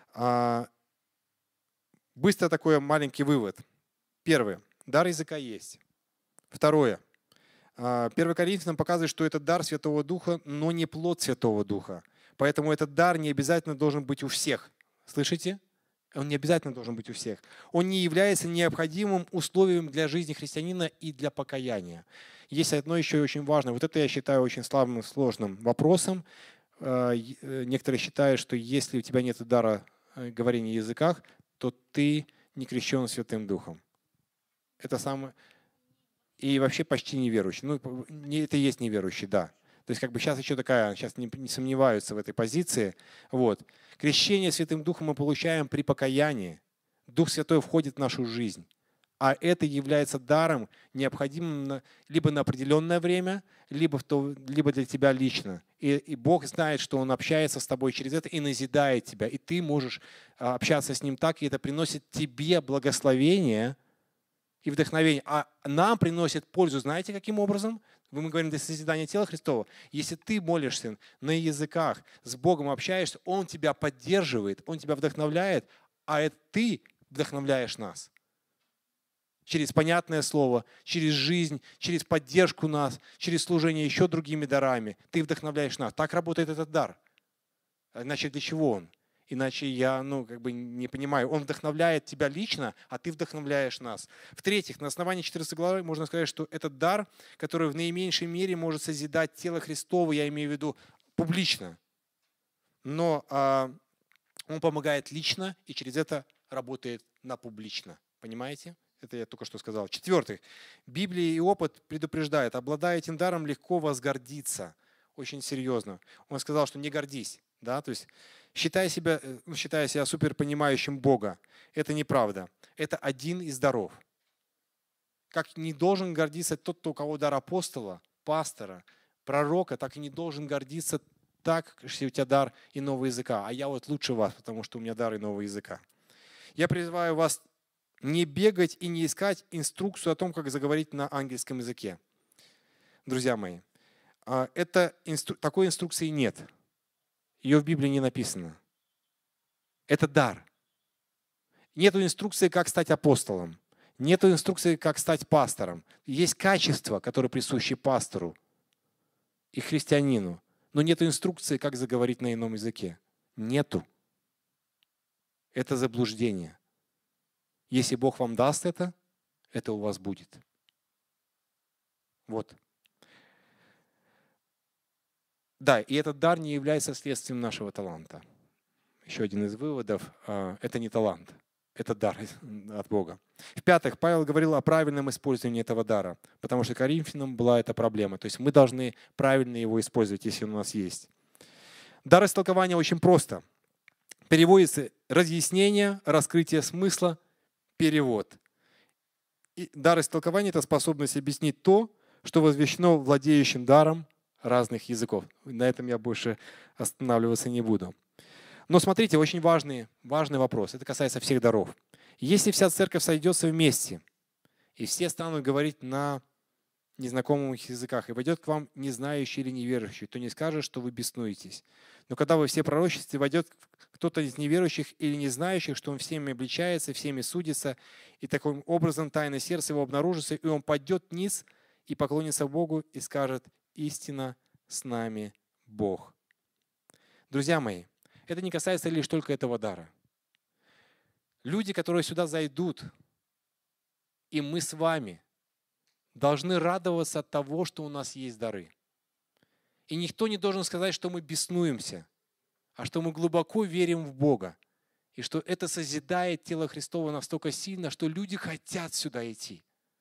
Быстро такой маленький вывод. Первый. Дар языка есть. Второе. 1 Коринфянам показывает, что это дар Святого Духа, но не плод Святого Духа. Поэтому этот дар не обязательно должен быть у всех. Слышите? Он не обязательно должен быть у всех. Он не является необходимым условием для жизни христианина и для покаяния. Есть одно еще очень важное. Вот это я считаю очень слабым и сложным вопросом. Некоторые считают, что если у тебя нет дара говорения на языках, то ты не крещен Святым Духом. Это самое... И вообще почти неверующий. Ну, это и есть неверующий, да. То есть как бы сейчас еще такая, сейчас не сомневаются в этой позиции. Вот. Крещение Святым Духом мы получаем при покаянии. Дух Святой входит в нашу жизнь. А это является даром, необходимым либо на определенное время, либо для тебя лично. И Бог знает, что Он общается с тобой через это и назидает тебя. И ты можешь общаться с Ним так, и это приносит тебе благословение и вдохновение. А нам приносит пользу, знаете, каким образом? Мы говорим для созидания тела Христова. Если ты молишься на языках, с Богом общаешься, Он тебя поддерживает, Он тебя вдохновляет, а это ты вдохновляешь нас. Через понятное слово, через жизнь, через поддержку нас, через служение еще другими дарами. Ты вдохновляешь нас. Так работает этот дар. Иначе для чего он? Иначе я не понимаю. Он вдохновляет тебя лично, а ты вдохновляешь нас. В-третьих, на основании 14 главы можно сказать, что этот дар, который в наименьшей мере может созидать тело Христово, я имею в виду публично. Но он помогает лично и через это работает на публично. Понимаете? Это я только что сказал. В-четвертых, Библия и опыт предупреждают, обладая этим даром, легко возгордиться. Очень серьезно. Он сказал, что не гордись. Да? То есть считая себя суперпонимающим Бога. Это неправда. Это один из даров. Как не должен гордиться тот, у кого дар апостола, пастора, пророка, так и не должен гордиться так, что у тебя дар иного языка. А я вот лучше вас, потому что у меня дар иного языка. Я призываю вас не бегать и не искать инструкцию о том, как заговорить на ангельском языке. Друзья мои, такой инструкции нет. Ее в Библии не написано. Это дар. Нет инструкции, как стать апостолом. Нет инструкции, как стать пастором. Есть качества, которые присущи пастору и христианину. Но нет инструкции, как заговорить на ином языке. Нету. Это заблуждение. Если Бог вам даст это у вас будет. Вот. Да, и этот дар не является следствием нашего таланта. Еще один из выводов – это не талант, это дар от Бога. В-пятых, Павел говорил о правильном использовании этого дара, потому что Коринфянам была эта проблема. То есть мы должны правильно его использовать, если он у нас есть. Дар истолкования очень просто. Переводится разъяснение, раскрытие смысла, перевод. И дар истолкования – это способность объяснить то, что возвещено владеющим даром разных языков. На этом я больше останавливаться не буду. Но смотрите, очень важный вопрос. Это касается всех даров. Если вся церковь сойдется вместе, и все станут говорить на незнакомых языках, и войдет к вам незнающий или неверующий, то не скажет, что вы беснуетесь. Но когда вы все пророчествуете, войдет кто-то из неверующих или не знающих, что он всеми обличается, всеми судится, и таким образом тайное сердце его обнаружится, и он падет вниз и поклонится Богу и скажет: «Истинно с нами Бог». Друзья мои, это не касается лишь только этого дара. Люди, которые сюда зайдут, и мы с вами должны радоваться от того, что у нас есть дары. И никто не должен сказать, что мы беснуемся, а что мы глубоко верим в Бога. И что это созидает тело Христово настолько сильно, что люди хотят сюда идти.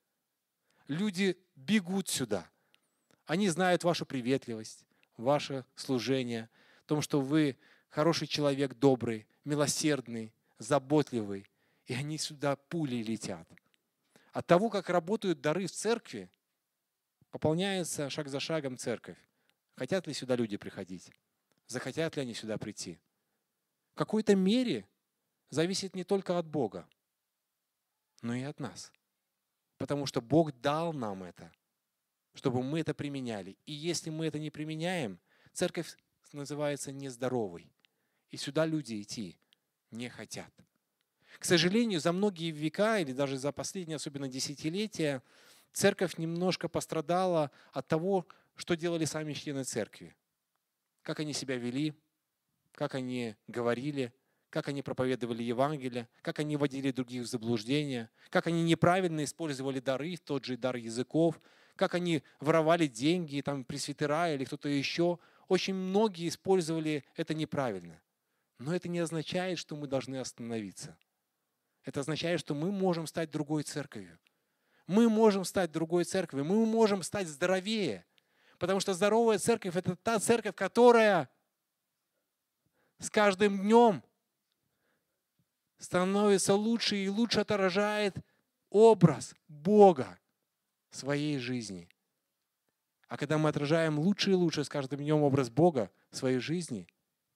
Люди бегут сюда. Они знают вашу приветливость, ваше служение, о том, что вы хороший человек, добрый, милосердный, заботливый. И они сюда пулей летят. От того, как работают дары в церкви, пополняется шаг за шагом церковь. Хотят ли сюда люди приходить? Захотят ли они сюда прийти? В какой-то мере зависит не только от Бога, но и от нас. Потому что Бог дал нам это, чтобы мы это применяли. И если мы это не применяем, церковь называется нездоровой. И сюда люди идти не хотят. К сожалению, за многие века, или даже за последние, особенно десятилетия, церковь немножко пострадала от того, что делали сами члены церкви. Как они себя вели, как они говорили, как они проповедовали Евангелие, как они вводили других в заблуждение, как они неправильно использовали дары, тот же дар языков, как они воровали деньги, там, пресвитера или кто-то еще. Очень многие использовали это неправильно. Но это не означает, что мы должны остановиться. Это означает, что мы можем стать другой церковью. Мы можем стать другой церковью, мы можем стать здоровее. Потому что здоровая церковь – это та церковь, которая с каждым днем становится лучше и лучше отражает образ Бога в своей жизни. А когда мы отражаем лучше и лучше с каждым днем образ Бога в своей жизни,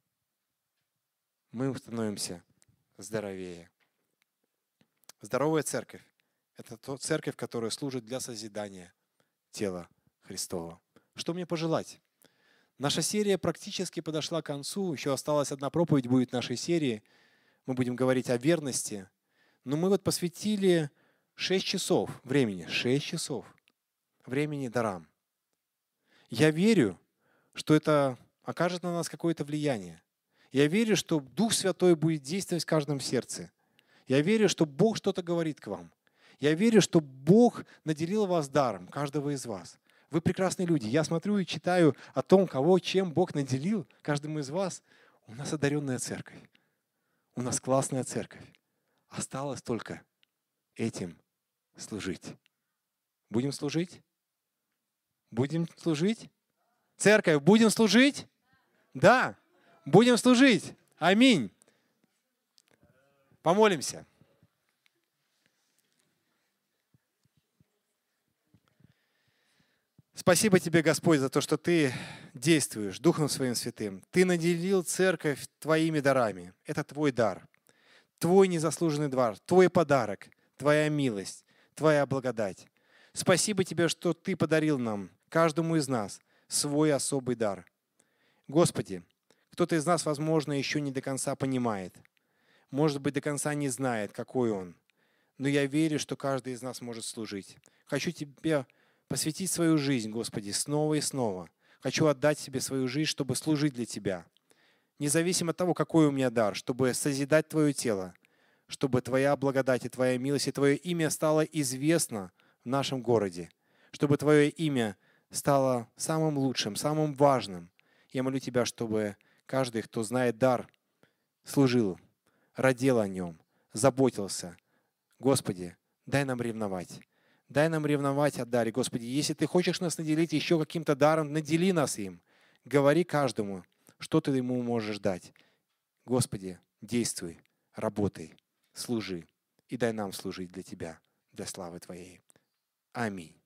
мы становимся здоровее. Здоровая церковь – это та церковь, которая служит для созидания тела Христова. Что мне пожелать? Наша серия практически подошла к концу. Еще осталась одна проповедь будет в нашей серии. Мы будем говорить о верности. Но мы вот посвятили 6 часов времени. 6 часов времени дарам. Я верю, что это окажет на нас какое-то влияние. Я верю, что Дух Святой будет действовать в каждом сердце. Я верю, что Бог что-то говорит к вам. Я верю, что Бог наделил вас даром, каждого из вас. Вы прекрасные люди. Я смотрю и читаю о том, кого, чем Бог наделил каждому из вас. У нас одаренная церковь. У нас классная церковь. Осталось только этим служить. Будем служить? Будем служить? Церковь, будем служить? Да, будем служить. Аминь. Помолимся. Спасибо Тебе, Господь, за то, что Ты действуешь Духом Своим Святым. Ты наделил церковь Твоими дарами. Это Твой дар. Твой незаслуженный дар, Твой подарок, Твоя милость, Твоя благодать. Спасибо Тебе, что Ты подарил нам, каждому из нас, свой особый дар. Господи, кто-то из нас, возможно, еще не до конца понимает. Может быть, до конца не знает, какой он. Но я верю, что каждый из нас может служить. Хочу Тебе посвятить свою жизнь, Господи, снова и снова. Хочу отдать Тебе свою жизнь, чтобы служить для Тебя. Независимо от того, какой у меня дар, чтобы созидать Твое тело, чтобы Твоя благодать и Твоя милость и Твое имя стало известно в нашем городе, чтобы Твое имя стало самым лучшим, самым важным. Я молю Тебя, чтобы каждый, кто знает дар, служил, радел о нем, заботился. Господи, дай нам ревновать. Дай нам ревновать о даре. Господи, если Ты хочешь нас наделить еще каким-то даром, надели нас им. Говори каждому, что Ты ему можешь дать. Господи, действуй, работай, служи. И дай нам служить для Тебя, для славы Твоей. Аминь.